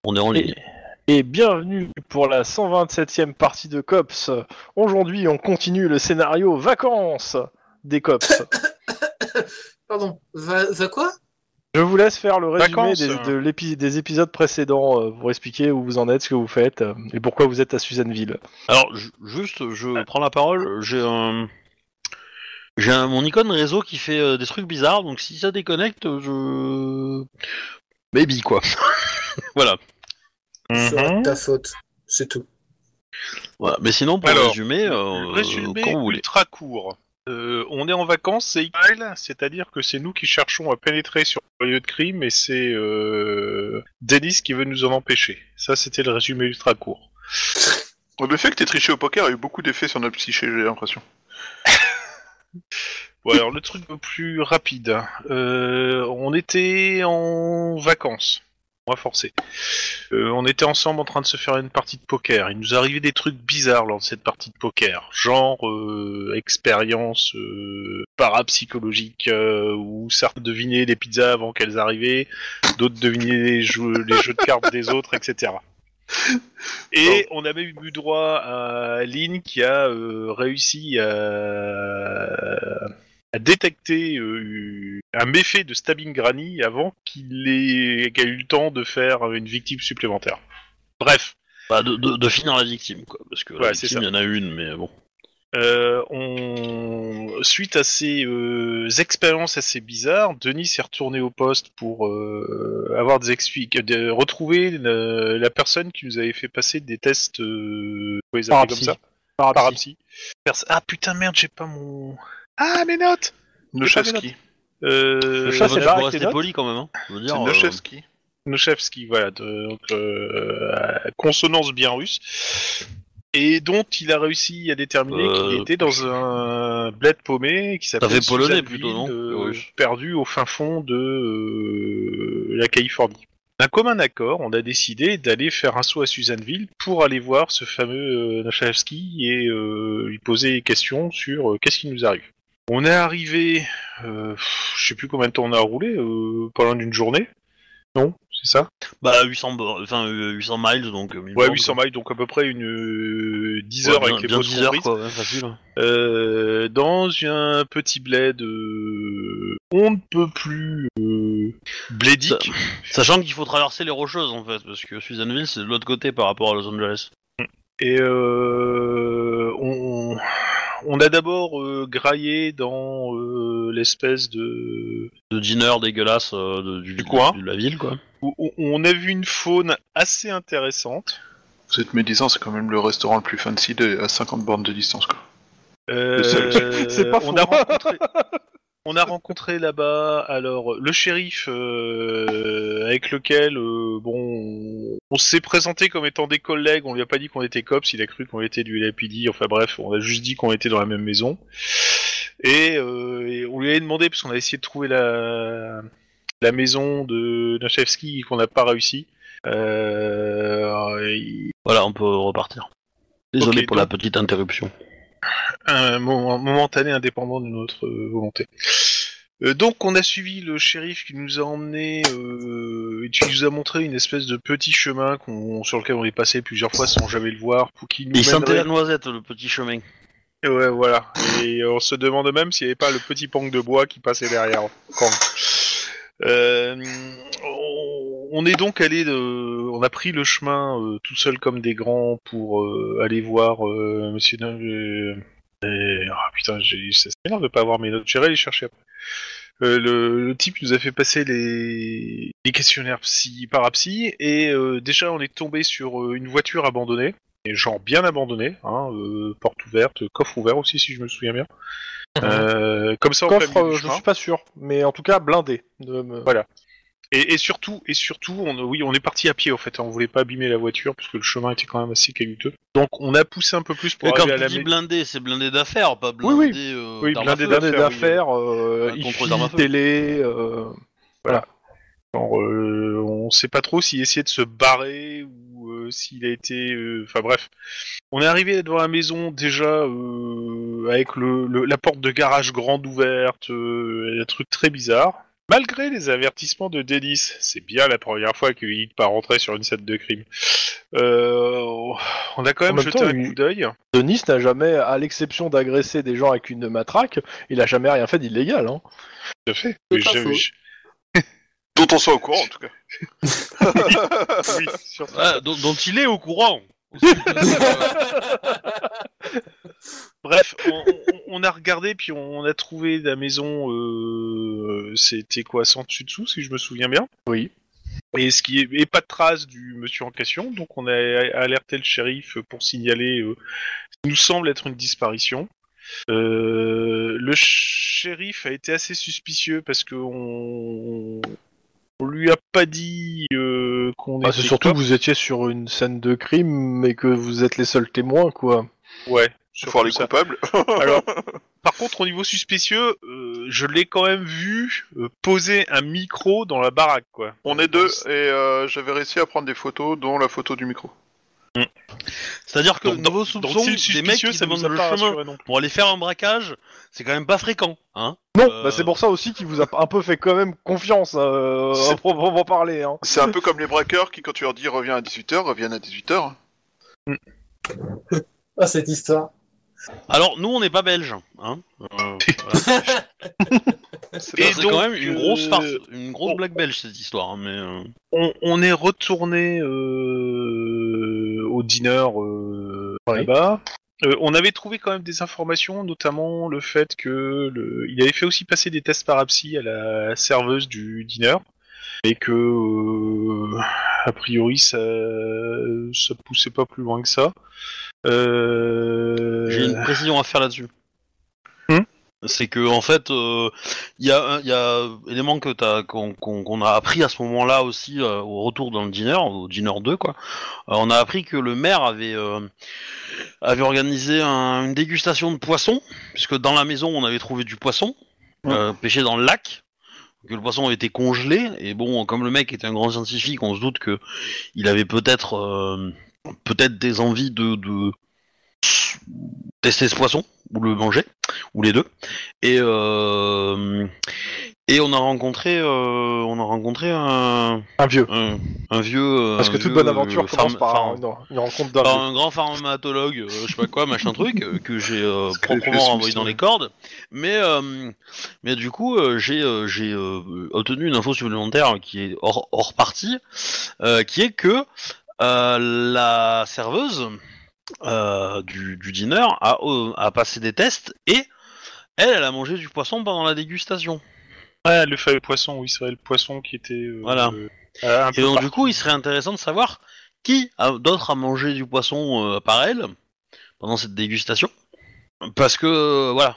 On est en ligne. Et bienvenue pour la 127e partie de Cops. Aujourd'hui, on continue le scénario Vacances des Cops. Pardon, va quoi? Je vous laisse faire le résumé Vacances. des épisodes précédents pour expliquer où vous en êtes, ce que vous faites et pourquoi vous êtes à Suzanneville. Alors, je prends la parole. J'ai mon icône réseau qui fait des trucs bizarres, donc si ça déconnecte, baby quoi. Voilà. C'est ta faute, c'est tout. Voilà. Mais sinon, pour Alors, résumer, Résumé quand vous voulez. ultra court. On est en vacances, c'est X-Files, c'est-à-dire que c'est nous qui cherchons à pénétrer sur le lieu de crime et c'est Dennis qui veut nous en empêcher. Ça, c'était le résumé ultra court. Le fait que t'aies triché au poker a eu beaucoup d'effets sur notre psyché, j'ai l'impression. Bon, alors le truc le plus rapide. On était en vacances. On va forcer. On était ensemble en train de se faire une partie de poker. Il nous arrivait des trucs bizarres lors de cette partie de poker. Genre expérience parapsychologique où certains devinaient les pizzas avant qu'elles arrivaient, d'autres devinaient les jeux de cartes des autres, etc. Et on a même eu droit à Lynn qui a réussi à détecter un méfait de Stabbing Granny avant qu'il ait eu le temps de faire une victime supplémentaire. Bref. Bah, de finir la victime, quoi. Parce que la Ouais, victime, il y en a une, mais bon. Suite à ces expériences assez bizarres, Denis s'est retourné au poste pour avoir des retrouver la personne qui nous avait fait passer des tests on les appelle comme ça. Parapsy. Ah putain merde, j'ai pas mon... Ah mes notes. Nochevski. Le chat, c'est Faut barré avec rester les notes poli quand même, hein. Je veux dire, C'est Nochevski. Nochevski, voilà, donc consonance bien russe, et dont il a réussi à déterminer qu'il était dans un bled paumé qui s'appelle fait polonais Suzanneville, plutôt, non perdu au fin fond de la Californie. D'un commun accord, on a décidé d'aller faire un saut à Suzanneville pour aller voir ce fameux Nochevski et lui poser des questions sur qu'est-ce qui nous arrive. On est arrivé, je sais plus combien de temps on a roulé, pendant une journée. Non, c'est ça? Bah 800 miles, donc... Ouais, 800 miles, donc à peu près une 10 heures bien, avec les bien pauses 10 heures, comprises. quoi, ouais, facile. Dans un petit bled on ne peut plus blédique. Sachant qu'il faut traverser les Rocheuses, en fait, parce que Suzanneville, c'est de l'autre côté par rapport à Los Angeles. Et on a d'abord graillé dans l'espèce de dîner dégueulasse du coin. de la ville, quoi. où on a vu une faune assez intéressante. Vous êtes médisant, c'est quand même le restaurant le plus fancy à 50 bornes de distance, quoi. C'est pas faux. On a rencontré là-bas alors le shérif avec lequel on s'est présenté comme étant des collègues, on lui a pas dit qu'on était cops, il a cru qu'on était du LAPD, enfin bref, on a juste dit qu'on était dans la même maison. Et on lui avait demandé, parce qu'on a essayé de trouver la maison de Nochevski qu'on n'a pas réussi. Voilà, on peut repartir. Désolé Ok, pour la petite interruption. Un momentané indépendant de notre volonté. Donc on a suivi le shérif qui nous a emmenés et qui nous a montré une espèce de petit chemin sur lequel on est passé plusieurs fois sans jamais le voir pour qu'il nous Il sentait la mènerait... noisette, le petit chemin. Ouais, voilà. Et on se demande même s'il n'y avait pas le petit pang de bois qui passait derrière. On est donc allé on a pris le chemin tout seul comme des grands pour aller voir monsieur putain, ça m'énerve de pas avoir mes notes, j'irai les chercher après. Le type nous a fait passer les questionnaires parapsy et déjà on est tombé sur une voiture abandonnée, et genre bien abandonnée, hein, porte ouverte, coffre ouvert aussi si je me souviens bien. Comme ça, Coffre, je suis pas sûr, mais en tout cas blindé. Voilà. Et surtout, on est parti à pied en fait. On voulait pas abîmer la voiture parce que le chemin était quand même assez caillouteux. Donc on a poussé un peu plus pour Mais quand arriver à tu la dis blindé, c'est blindé d'affaires, pas Oui, blindé. Oui, d'armes à blindé feu. Blindé d'affaires, contre les armes à hi-fi, feu. télé, voilà. Genre, on sait pas trop s'il essayait de se barrer ou s'il a été... Enfin bref. On est arrivé devant la maison déjà avec la porte de garage grande ouverte, un truc très bizarre. Malgré les avertissements de Denis, c'est bien la première fois qu'il n'est pas rentré sur une scène de crime. On a quand même jeté un coup d'œil. Denis n'a jamais, à l'exception d'agresser des gens avec une matraque, il a jamais rien fait d'illégal. Hein. Tout à fait. C'est pas faux. Dont on soit au courant, en tout cas. Oui, surtout. Dont il est au courant. Bref, on a regardé, puis on a trouvé la maison, c'était quoi, sans dessus-dessous, si je me souviens bien. Oui. Et ce qui est pas de trace du monsieur en question, donc on a alerté le shérif pour signaler ce qui nous semble être une disparition. Le shérif a été assez suspicieux parce que on lui a pas dit qu'on était... C'est surtout que vous étiez sur une scène de crime et que vous êtes les seuls témoins, quoi. Ouais. Faut voir les coupables. Alors, par contre, au niveau suspicieux, je l'ai quand même vu poser un micro dans la baraque, quoi. On est deux, et j'avais réussi à prendre des photos, dont la photo du micro. C'est-à-dire que Donc, niveau soupçon, des mecs qui demandent le chemin pour aller faire un braquage, c'est quand même pas fréquent, hein. Non, c'est pour ça aussi qu'il vous a un peu fait quand même confiance, à proprement parler. Hein. C'est un peu comme les braqueurs qui, quand tu leur dis reviens à 18h, reviennent à 18h. Ah, cette histoire. Alors, nous, on n'est pas belges, hein. Voilà. Et C'est donc, quand même une grosse farce, une grosse blague belge, cette histoire, hein, mais... On est retourné au dîner là-bas. On avait trouvé quand même des informations, notamment le fait que il avait fait aussi passer des tests parapsy à la serveuse du dîner, et que a priori ça poussait pas plus loin que ça. J'ai une précision à faire là-dessus. C'est que en fait, il y a élément qu'on a appris à ce moment-là aussi au retour dans le dîner, au dîner 2 quoi. On a appris que le maire avait organisé une dégustation de poisson, puisque dans la maison on avait trouvé du poisson pêché dans le lac, que le poisson avait été congelé, et bon, comme le mec était un grand scientifique, on se doute que il avait peut-être des envies de tester ce poisson ou le manger ou les deux, et on a rencontré un vieux parce que toute bonne aventure commence par une rencontre d'un vieux. Un grand pharmacologue, je sais pas quoi, machin truc, que j'ai proprement renvoyé dans les cordes, mais du coup j'ai obtenu une info supplémentaire qui est hors partie, qui est que la serveuse du dîner a passé des tests, et elle a mangé du poisson pendant la dégustation. Ouais, le fameux poisson, oui, c'est vrai, le poisson qui était... voilà. Et donc du coup, il serait intéressant de savoir qui d'autre a mangé du poisson par elle pendant cette dégustation. Parce que, voilà,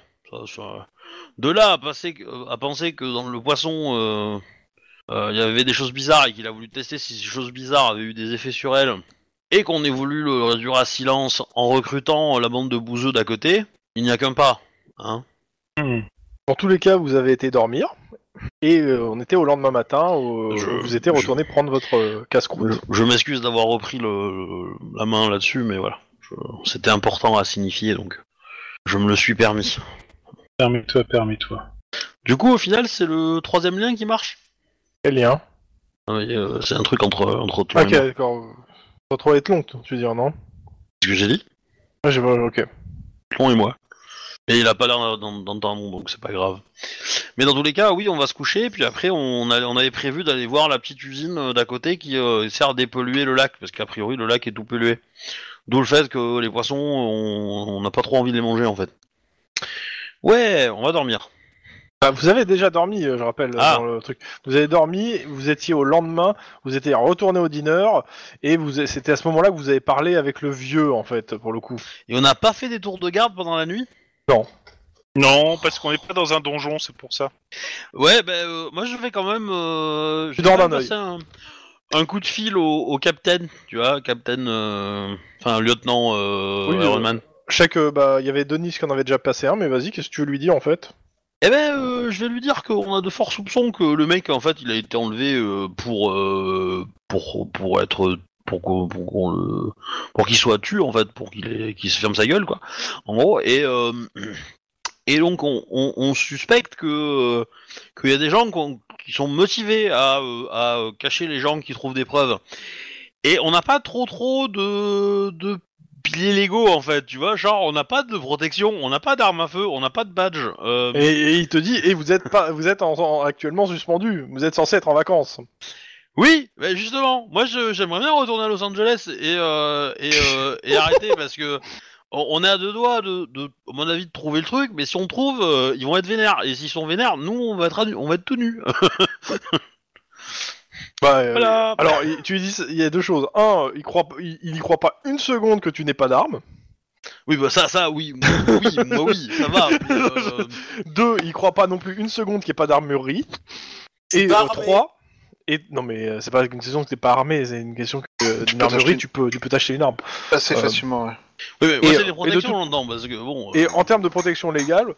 de là à penser que dans le poisson, il y avait des choses bizarres et qu'il a voulu tester si ces choses bizarres avaient eu des effets sur elle, et qu'on ait voulu le réduire à silence en recrutant la bande de bouseux d'à côté, il n'y a qu'un pas, hein. Dans tous les cas, vous avez été dormir, et on était au lendemain matin, vous étiez retourné prendre votre casse-croûte. Je m'excuse d'avoir repris la main là-dessus, mais voilà, c'était important à signifier, donc je me le suis permis. Permets-toi. Du coup, au final, c'est le troisième lien qui marche. Quel lien? C'est un truc entre toi et moi. Ok, d'accord. Votre être long, tu veux dire, non? C'est ce que j'ai dit. Ok. Long et moi. Et il a pas l'air d'entendre, donc c'est pas grave. Mais dans tous les cas, oui, on va se coucher, puis après, on avait prévu d'aller voir la petite usine d'à côté qui sert à dépolluer le lac, parce qu'a priori, le lac est tout pollué. D'où le fait que les poissons, on n'a pas trop envie de les manger, en fait. Ouais, on va dormir. Vous avez déjà dormi, je rappelle, dans le truc. Vous avez dormi, vous étiez au lendemain, vous étiez retourné au dîner, et c'était à ce moment-là que vous avez parlé avec le vieux, en fait, pour le coup. Et on n'a pas fait des tours de garde pendant la nuit ? Non, parce qu'on n'est pas dans un donjon, c'est pour ça. Ouais, moi je vais quand même... tu dors d'un œil. Un coup de fil au capitaine, tu vois, lieutenant Iron Man. Je sais que il y avait Denis qui en avait déjà passé un, mais vas-y, qu'est-ce que tu veux lui dire en fait? Eh je vais lui dire qu'on a de forts soupçons que le mec en fait il a été enlevé pour qu'il soit tué en fait, pour qu'il se ferme sa gueule quoi. En gros, et donc on suspecte qu'il y a des gens qui sont motivés à cacher les gens qui trouvent des preuves. Et on n'a pas trop de piliers légaux en fait, tu vois, genre on n'a pas de protection, on n'a pas d'armes à feu, on n'a pas de badge. Et il te dit, vous êtes actuellement suspendu, vous êtes censé être en vacances. Oui, mais justement, moi j'aimerais bien retourner à Los Angeles et arrêter parce que on est à 2 doigts à mon avis, de trouver le truc, mais si on trouve, ils vont être vénères, et s'ils sont vénères, nous on va être tout nus. Voilà. Alors, tu lui dis, il y a 2 choses. Un, il y croit pas une seconde que tu n'aies pas d'armes. Oui, bah ça, oui, oui, ça va. Mais, 2, il croit pas non plus une seconde qu'il n'y ait pas d'armurerie. Et 3, non mais c'est pas une question que t'es pas armé, c'est une question que d'une armurerie tu peux t'acheter une arme. Assez facilement, ouais. Oui, mais moi c'est les protections là-dedans, parce que bon. Et en termes de protection légale,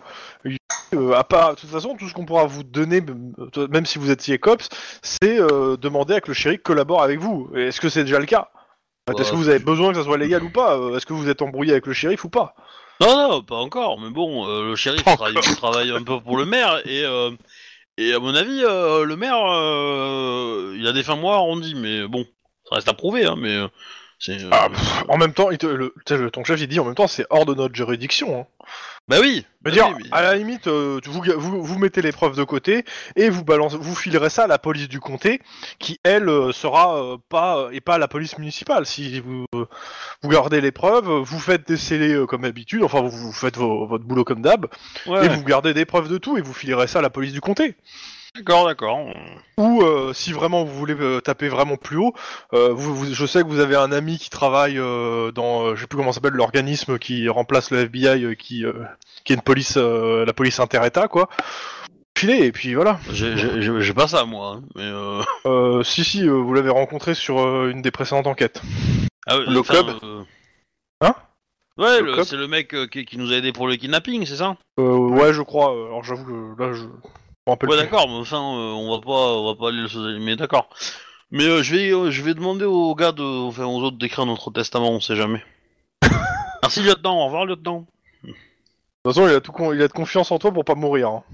de toute façon, tout ce qu'on pourra vous donner, même si vous étiez cops, c'est demander à que le shérif collabore avec vous. Et est-ce que c'est déjà le cas? Est-ce que vous avez besoin que ça soit légal ou pas? Est-ce que vous êtes embrouillé avec le shérif ou pas? Non, pas encore, mais bon, le shérif travaille un peu pour le maire, et à mon avis, le maire, il a des fins mois arrondis, mais bon, ça reste à prouver, hein, mais c'est... en même temps, ton chef il dit en même temps c'est hors de notre juridiction. Hein. Bah oui. Je veux dire, à la limite, vous mettez les preuves de côté et vous filerez ça à la police du comté, qui elle sera pas la police municipale. Si vous gardez les preuves, vous faites des scellés comme d'habitude, enfin vous faites votre boulot comme d'hab, et vous gardez des preuves de tout et vous filerez ça à la police du comté. D'accord. Ou si vraiment vous voulez taper vraiment plus haut, je sais que vous avez un ami qui travaille dans, je sais plus comment ça s'appelle, l'organisme qui remplace le FBI, qui est une police, la police inter-État, quoi. Filez, et puis voilà. J'ai pas ça, moi, hein, mais Si, vous l'avez rencontré sur une des précédentes enquêtes. Ah, le club Hein? Ouais, c'est le mec qui nous a aidé pour le kidnapping, c'est ça? Ouais, je crois. Alors j'avoue que là, je... Ouais, d'accord, mais enfin, on va pas aller le... Mais d'accord. Mais je vais demander aux gars aux autres d'écrire notre testament, on sait jamais. Merci, lieutenant. Au revoir, lieutenant. De toute façon, il a de confiance en toi pour pas mourir. Hein.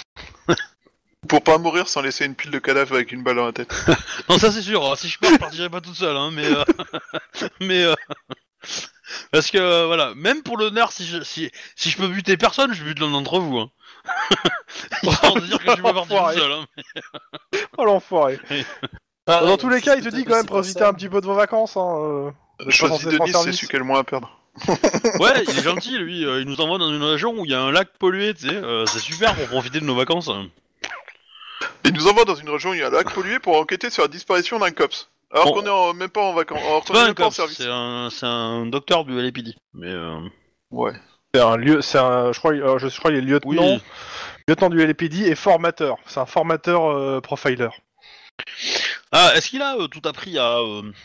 Pour pas mourir sans laisser une pile de cadavres avec une balle dans la tête. Non, ça c'est sûr. Si je pars, je partirai pas toute seule, hein, mais parce que voilà, même pour l'honneur, si je peux buter personne, je bute l'un d'entre vous. Hein. Histoire de dire que je suis pas parti tout seul. Hein, mais... Oh l'enfoiré. Dans tous les cas, il te dit quand même profiter un petit peu de vos vacances. Hein, Choisis Denis, c'est celui qui a le moins à perdre. Ouais, il est gentil, lui. Il nous envoie dans une région où il y a un lac pollué, tu sais. C'est super pour profiter de nos vacances. Il nous envoie dans une région où il y a un lac pollué pour enquêter sur la disparition d'un cops. Alors qu'on est même pas en vacances. Alors qu'on est même pas en service. C'est un docteur du LAPD. Mais ouais. Je crois qu'il est lieutenant. Oui. Lieutenant du LAPD et formateur. C'est un formateur profiler. Ah, est-ce qu'il a tout appris à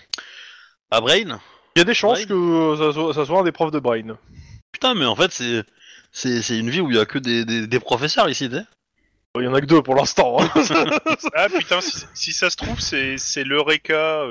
Brain? Il y a des chances que ça soit un des profs de Brain. Putain, mais en fait, c'est une vie où il y a que des professeurs ici, tu sais. Il y en a que 2 pour l'instant. Hein. Ah putain, si ça se trouve, c'est l'Eureka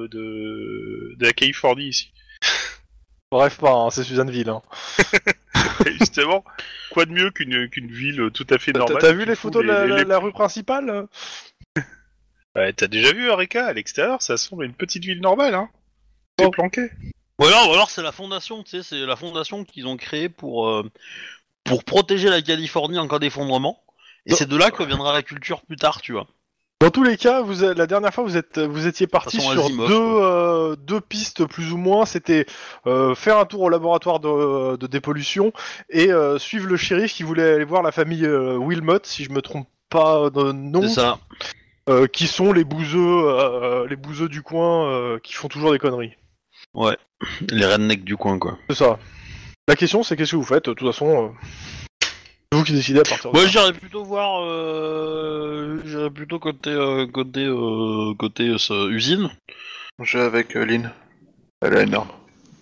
de la Californie ici. Bref, pas, hein, c'est Suzanneville. Hein. Justement, quoi de mieux qu'une ville tout à fait normale. T'as vu les photos de la rue principale? Ouais, t'as déjà vu Eureka à l'extérieur? Ça semble une petite ville normale, hein. C'est planqué. Ou alors c'est la fondation, tu sais, c'est la fondation qu'ils ont créée pour protéger la Californie en cas d'effondrement. Et c'est de là que viendra la culture plus tard, tu vois. Dans tous les cas, la dernière fois, vous étiez parti sur Asimov, deux pistes plus ou moins. C'était faire un tour au laboratoire de dépollution et suivre le shérif qui voulait aller voir la famille Wilmot, si je me trompe pas de nom. C'est ça. Qui sont les bouseux du coin qui font toujours des conneries. Ouais, les rednecks du coin, quoi. C'est ça. La question, c'est qu'est-ce que vous faites? De toute façon, c'est vous qui décidez à partir de moi, ça. j'irais plutôt voir... j'irais plutôt côté usine. J'ai avec Lynn. Elle a une arme.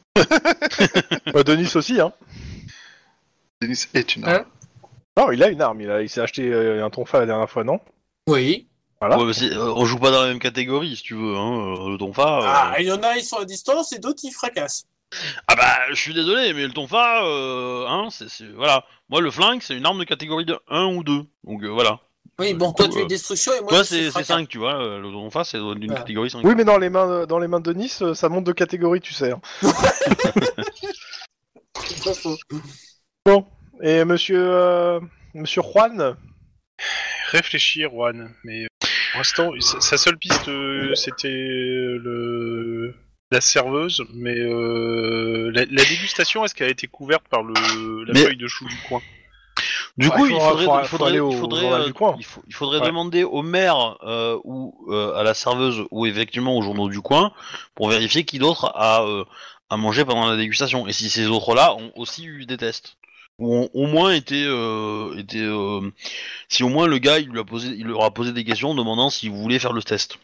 Denis aussi, hein. Denis est une arme. Non, il a une arme. Il s'est acheté un tonfa la dernière fois, non? Oui. Voilà. Ouais, on joue pas dans la même catégorie, si tu veux, hein. Le tonfa... Ah, il y en a, ils sont à distance, et d'autres, ils fracassent. Ah bah, je suis désolé, mais le tonfa, hein, voilà. Moi, le flingue, c'est une arme de catégorie de 1 ou 2. Donc voilà. Oui, bon, toi tu es destruction et moi Toi, je suis c'est fracas. 5, tu vois. Le don en face, c'est d'une Voilà. catégorie 5. Oui, mais dans les mains de Nice, ça monte de catégorie, tu sais. Hein. C'est pas faux. Bon, et Monsieur Juan. Réfléchir, Juan. Mais pour l'instant, sa seule piste, c'était la serveuse. Mais la dégustation, est-ce qu'elle a été couverte par la feuille de chou du coin? Du coup, il faudrait journal du coin. il faudrait Ouais. demander au maire ou à la serveuse ou effectivement aux journaux du coin pour vérifier qui d'autre a mangé pendant la dégustation et si ces autres-là ont aussi eu des tests ou ont au moins si au moins le gars il leur a posé des questions demandant s'il voulait faire le test.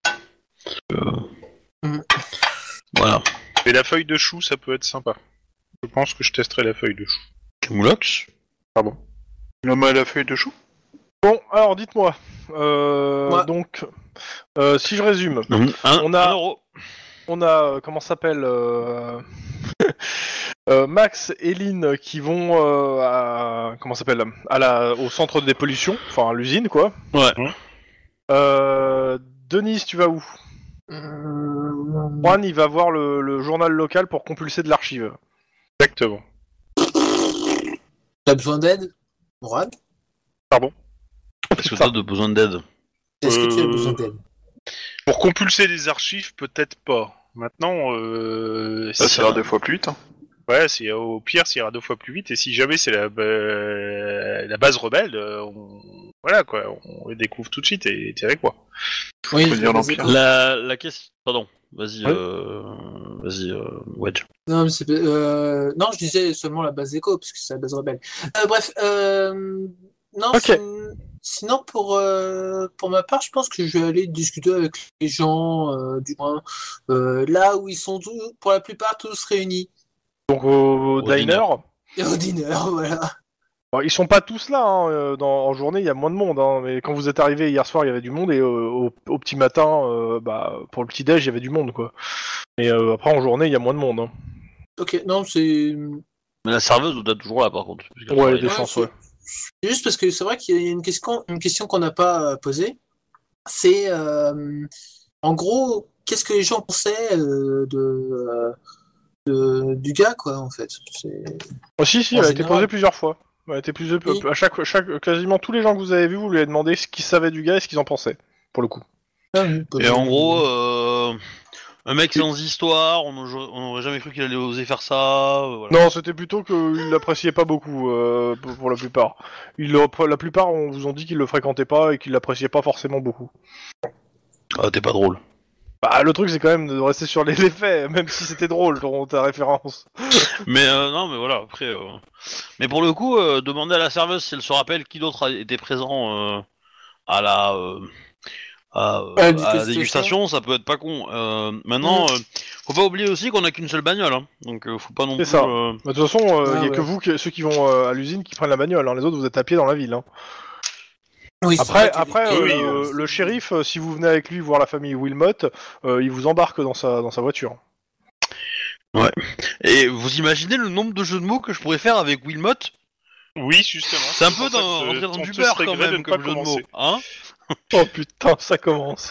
Voilà. Et la feuille de chou, ça peut être sympa. Je pense que je testerai la feuille de chou. Camoulox. Pardon. La main à la feuille de chou. Bon, alors dites-moi. Ouais. Donc, si je résume, Un euro. on a comment ça s'appelle Max et Lynn qui vont à comment ça s'appelle au centre de dépollution, enfin à l'usine quoi. Ouais. Denise, tu vas où? Juan, il va voir le journal local pour compulser de l'archive. Exactement. T'as besoin d'aide, Morad? Est-ce que t'as besoin d'aide? Est-ce que tu as besoin d'aide? Pour compulser des archives, peut-être pas. Maintenant, Ça ira 2 fois plus vite. Hein. ouais, au pire, ça ira 2 fois plus vite. Et si jamais c'est la base rebelle, voilà quoi, on les découvre tout de suite et t'es avec moi. Oui, Faut dire vas-y. l'Empire. La question. Pardon. Vas-y. Ouais. Vas-y. Wedge. Non, mais non, je disais seulement la base éco, parce que c'est la base rebelle. Bref, non, Ok. sinon pour ma part, je pense que je vais aller discuter avec les gens du coin, là où ils sont pour la plupart tous réunis. Donc au diner. diner. Et au dîner, voilà. Bon, ils sont pas tous là, hein, en journée il y a moins de monde, hein, mais quand vous êtes arrivé hier soir il y avait du monde et au petit matin, pour le petit déj il y avait du monde quoi. Mais après en journée il y a moins de monde. Hein. Ok, non, c'est Mais la serveuse doit être toujours là par contre. puisqu'elle Ouais, travaille des là. chances, c'est- ouais. c'est juste parce que c'est vrai qu'il y a une question qu'on n'a pas posée. C'est en gros, qu'est-ce que les gens pensaient du gars, quoi, en fait. Oh, si, En elle a été général. posée plusieurs fois. Elle a été Oui. à chaque, quasiment tous les gens que vous avez vus, vous lui avez demandé ce qu'ils savaient du gars et ce qu'ils en pensaient, pour le coup. Ah oui, Et en gros, un mec sans histoire, on n'aurait jamais cru qu'il allait oser faire ça. Voilà. Non, c'était plutôt qu'ils l'appréciaient pas beaucoup, pour la plupart. La plupart vous ont dit qu'ils le fréquentaient pas et qu'ils l'appréciaient pas forcément beaucoup. Ah, t'es pas drôle. Bah, le truc c'est quand même de rester sur les faits, même si c'était drôle, ta référence. Mais non, mais voilà, après. Mais pour le coup, demander à la serveuse si elle se rappelle qui d'autre a été présent à la. À la dégustation, ça peut être pas con. Maintenant, faut pas oublier aussi qu'on a qu'une seule bagnole, hein. Donc faut pas non C'est plus. ça. Bah, de toute façon, il y a ouais. que vous, ceux qui vont à l'usine, qui prennent la bagnole. Hein. Les autres, vous êtes à pied dans la ville. Hein. Oui, c'est vrai Après, qu'il y a- oui, le shérif, si vous venez avec lui voir la famille Wilmot, il vous embarque dans sa voiture. Et vous imaginez le nombre de jeux de mots que je pourrais faire avec Wilmot? Oui, justement. C'est un peu pour ça que rentrer dans on du te beurre serait quand gré de même ne comme pas jeu de mots, commencer. hein? Oh putain, ça commence.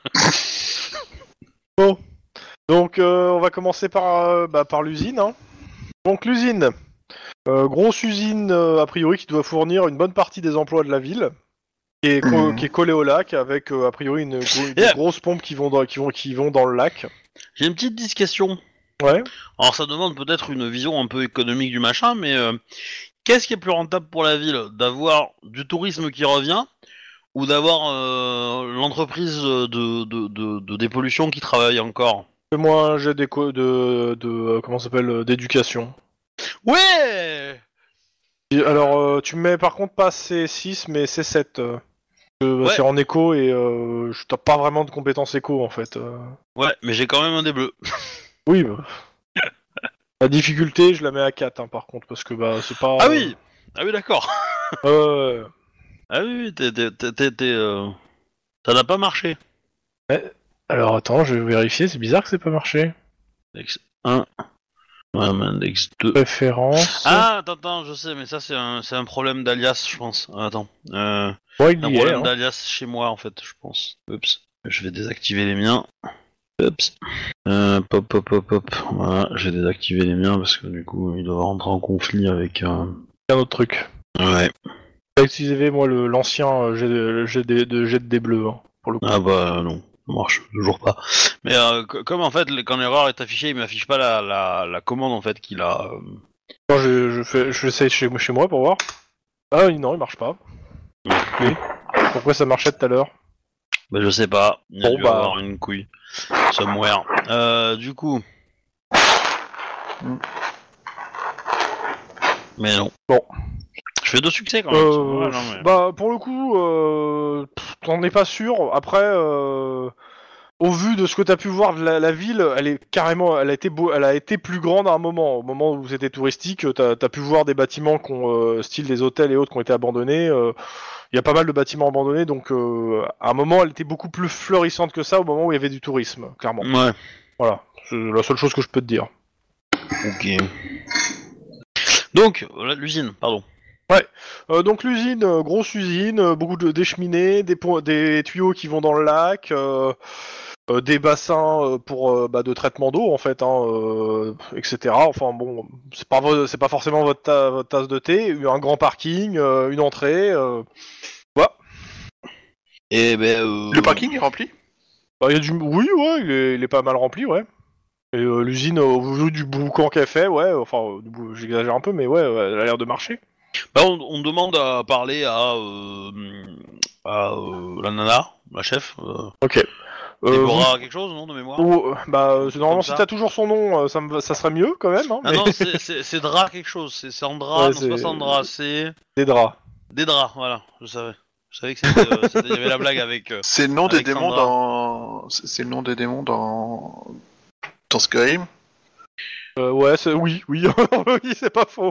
Bon, donc on va commencer par l'usine. Hein. Donc l'usine, grosse usine a priori qui doit fournir une bonne partie des emplois de la ville, qui est collée au lac avec a priori des grosses pompes qui vont dans le lac. J'ai une petite question. Ouais. Alors ça demande peut-être une vision un peu économique du machin, mais qu'est-ce qui est plus rentable pour la ville? D'avoir du tourisme qui revient ou d'avoir l'entreprise de dépollution qui travaille encore? Fais-moi un jet comment ça s'appelle d'éducation. Ouais. Alors tu me mets par contre pas C6 mais C7. Ouais. C'est en éco et je t'as pas vraiment de compétences éco en fait. Ouais, mais j'ai quand même un des bleus. Oui. La difficulté, je la mets à 4 hein, par contre parce que c'est pas. Ah oui. Ah oui, d'accord. Ah oui, ça n'a pas marché. Alors attends, je vais vérifier. C'est bizarre que c'est pas marché. 1, Ouais, mais index 2. Référence. Ah, attends, je sais, mais ça c'est un problème d'alias, je pense. Attends. Ouais, il Un y est. problème Hein. d'alias chez moi, en fait, je pense. Oups. Je vais désactiver les miens. Oups. Pop. Voilà, j'ai désactivé les miens parce que du coup, ils doivent rentrer en conflit avec... Un autre truc. Ouais. J'ai utilisé moi l'ancien jet de dés bleus hein, pour le coup. Ah bah non, ça marche toujours pas. Mais comme en fait, quand l'erreur est affichée, il m'affiche pas la commande en fait qu'il a... Non, je essaye chez moi pour voir. Ah non, il marche pas. Ok. Pourquoi ça marchait tout à l'heure? Bah je sais pas, il y a Bon, dû bah. avoir une couille. Somewhere. Du coup... Mais non. Bon. Je fais 2 succès quand même. Ouais, non, mais... Bah pour le coup, t'en es pas sûr. Après, au vu de ce que t'as pu voir de la ville, elle est carrément, elle a été plus grande à un moment. Au moment où c'était touristique, t'as pu voir des bâtiments style des hôtels et autres qui ont été abandonnés. Il y a pas mal de bâtiments abandonnés, donc à un moment, elle était beaucoup plus fleurissante que ça au moment où il y avait du tourisme, clairement. Ouais. Voilà, c'est la seule chose que je peux te dire. Ok. Donc, l'usine, pardon. Donc l'usine, grosse usine, beaucoup des cheminées, des tuyaux qui vont dans le lac, des bassins pour de traitement d'eau en fait, etc. Enfin bon, c'est pas forcément votre tasse de thé. Un grand parking, une entrée. Voilà. Et ben... Le parking est rempli? Bah, y a oui, ouais, il est pas mal rempli, ouais. Et l'usine, au vu du boucan qu'elle fait, ouais, enfin, j'exagère un peu, mais ouais, elle a l'air de marcher. Bah, on demande à parler à la nana, la chef. Ok. Déborah quelque chose, non, de mémoire? Normalement, si ça. t'as toujours son nom, ça serait mieux quand même. Hein, Ah mais... non, c'est Dra quelque chose, c'est Sandra, Ouais, non c'est pas Sandra, c'est... Des draps. Des draps, voilà, je savais. Je savais que il y avait la blague avec... C'est le nom des avec démons Sandra. C'est le nom des démons dans Skyrim. Ouais, oui, oui, c'est pas faux.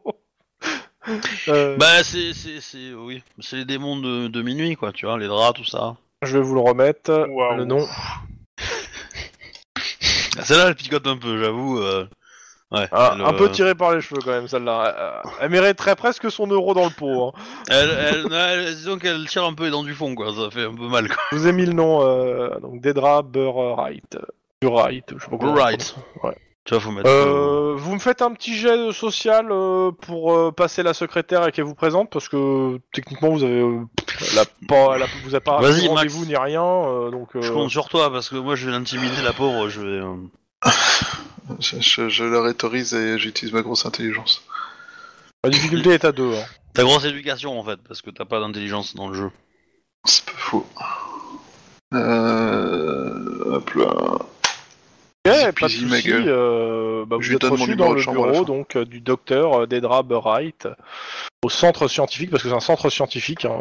Bah oui, c'est les démons de minuit quoi, tu vois, les draps, tout ça. Je vais vous le remettre, Waouh. le nom. Celle-là elle picote un peu, j'avoue. Ouais. Un peu tiré par les cheveux quand même, celle-là. Elle mériterait presque son euro dans le pot. Hein. Disons qu'elle tire un peu les dents du fond quoi, ça fait un peu mal quoi. Je vous ai mis le nom, donc Dedra Burright. Burright, je sais pas comment. Right. Ouais. Tu vois, faut mettre... Vous me faites un petit jet social pour passer la secrétaire et qu'elle vous présente parce que techniquement vous avez vous avez pas Vas-y, rendez-vous Max. ni rien donc. Je compte sur toi parce que moi je vais l'intimider la pauvre, je vais... Je la rhétorise et j'utilise ma grosse intelligence. La difficulté est à 2. Hein. Ta grosse éducation en fait, parce que t'as pas d'intelligence dans le jeu. C'est pas faux. Hop là. Ok, pas de Zipi, ma soucis. gueule. Vous Je lui êtes donne mon reçu numéro dans de le chambre à la bureau fin. donc du docteur Dedra Burright au centre scientifique parce que c'est un centre scientifique. Hein.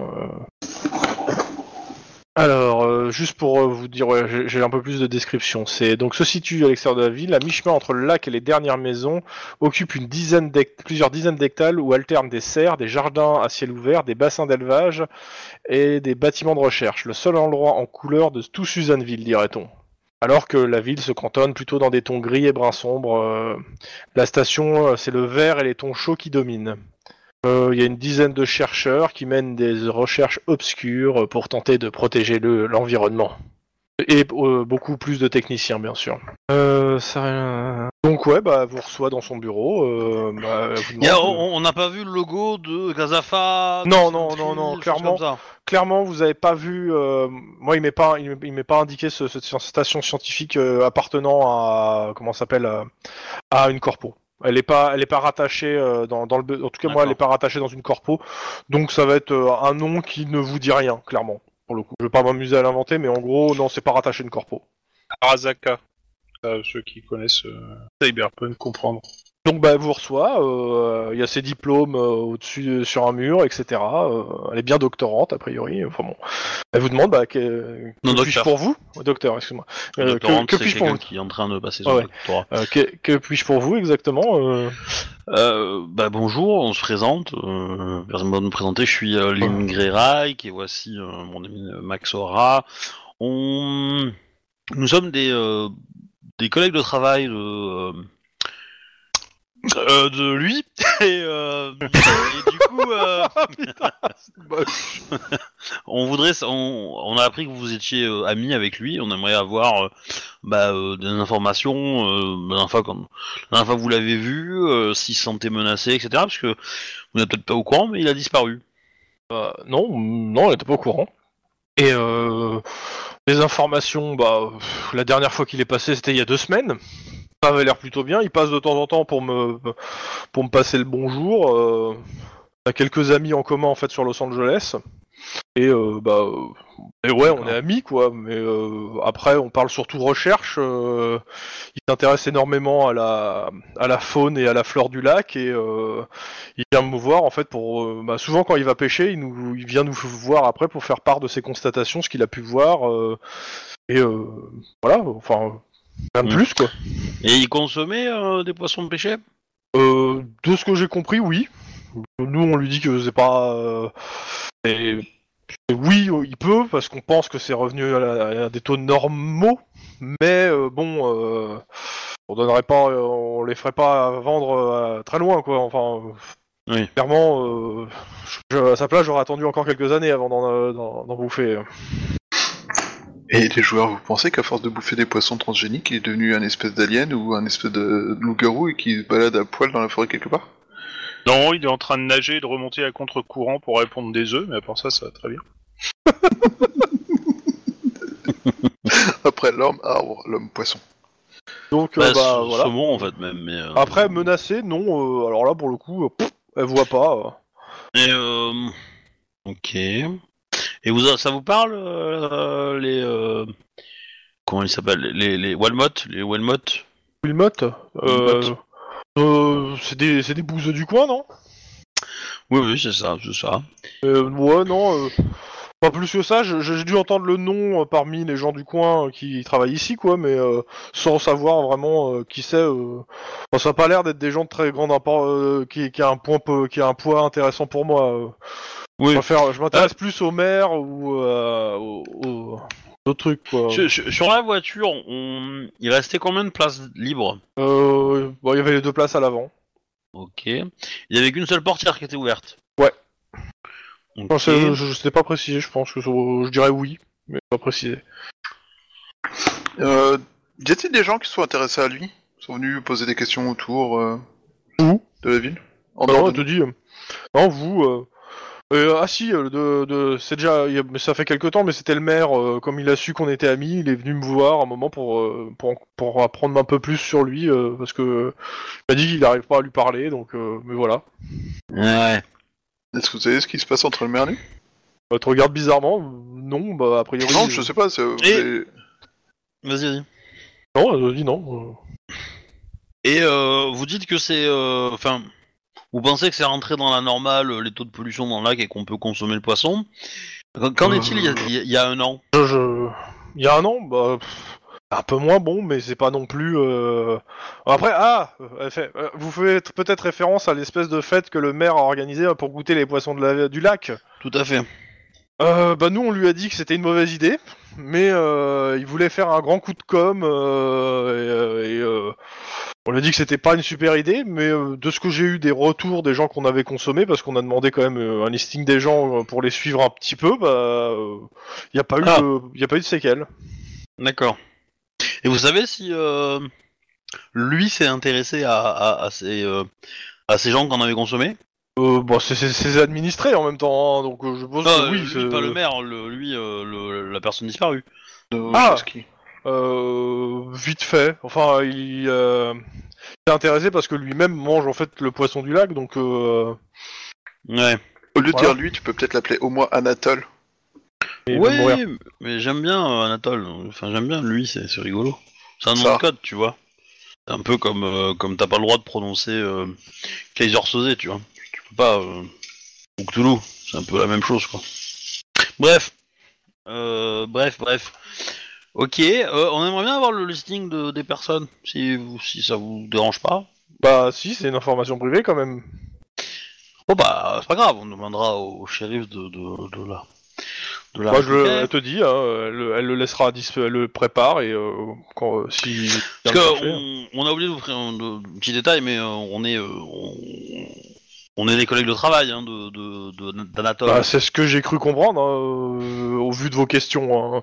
Alors, juste pour vous dire, ouais, j'ai un peu plus de description. C'est donc se situe à l'extérieur de la ville, à mi-chemin entre le lac et les dernières maisons, occupe plusieurs dizaines d'hectares où alternent des serres, des jardins à ciel ouvert, des bassins d'élevage et des bâtiments de recherche. Le seul endroit en couleur de tout Suzanneville, dirait-on. Alors que la ville se cantonne plutôt dans des tons gris et brun sombre. La station, c'est le vert et les tons chauds qui dominent. Il y a une dizaine de chercheurs qui mènent des recherches obscures pour tenter de protéger l'environnement. Et beaucoup plus de techniciens, bien sûr. Donc ouais, vous reçoit dans son bureau. Vous demande, On n'a pas vu le logo de Gazafa. Non, clairement, vous avez pas vu. Moi, il m'est pas indiqué cette station scientifique appartenant à comment ça s'appelle à une corpo. Elle est pas rattachée dans le. En tout cas, moi, elle est pas rattachée dans une corpo. Donc, ça va être un nom qui ne vous dit rien, clairement. Pour le coup, je vais pas m'amuser à l'inventer, mais en gros, non, c'est pas rattaché à une corpo. Arasaka. Ceux qui connaissent Cyberpunk comprendre. Donc vous reçoit, il y a ses diplômes au-dessus sur un mur, etc. Elle est bien doctorante a priori. Enfin bon, elle vous demande que puis-je pour vous, docteur, excuse-moi. Que puis-je pour vous qui est en train de passer son doctorat. Que puis-je pour vous exactement Bonjour, on se présente. Personne va nous présenter. Je suis Lynn Greyraik et voici mon ami Max Ora. Nous sommes des collègues de travail De lui et du coup on a appris que vous étiez amis avec lui. On aimerait avoir des informations la dernière fois que vous l'avez vu, s'il se sentait menacé, etc. Parce que vous n'êtes peut-être pas au courant, mais il a disparu. Non, on n'était pas au courant. Et les informations, la dernière fois qu'il est passé, c'était il y a 2 semaines. Ça avait l'air plutôt bien. Il passe de temps en temps pour me passer le bonjour. On a quelques amis en commun en fait sur Los Angeles. Et ouais, on est amis quoi. Mais après, on parle surtout recherche. Il s'intéresse énormément à la faune et à la flore du lac et il vient me voir en fait pour souvent quand il va pêcher, il vient nous voir après pour faire part de ses constatations, ce qu'il a pu voir et voilà. Enfin, rien de plus quoi. Et il consommait des poissons pêchés ? De ce que j'ai compris, oui. Nous, on lui dit que c'est pas. Oui, il peut, parce qu'on pense que c'est revenu à des taux normaux, mais on les ferait pas vendre très loin, quoi. Enfin, oui. Clairement, à sa place, j'aurais attendu encore quelques années avant d'en bouffer. Et les joueurs, vous pensez qu'à force de bouffer des poissons transgéniques, il est devenu un espèce d'alien ou un espèce de loup-garou et qui se balade à poil dans la forêt quelque part ? Non, il est en train de nager et de remonter à contre-courant pour répondre des œufs, mais à part ça va très bien. Après l'homme arbre, l'homme poisson. Donc voilà. Saumon en fait même. Mais, Après menacé, non. Alors là pour le coup, elle voit pas. Et ok. Et ça vous parle les comment ils s'appellent les Walmot, les Walmot. Wilmot. C'est des bouseux du coin, non ? Oui, c'est ça. Ouais, non. Pas plus que ça, j'ai dû entendre le nom parmi les gens du coin qui travaillent ici, quoi, mais sans savoir vraiment qui c'est. Ça a pas l'air d'être des gens de très grande importance qui a un poids intéressant pour moi. Oui. Je m'intéresse plus au maire ou aux autres trucs, quoi. Sur la voiture, il restait combien de places libres ? Il y avait les 2 places à l'avant. Ok. Il y avait qu'une seule portière qui était ouverte. Ouais. Okay. Je sais pas précisé, je pense que je dirais oui, mais pas précisé. Y a-t-il des gens qui sont intéressés à lui ? Qui sont venus poser des questions autour Où ? de la ville ? Non, je te dis. Non, vous. Si, c'est déjà. Ça fait quelque temps, mais c'était le maire. Comme il a su qu'on était amis, il est venu me voir un moment pour apprendre un peu plus sur lui, parce que il m'a dit qu'il n'arrive pas à lui parler, donc. Mais voilà. Ouais. Est-ce que vous savez ce qui se passe entre le maire et lui ? Tu regardes bizarrement ? Non, a priori. Non, je sais pas. Vas-y. Non, dis non. Et vous dites que c'est, vous pensez que c'est rentré dans la normale, les taux de pollution dans le lac et qu'on peut consommer le poisson. Qu'en est-il il y a 1 an ? Il y a 1 an, un peu moins bon, mais c'est pas non plus. Après, vous faites peut-être référence à l'espèce de fête que le maire a organisée pour goûter les poissons du lac. Tout à fait. Nous, on lui a dit que c'était une mauvaise idée, mais il voulait faire un grand coup de com' on lui a dit que c'était pas une super idée, mais de ce que j'ai eu des retours des gens qu'on avait consommés, parce qu'on a demandé quand même un listing des gens pour les suivre un petit peu, y a pas eu de séquelles. D'accord. Et vous savez si lui s'est intéressé à ces gens qu'on avait consommés ? C'est ses administrés en même temps, hein, donc je suppose que oui. Lui, pas le maire, la personne disparue. Vite fait. Enfin, il est intéressé parce que lui-même mange en fait le poisson du lac, donc. Ouais. Au lieu de dire lui, tu peux peut-être l'appeler au moins Anatole. Ouais, mais j'aime bien Anatole. Enfin, j'aime bien lui, c'est rigolo. C'est un nom de code, tu vois. C'est un peu comme t'as pas le droit de prononcer Kaiser Soze, tu vois. Tu peux pas. Ou Cthulhu, c'est un peu la même chose, quoi. Bref. Ok, on aimerait bien avoir le listing des personnes, si ça vous dérange pas. Bah si, c'est une information privée quand même. Bon c'est pas grave, on demandera au shérif de de la elle te dit, hein, elle le laissera, elle le prépare et quand si. Parce on a oublié de vous faire un petit détail, mais on est des collègues de travail d'Anatole. Bah, c'est ce que j'ai cru comprendre au vu de vos questions. Hein.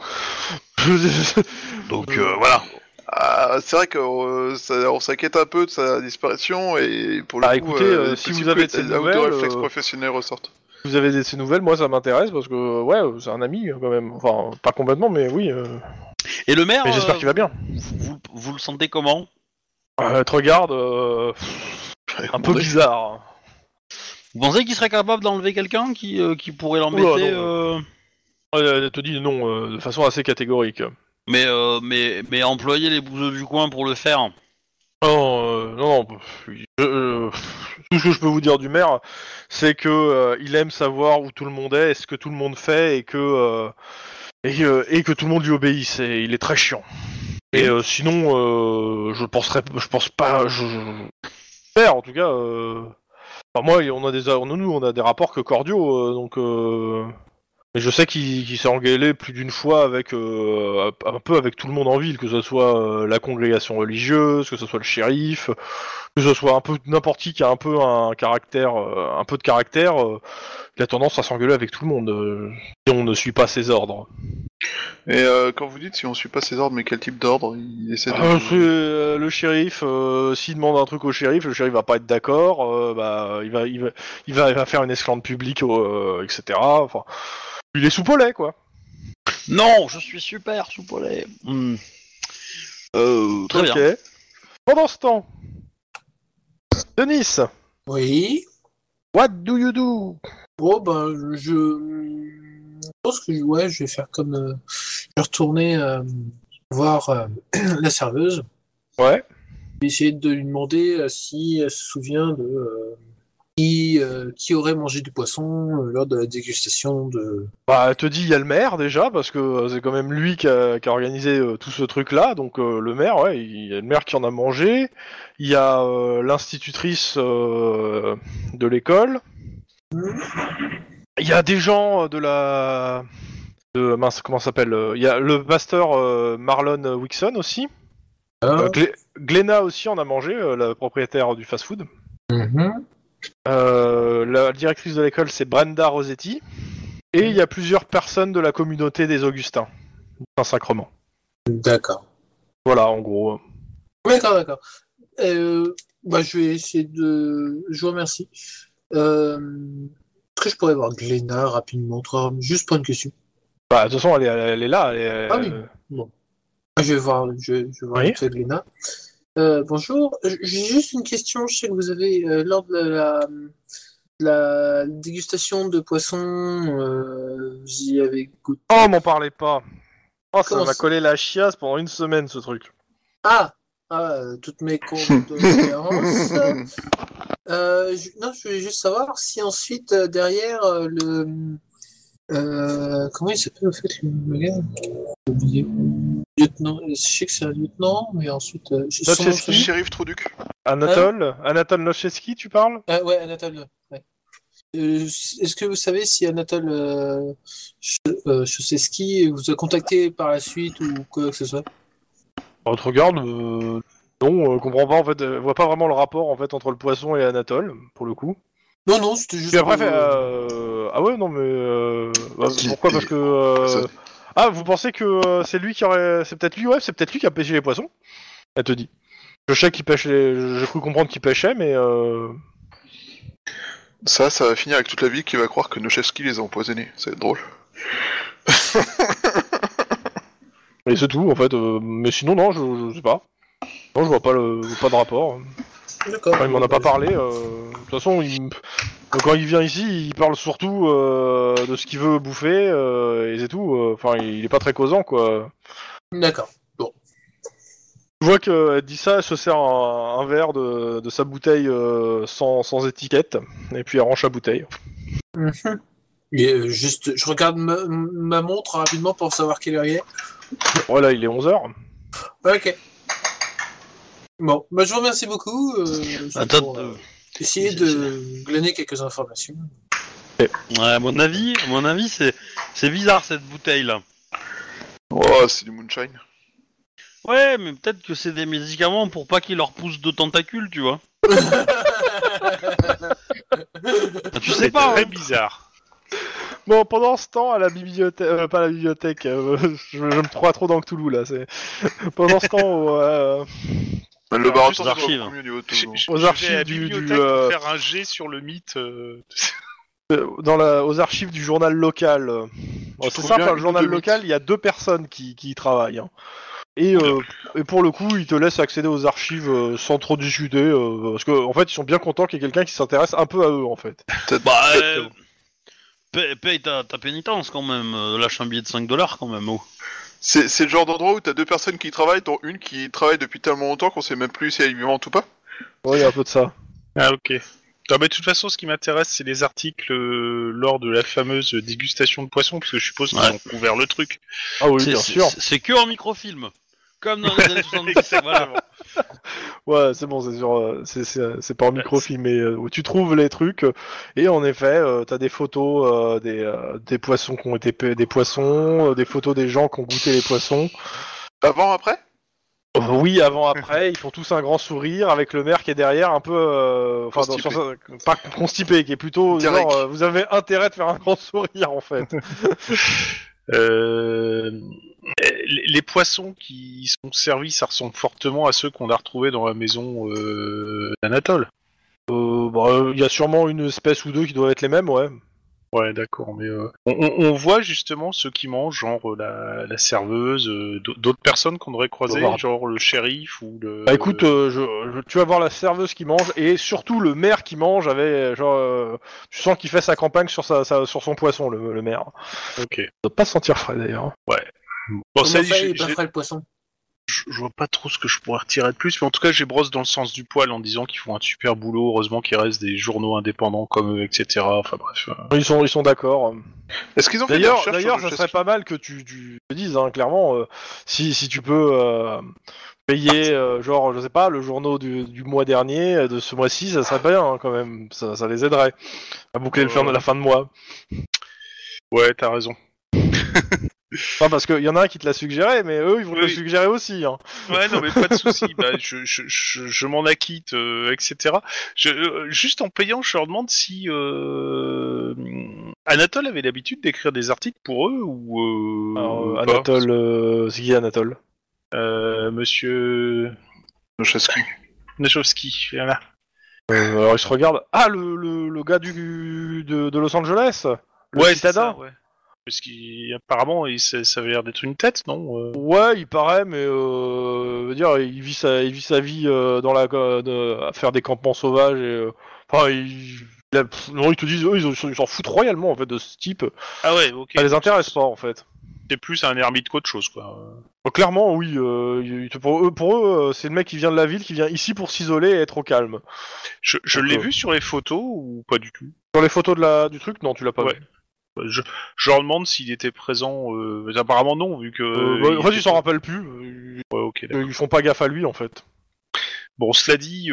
Donc voilà. Ah, c'est vrai qu'on s'inquiète un peu de sa disparition et pour le coup, écoutez, si vous avez de ces nouvelles, réflexes professionnels ressortent. Vous avez de ces nouvelles, moi ça m'intéresse parce que ouais, c'est un ami quand même. Enfin, pas complètement, mais oui. Et le maire, mais j'espère qu'il va bien. Vous le sentez comment? Te regarde, un peu bizarre. Vous pensez qu'il serait capable d'enlever quelqu'un qui pourrait l'embêter Elle te dit non, de façon assez catégorique. Mais employer les bouseux du coin pour le faire. Non. Tout ce que je peux vous dire du maire, c'est que il aime savoir où tout le monde est, ce que tout le monde fait, et que tout le monde lui obéisse. Et il est très chiant. Et sinon, je pense pas. Faire en tout cas. Enfin, moi, on a des rapports que cordiaux, donc. Mais je sais qu'il s'est engueulé plus d'une fois avec un peu avec tout le monde en ville, que ce soit la congrégation religieuse, que ce soit le shérif, que ce soit un peu n'importe qui a un peu un caractère, un peu de caractère, il a tendance à s'engueuler avec tout le monde si on ne suit pas ses ordres. Et quand vous dites si on suit pas ses ordres, mais quel type d'ordre il essaie de... le shérif, s'il demande un truc au shérif, le shérif va pas être d'accord, il va faire une esclandre publique, etc. Enfin. Il est soupolé, quoi. Non, je suis super soupolé. Très bien. Pendant ce temps, Denis. Oui. What do you do? Bon, ben, je pense que je vais faire comme... je vais retourner voir la serveuse. Ouais. Je vais essayer de lui demander si elle se souvient de... Qui aurait mangé du poisson lors de la dégustation de... Bah, elle te dit il y a le maire déjà, parce que c'est quand même lui qui a organisé tout ce truc-là, donc le maire, ouais, il y a le maire qui en a mangé, il y a l'institutrice de l'école, il y a des gens mince, comment ça s'appelle, il y a le pasteur Marlon Wixon aussi, Glenna aussi en a mangé, la propriétaire du fast-food. La directrice de l'école, c'est Brenda Rossetti. Et il y a plusieurs personnes de la communauté des Augustins, Saint-Sacrement. D'accord. Voilà, en gros. D'accord. Je vais essayer de... Je vous remercie. Est-ce que je pourrais voir Glenna rapidement, juste pour une question? Bah, de toute façon, elle est là. Ah oui, bon. Je vais voir oui. vite fait Glenna. Bonjour, j'ai juste une question. Je sais que vous avez, lors de la dégustation de poisson, vous y avez goûté. Oh, m'en parlez pas. Oh, ça Comment va coller la chiasse pendant une semaine, ce truc. Toutes mes condoléances. Je voulais juste savoir si ensuite, derrière, comment il s'appelle, en fait, le gars? J'ai oublié. Lieutenant, je sais que c'est un lieutenant, mais ensuite... Shérif Trouduc. Anatole Nocheski, tu parles? Ouais, Anatole, ouais. Est-ce que vous savez si Anatole Choseski vous a contacté par la suite ou quoi que ce soit? On te regarde, non, comprends pas, en fait, voit pas vraiment le rapport, en fait, entre le poisson et Anatole, pour le coup. Non, c'était juste... Et après, ah ouais, non, mais... pourquoi? Parce que... Ah, vous pensez que c'est lui qui aurait... C'est peut-être lui qui a pêché les poissons? Elle te dit. Je sais qu'il pêche j'ai cru comprendre qu'il pêchait, mais... Ça va finir avec toute la ville qui va croire que Nochevski les a empoisonnés. Ça va être drôle. Et c'est tout, en fait. Mais sinon, non, je sais pas. Non, je vois pas de rapport. D'accord. Enfin, il m'en a pas parlé. De toute façon, quand il vient ici, il parle surtout de ce qu'il veut bouffer, et c'est tout. Enfin, il est pas très causant, quoi. D'accord. Bon. Je vois qu'elle dit ça, elle se sert un verre de sa bouteille sans étiquette, et puis elle range la bouteille. Et je regarde ma montre rapidement pour savoir quelle heure il est. Voilà, il est 11h. Ok. Bon, je vous remercie beaucoup. Pour essayer de glaner quelques informations. Ouais, à mon avis, c'est bizarre cette bouteille là. Oh, c'est du moonshine. Ouais, mais peut-être que c'est des médicaments pour pas qu'ils leur poussent de tentacules, tu vois. Ah, tu sais C'est pas. très Hein. bizarre. Bon, pendant ce temps, à la bibliothèque, pas la bibliothèque, je me crois trop dans Cthulhu là. Pendant ce temps, Le Alors, laboratoire juste doit archives. beaucoup mieux au niveau Je Aux vais archives à la du- bibliothèque pour faire un jet sur le mythe. aux archives du journal local. C'est trouves simple, bien hein, le une journal ou deux local, mythes. il y a 2 personnes qui y travaillent. Hein. Et pour le coup, ils te laissent accéder aux archives sans trop discuter, parce qu'en fait, ils sont bien contents qu'il y ait quelqu'un qui s'intéresse un peu à eux, en fait. Bah, paye ta pénitence quand même. Lâche un billet de $5 quand même. Oh. C'est le genre d'endroit où t'as 2 personnes qui travaillent, dont une qui travaille depuis tellement longtemps qu'on sait même plus si elle est vivante ou pas. Ouais, il y a un peu de ça. Ah ok. Non, mais de toute façon, ce qui m'intéresse, c'est les articles lors de la fameuse dégustation de poisson, parce que je suppose qu'ils Ouais. ont couvert le truc. Ah oui, C'est- bien c'est- sûr. C'est que en microfilm. Comme dans les années 70. Voilà. Ouais, c'est bon, c'est sûr, c'est pas en microfilm, mais où tu trouves les trucs, et en effet, t'as des photos des poissons qui ont été des poissons, des photos des gens qui ont goûté les poissons. Avant, après Oui, avant, après, ils font tous un grand sourire avec le maire qui est derrière, un peu, Constipé. pas constipé, qui est plutôt Diarrhèque. genre, vous avez intérêt de faire un grand sourire en fait. Les poissons qui sont servis, ça ressemble fortement à ceux qu'on a retrouvés dans la maison d'Anatole. Il y a sûrement une espèce ou deux qui doivent être les mêmes, ouais. Ouais, d'accord, mais on voit justement ceux qui mangent, genre la serveuse, d'autres personnes qu'on aurait croisées, Voir. genre le shérif ou le... Bah écoute, tu vas voir la serveuse qui mange et surtout le maire qui mange avec genre, tu sens qu'il fait sa campagne sur sur son poisson, le maire. Ok. Il doit pas se sentir frais d'ailleurs. Bon, Comment ça, ça, il est pas frais le poisson? je vois pas trop ce que je pourrais retirer de plus, mais en tout cas, j'ai brosse dans le sens du poil en disant qu'ils font un super boulot. Heureusement qu'il reste des journaux indépendants comme eux, etc. Enfin bref. Ils sont d'accord. Est-ce qu'ils ont fait des D'ailleurs, recherches d'ailleurs, sur ça le serait chef- pas mal que tu te dises hein, clairement si tu peux payer genre je sais pas le journaux du mois dernier de ce mois-ci, ça serait bien hein, quand même. Ça les aiderait à boucler la fin de mois. Ouais, t'as raison. Enfin, parce qu'il y en a un qui te l'a suggéré, mais eux ils vont te le Oui. suggérer aussi. Hein. Ouais, non, mais pas de souci. Bah, je m'en acquitte, etc. Juste en payant, je leur demande si Anatole avait l'habitude d'écrire des articles pour eux ou Alors, pas. Anatole, c'est qui Anatole? Monsieur Le Chesky. Nachowski, voilà. Alors il se regarde. Ah, le gars de Los Angeles? Le Ouais, c'est citadin? ça, ouais. Parce qu'apparemment, ça avait l'air d'être une tête, non Ouais, il paraît, mais veut dire, il vit sa vie dans à faire des campements sauvages et enfin, non, ils te disent, eux, ils s'en foutent royalement en fait de ce type. Ah ouais, ok. Ça les intéresse pas en fait. C'est plus un ermite qu'autre chose, quoi. Donc, clairement, oui. Pour eux, c'est le mec qui vient de la ville, qui vient ici pour s'isoler et être au calme. Je l'ai vu sur les photos ou pas du tout? Sur les photos du truc, non, tu l'as pas Ouais. vu. Je leur demande s'il était présent. Apparemment non, vu que. En fait, était ils s'en pas- rappellent plus. Ouais, ok. D'accord. Ils font pas gaffe à lui en fait. Bon, cela dit,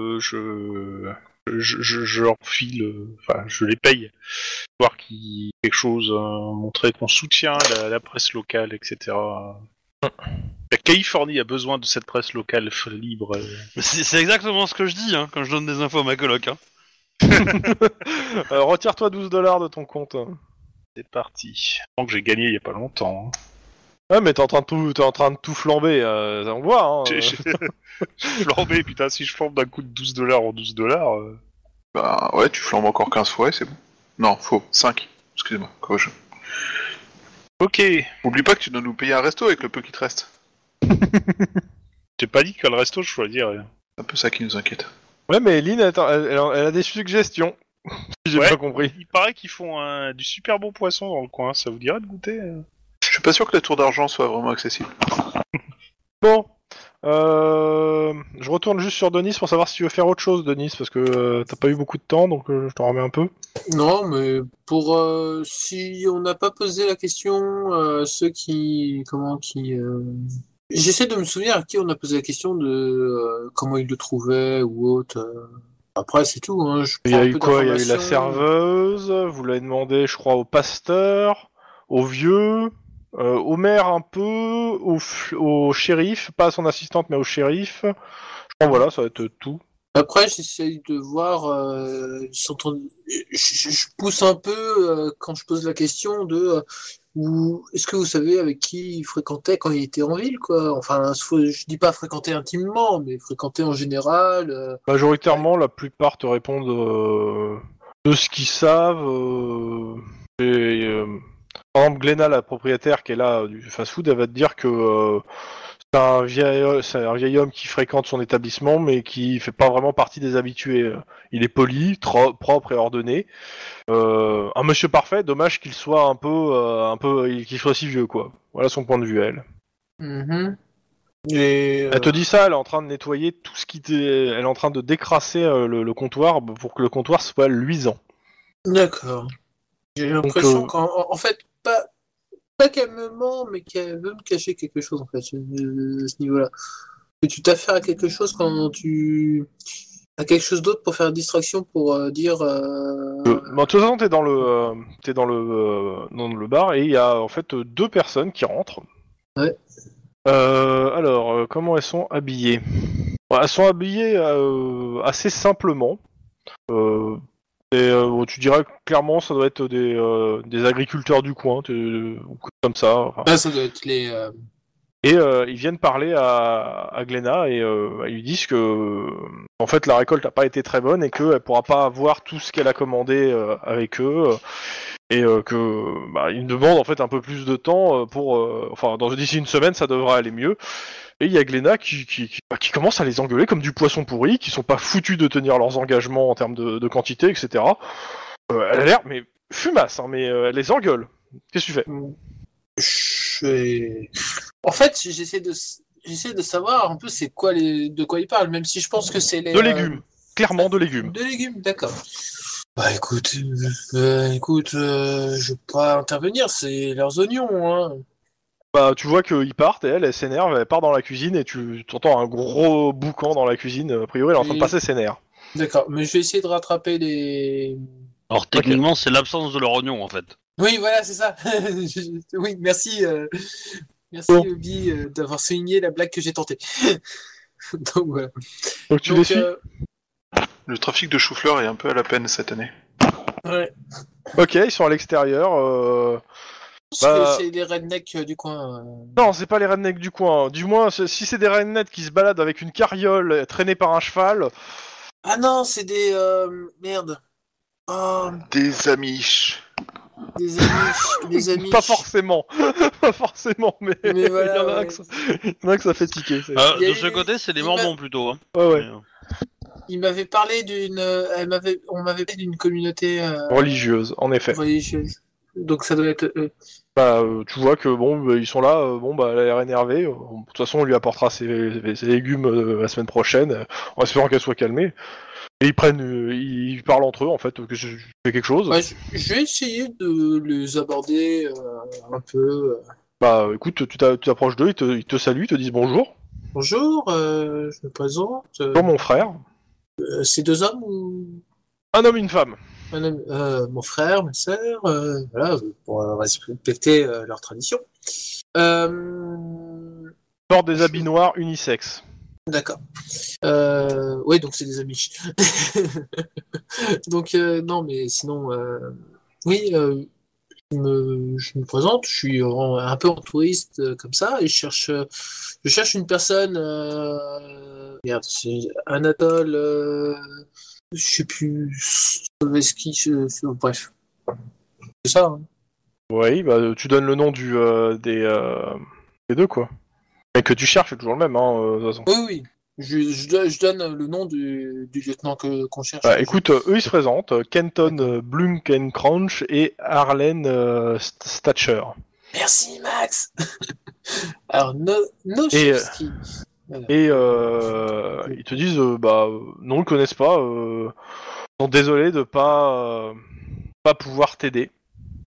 je leur file, enfin, je les paye, voir qu'il quelque chose, montrer qu'on soutient la presse locale, etc. La Californie a besoin de cette presse locale libre. C'est exactement ce que je dis hein, quand je donne des infos à ma coloc. Hein. Retire-toi $12 de ton compte. C'est parti. Tant que j'ai gagné il y a pas longtemps. Hein. Ouais, mais t'es en train de tout flamber, ça on voit. Hein, J'ai flambé, putain, si je flambe d'un coup de $12 en $12. Bah ouais, tu flambes encore 15 fois et c'est bon. Non, faux. 5. Excusez-moi. Corrige. Ok. Oublie pas que tu dois nous payer un resto avec le peu qui te reste. T'es pas dit que le resto, je choisirais rien. C'est un peu ça qui nous inquiète. Ouais, mais Lynn, elle a des suggestions. Si j'ai Ouais. pas compris. Il paraît qu'ils font du super bon poisson dans le coin, ça vous dirait de goûter Je suis pas sûr que la tour d'argent soit vraiment accessible. Bon. Je retourne juste sur Denis pour savoir si tu veux faire autre chose, Denis, parce que t'as pas eu beaucoup de temps, donc je t'en remets un peu. Non, mais si on n'a pas posé la question, ceux qui, j'essaie de me souvenir à qui on a posé la question de comment ils le trouvaient ou autre. Après, c'est tout. Hein. Je Il y prends a un eu peu quoi? Il y a eu la d'informations. serveuse, vous l'avez demandé, je crois, au pasteur, au vieux, au maire un peu, au shérif, pas à son assistante, mais au shérif. Je crois, voilà, ça va être tout. Après, j'essaye de voir. Je pousse un peu quand je pose la question de est-ce que vous savez avec qui il fréquentait quand il était en ville, quoi. Enfin, je dis pas fréquenter intimement, mais fréquenter en général. Majoritairement, la plupart te répondent de ce qu'ils savent. Et, par exemple, Glenna, la propriétaire qui est là du fast-food, elle va te dire que c'est un vieil homme qui fréquente son établissement, mais qui fait pas vraiment partie des habitués. Il est poli, propre et ordonné. Un monsieur parfait. Dommage qu'il soit qu'il soit si vieux, quoi. Voilà son point de vue, elle. Mhm. Et, Elle te dit ça, elle est en train de nettoyer tout ce qui elle est en train de décrasser le comptoir pour que le comptoir soit luisant. D'accord. J'ai l'impression Donc, qu'en fait, pas qu'elle me ment, mais qu'elle veut me cacher quelque chose, en fait, à ce niveau-là. Que tu t'affaires à quelque chose quand tu as quelque chose d'autre pour faire distraction, pour dire... de toute façon, t'es dans le bar et il y a en fait deux personnes qui rentrent. Ouais. Alors, comment elles sont habillées? Elles sont habillées assez simplement. Tu dirais que clairement, ça doit être des agriculteurs du coin, ou comme ça. Enfin. Ah, ça doit être les... Et ils viennent parler à Glenna et ils lui disent que en fait la récolte n'a pas été très bonne et qu'elle pourra pas avoir tout ce qu'elle a commandé avec eux et que ils demandent en fait un peu plus de temps pour enfin d'ici une semaine ça devrait aller mieux. Et il y a Glenna qui commence à les engueuler comme du poisson pourri, qui sont pas foutus de tenir leurs engagements en termes de quantité, etc. Elle a l'air mais fumasse, hein, mais elle les engueule. Qu'est-ce que tu fais? En fait, j'essaie de savoir un peu c'est quoi de quoi ils parlent, même si je pense que c'est les... De légumes, clairement de légumes. De légumes, d'accord. Bah écoute, je vais pas intervenir, c'est leurs oignons, hein. Bah, tu vois qu'ils partent et elle s'énerve, elle part dans la cuisine et tu entends un gros boucan dans la cuisine. A priori, elle est en train de passer ses nerfs. D'accord, mais je vais essayer de rattraper les... Alors techniquement, c'est l'absence de leur oignon en fait. Oui, voilà, c'est ça. Oui, merci, merci Bon. Obi d'avoir souligné la blague que j'ai tentée. Donc voilà. Donc tu les suis Le trafic de chou-fleur est un peu à la peine cette année. Ouais. Ok, ils sont à l'extérieur. C'est les rednecks du coin. Non, c'est pas les rednecks du coin. Du moins, si c'est des rednecks qui se baladent avec une carriole traînée par un cheval... Ah non, c'est des... Merde. Oh, Des amiches. des amis. Des amis. Pas forcément. Pas forcément, mais Mais voilà, il y en a ouais. un que ça fait tiquer. Il y a De ce eu- côté, c'est les il Mormons plutôt. Hein. Ouais. Mais, Il m'avait parlé d'une... On m'avait parlé d'une communauté Religieuse, en effet. religieuse. Donc ça doit être eux. Tu vois que ils sont là, elle a l'air énervée. De toute façon, on lui apportera ses légumes la semaine prochaine, en espérant qu'elle soit calmée. Et ils parlent entre eux en fait, que je fais quelque chose. Ouais, je vais essayer de les aborder un peu. Écoute, tu t'approches d'eux, ils te saluent, ils te disent bonjour. Bonjour, je me présente. Bonjour mon frère. C'est deux hommes ou Un homme, une femme. un homme mon frère, ma sœur, voilà, pour respecter leur tradition. Portent des habits noirs unisexes. D'accord. Ouais, donc c'est des amis. Donc non, mais sinon, oui, je me présente. Je suis un peu en touriste comme ça et je cherche une personne. Merde, c'est Anatole. Je sais plus. Soleski, bref, c'est ça. Hein. Oui, tu donnes le nom des deux quoi. Mais que tu cherches, c'est toujours le même, hein, de toute façon. Oui, oui. Je donne le nom du lieutenant qu'on cherche. Écoute, eux ils se présentent, Kenton Blunkencrunch et Arlen Stacher. Merci, Max. Alors, Et, Nochevski. Voilà. Et ils te disent, non, ils le connaissent pas, ils sont désolés de pas pouvoir t'aider.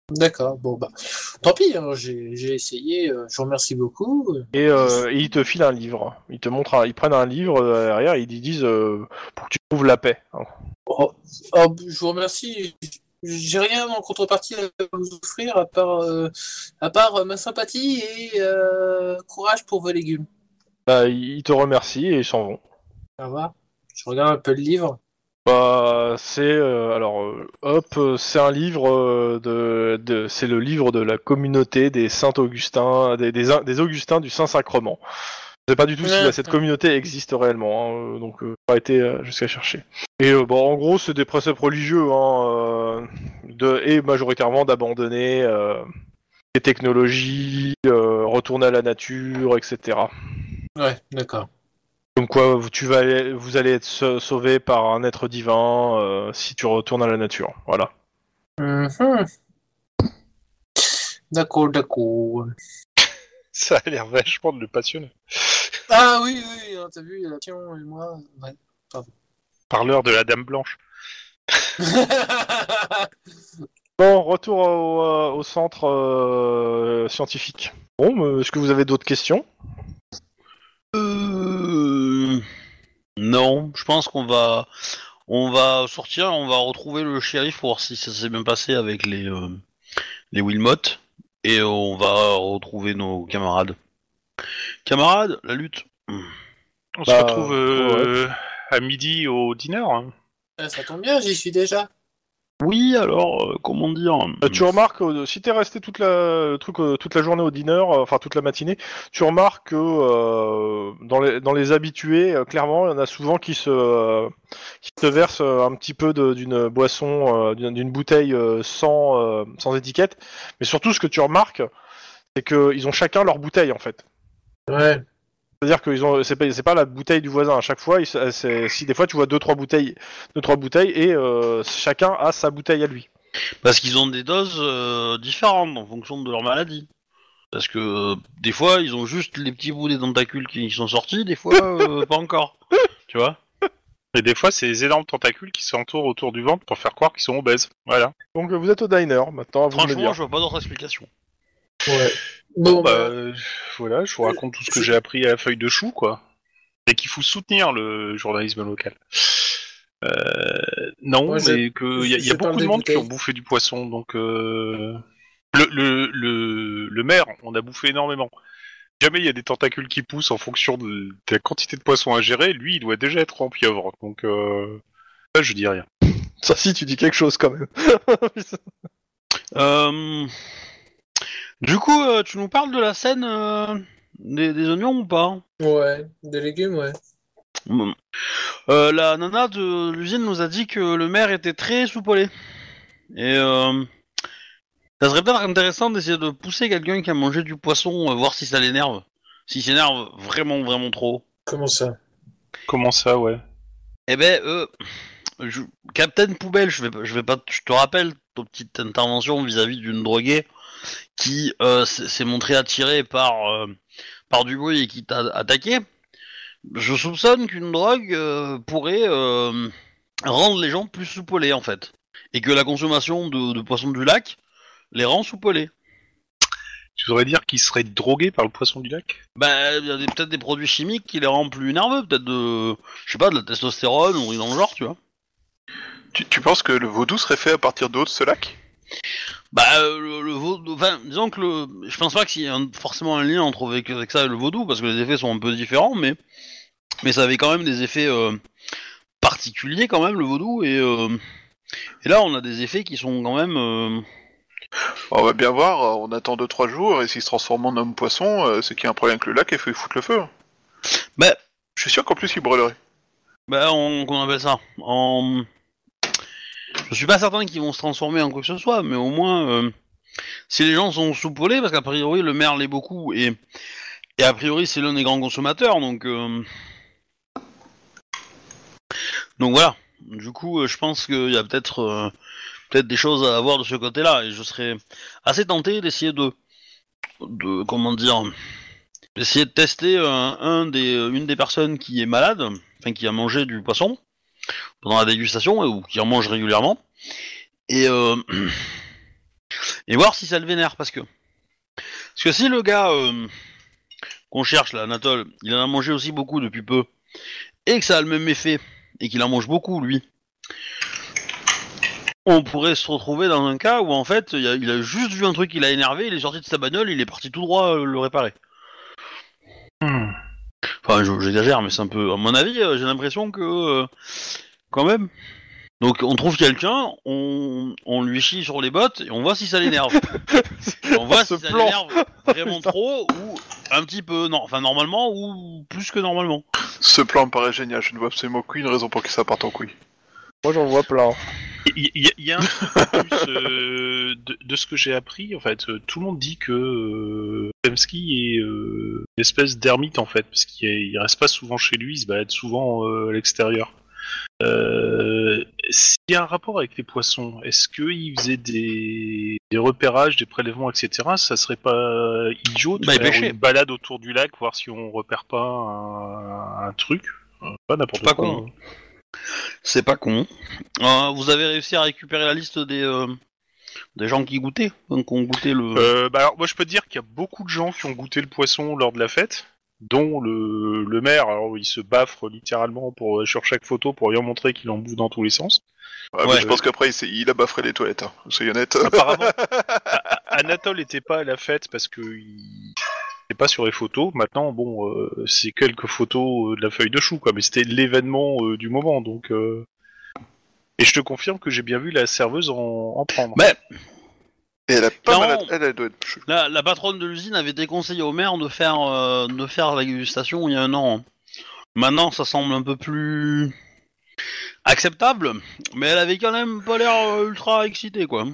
D'accord, bon bah, tant pis, hein, j'ai essayé, je vous remercie beaucoup. Et ils te filent un livre. Ils prennent un livre derrière et ils disent pour que tu trouves la paix. Hein. Oh, je vous remercie, j'ai rien en contrepartie à vous offrir à part ma sympathie et courage pour vos légumes. Bah, ils te remercient et ils s'en vont. Ça va? Je regarde un peu le livre. Bah, c'est un livre c'est le livre de la communauté des Saint Augustins, des Augustins du Saint-Sacrement. Je sais pas du tout si cette communauté existe réellement, hein, donc pas été jusqu'à chercher. Et bon, en gros, c'est des préceptes religieux, hein, et majoritairement d'abandonner les technologies, retourner à la nature, etc. Ouais, d'accord. Comme quoi, vous allez être sauvé par un être divin si tu retournes à la nature. Voilà. Mhm. D'accord, d'accord. Ça a l'air vachement de le passionner. Ah oui, oui, hein, t'as vu, la Pion et moi. Ouais, pardon. Parleur de la Dame Blanche. Bon, retour au centre scientifique. Bon, est-ce que vous avez d'autres questions? Non, je pense on va sortir, on va retrouver le shérif pour voir si ça s'est bien passé avec les Wilmot, et on va retrouver nos camarades. Camarades, la lutte. On se Bah, retrouve ouais. à midi au dîner. Hein. Ça tombe bien, j'y suis déjà. Oui, alors, comment dire Tu remarques, si t'es resté toute la journée au dîner, enfin toute la matinée, tu remarques que dans les habitués, clairement, il y en a souvent qui te versent un petit peu d'une boisson, d'une bouteille sans étiquette. Mais surtout, ce que tu remarques, c'est qu'ils ont chacun leur bouteille en fait. Ouais. C'est-à-dire que c'est pas la bouteille du voisin à chaque fois. Si des fois tu vois deux trois bouteilles et chacun a sa bouteille à lui. Parce qu'ils ont des doses différentes en fonction de leur maladie. Parce que des fois, ils ont juste les petits bouts des tentacules qui sont sortis, des fois, pas encore. Tu vois? Et des fois, c'est les énormes tentacules qui s'entourent autour du ventre pour faire croire qu'ils sont obèses. Voilà. Donc vous êtes au diner maintenant. À vous de me Franchement, dire. je vois pas d'autre explication. Ouais. Bon, Bon, voilà, je vous raconte tout ce que j'ai appris à la feuille de chou, quoi. Et qu'il faut soutenir le journalisme local. Non, Moi, mais qu'il y a je beaucoup parle de des monde qui ont bouteilles. bouffé du poisson, donc le maire, on a bouffé énormément. Jamais il y a des tentacules qui poussent en fonction de la quantité de poissons à gérer, lui, il doit déjà être en pieuvre, donc là, je dis rien. Ça si tu dis quelque chose quand même. Euh... Du coup, tu nous parles de la scène des oignons ou pas? Ouais, des légumes, ouais. La nana de l'usine nous a dit que le maire était très soupolé. Et ça serait peut-être intéressant d'essayer de pousser quelqu'un qui a mangé du poisson, voir si ça l'énerve. S'il s'énerve vraiment, vraiment trop. Comment ça? Comment ça, ouais. Eh ben, Captain Poubelle, je vais pas, je te rappelle ta petite intervention vis-à-vis d'une droguée qui s'est montrée attirée par du bruit et qui t'a attaqué. Je soupçonne qu'une drogue pourrait rendre les gens plus soupolés en fait, et que la consommation de poissons du lac les rend soupolés. Tu voudrais dire qu'ils seraient drogués par le poisson du lac? Bah, il y a peut-être des produits chimiques qui les rendent plus nerveux, peut-être je sais pas, de la testostérone ou dans le genre, tu vois. Tu penses que le vaudou serait fait à partir d'eau de ce lac? Bah, le vaudou, enfin, disons que je pense pas qu'il y ait forcément un lien avec ça et le vaudou, parce que les effets sont un peu différents, mais ça avait quand même des effets particuliers quand même, le vaudou, et là on a des effets qui sont quand même... On va bien voir, on attend 2-3 jours, et s'il se transforme en homme-poisson, c'est qu'il y a un problème avec le lac et il faut y foutre le feu. Bah, Je suis sûr qu'en plus il brûlerait. bah, qu'on appelle ça je suis pas certain qu'ils vont se transformer en quoi que ce soit, mais au moins, si les gens sont soupolés, parce qu'a priori le maire l'est beaucoup, et a priori c'est l'un des grands consommateurs, donc voilà. Du coup, je pense qu'il y a peut-être des choses à avoir de ce côté-là, et je serais assez tenté d'essayer de comment dire, d'essayer de tester une des personnes qui est malade, enfin qui a mangé du poisson pendant la dégustation ou qui en mange régulièrement, et et voir si ça le vénère, parce que si le gars qu'on cherche là, Anatole, il en a mangé aussi beaucoup depuis peu, et que ça a le même effet, et qu'il en mange beaucoup lui, on pourrait se retrouver dans un cas où en fait il a juste vu un truc qui l'a énervé, il est sorti de sa bagnole, il est parti tout droit le réparer. Enfin, j'exagère, mais c'est un peu. À mon avis, j'ai l'impression que quand même. Donc on trouve quelqu'un, on lui chie sur les bottes et on voit si ça l'énerve. On voit si ça l'énerve vraiment trop ou un petit peu, non, enfin normalement ou plus que normalement. Ce plan me paraît génial, je ne vois absolument aucune raison pour que ça parte en couille. Moi j'en vois plein. Il y a un truc plus de ce que j'ai appris, en fait, tout le monde dit que Temsky est une espèce d'ermite en fait, parce qu'il reste pas souvent chez lui, il se balade souvent à l'extérieur. S'il y a un rapport avec les poissons, est-ce qu'il faisait des repérages, des prélèvements, etc. Ça serait pas idiot de faire une balade autour du lac, voir si on repère pas un truc, pas n'importe quoi. Pas con. C'est pas con. Vous avez réussi à récupérer la liste des gens qui goûtaient, donc ont goûté le. Alors moi je peux te dire qu'il y a beaucoup de gens qui ont goûté le poisson lors de la fête, dont le maire. Alors il se baffre littéralement sur chaque photo pour bien montrer qu'il en bouffe dans tous les sens. Ouais, mais je pense qu'après il a baffré les toilettes, hein, soyez honnête. Apparemment, Anatole était pas à la fête parce que il n'était pas sur les photos. Maintenant, bon, c'est quelques photos de la feuille de chou, quoi. Mais c'était l'événement du moment, donc. Et je te confirme que j'ai bien vu la serveuse en prendre. Mais et elle a pas mal. Elle doit être. La patronne de l'usine avait déconseillé au maire de faire la dégustation il y a un an. Maintenant, ça semble un peu plus acceptable, mais elle avait quand même pas l'air ultra excitée, quoi.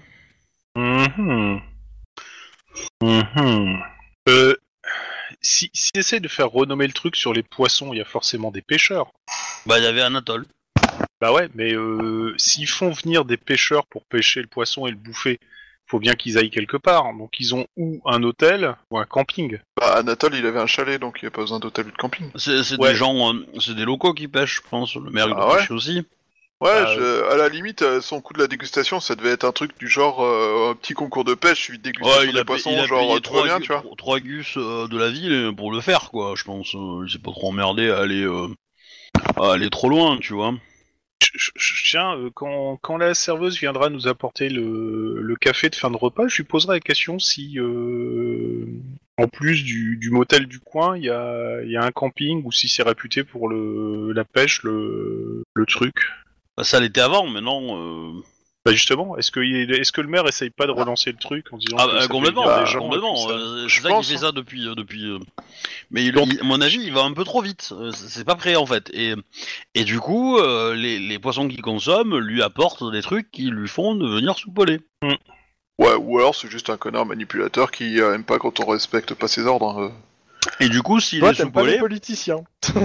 Si essaie de faire renommer le truc sur les poissons, il y a forcément des pêcheurs. Bah, il y avait Anatole. Bah ouais, mais s'ils font venir des pêcheurs pour pêcher le poisson et le bouffer, faut bien qu'ils aillent quelque part. Donc ils ont ou un hôtel ou un camping. Bah, Anatole, il avait un chalet, donc il n'y a pas besoin d'hôtel ou de camping. C'est des gens, c'est des locaux qui pêchent, je pense. Le maire il doit pêcher aussi. Ouais, à la limite, son coup de la dégustation, ça devait être un truc du genre un petit concours de pêche suivi de dégustation des poissons, genre trop bien, tu vois. 3 gus de la ville pour le faire, quoi. Je pense, il s'est pas trop emmerdé à aller trop loin, tu vois. Tiens, quand la serveuse viendra nous apporter le café de fin de repas, je lui poserai la question si, en plus du motel du coin, il y a un camping ou si c'est réputé pour la pêche, le truc. Bah, ça l'était avant, mais non. Bah justement, est-ce que le maire essaye pas de relancer le truc en disant que complètement, complètement. C'est ça qu'il fait ça depuis. Mais à mon avis, il va un peu trop vite. C'est pas prêt en fait. Et du coup, les poissons qu'il consomme lui apportent des trucs qui lui font devenir soupolé. Ouais, ou alors c'est juste un connard manipulateur qui aime pas quand on respecte pas ses ordres. Et du coup, s'il Toi, est t'aimes pas soupolé, les politiciens.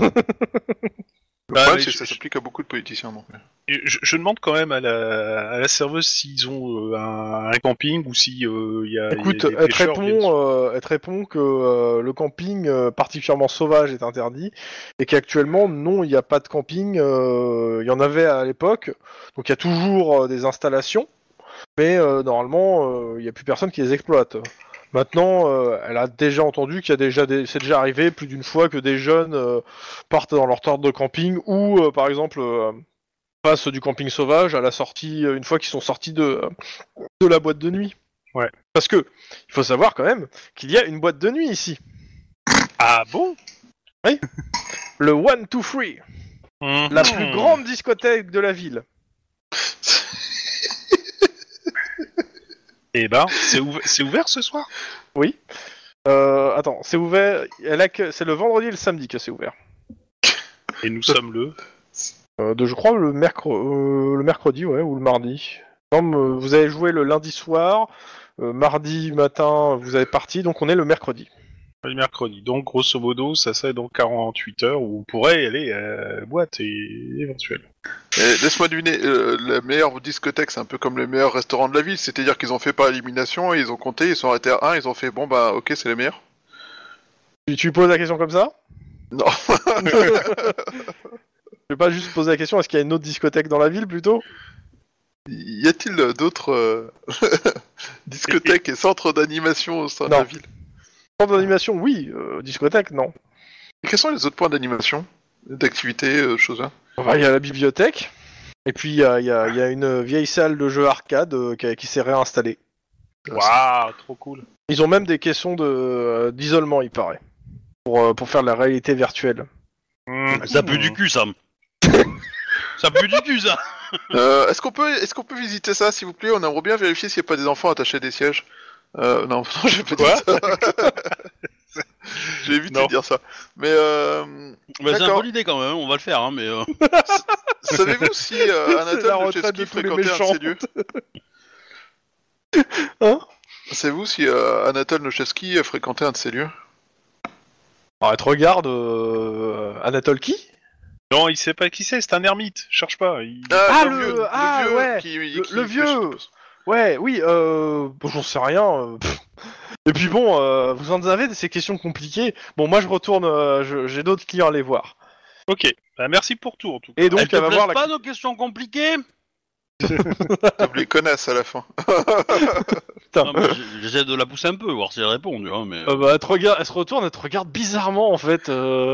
Le problème, c'est que ça s'applique à beaucoup de politiciens. Donc. Je demande quand même à la serveuse s'ils ont un camping ou si il y a. Écoute, y a des pêcheurs, elle te répond que le camping particulièrement sauvage est interdit et qu'actuellement, non, il n'y a pas de camping. Il y en avait à l'époque, donc il y a toujours des installations, mais normalement, il n'y a plus personne qui les exploite. Maintenant, elle a déjà entendu qu'il y a c'est déjà arrivé plus d'une fois que des jeunes partent dans leur tente de camping ou, par exemple, passent du camping sauvage à la sortie, une fois qu'ils sont sortis de la boîte de nuit. Ouais. Parce que, il faut savoir quand même qu'il y a une boîte de nuit ici. Ah bon? Oui. Le 1-2-3. La plus grande discothèque de la ville. Eh ben, c'est ouvert ce soir? Oui. Attends, c'est ouvert. C'est le vendredi et le samedi que c'est ouvert. Et nous sommes Je crois le mercredi, ouais, ou le mardi. Non, vous avez joué le lundi soir. Mardi matin, vous avez parti, donc on est le mercredi. Le mercredi. Donc, grosso modo, ça serait dans 48 heures où on pourrait aller à la boîte éventuelle. Laisse-moi deviner, la meilleure discothèque, c'est un peu comme les meilleurs restaurants de la ville, c'est-à-dire qu'ils ont fait par élimination, et ils ont compté, ils sont arrêtés à 1, ils ont fait bon bah ok, c'est les meilleurs. Tu poses la question comme ça? Non. Je vais pas juste poser la question, est-ce qu'il y a une autre discothèque dans la ville plutôt? Y a-t-il d'autres Discothèque et centre d'animation au sein de Non. la ville. Centre d'animation, oui. Discothèque, non. Et quels sont les autres points d'animation, d'activité, choses là? Enfin, il y a la bibliothèque. Et puis, il y a une vieille salle de jeux arcade qui s'est réinstallée. Waouh, trop cool. Ils ont même des questions d'isolement, il paraît. Pour faire de la réalité virtuelle. Ça pue du cul, ça. Ça pue du cul, ça. Est-ce qu'on peut visiter ça, s'il vous plaît? On aimerait bien vérifier s'il n'y a pas des enfants attachés à des sièges. Non, j'ai pas dit ça. J'ai évité Non. de dire ça. Mais Bah, c'est une d'accord. bonne idée quand même, on va le faire, hein, mais... Savez-vous si la Anatole retraite de Lechevsky tous les fréquentait un de méchants. ces lieux? Hein? Savez-vous si Anatole Lechevsky fréquentait un de ces lieux? Alors, te regarde, Anatole qui? Non, il sait pas qui c'est un ermite. Cherche pas. Ah, le vieux, ouais, qui le vieux. je suppose. Ouais, oui, bon, j'en sais rien. Et puis bon, vous en avez de ces questions compliquées. Bon, moi je retourne, j'ai d'autres clients à aller voir. Ok. Bah, merci pour tout en tout cas. Et donc, Elle te elle va plaise voir pas nos questions compliquées? T'oublies connasse à la fin. Putain. Non, mais j'essaie de la pousser un peu, voir si elle répond, tu vois, mais... Bah, elle se retourne, elle te regarde bizarrement en fait.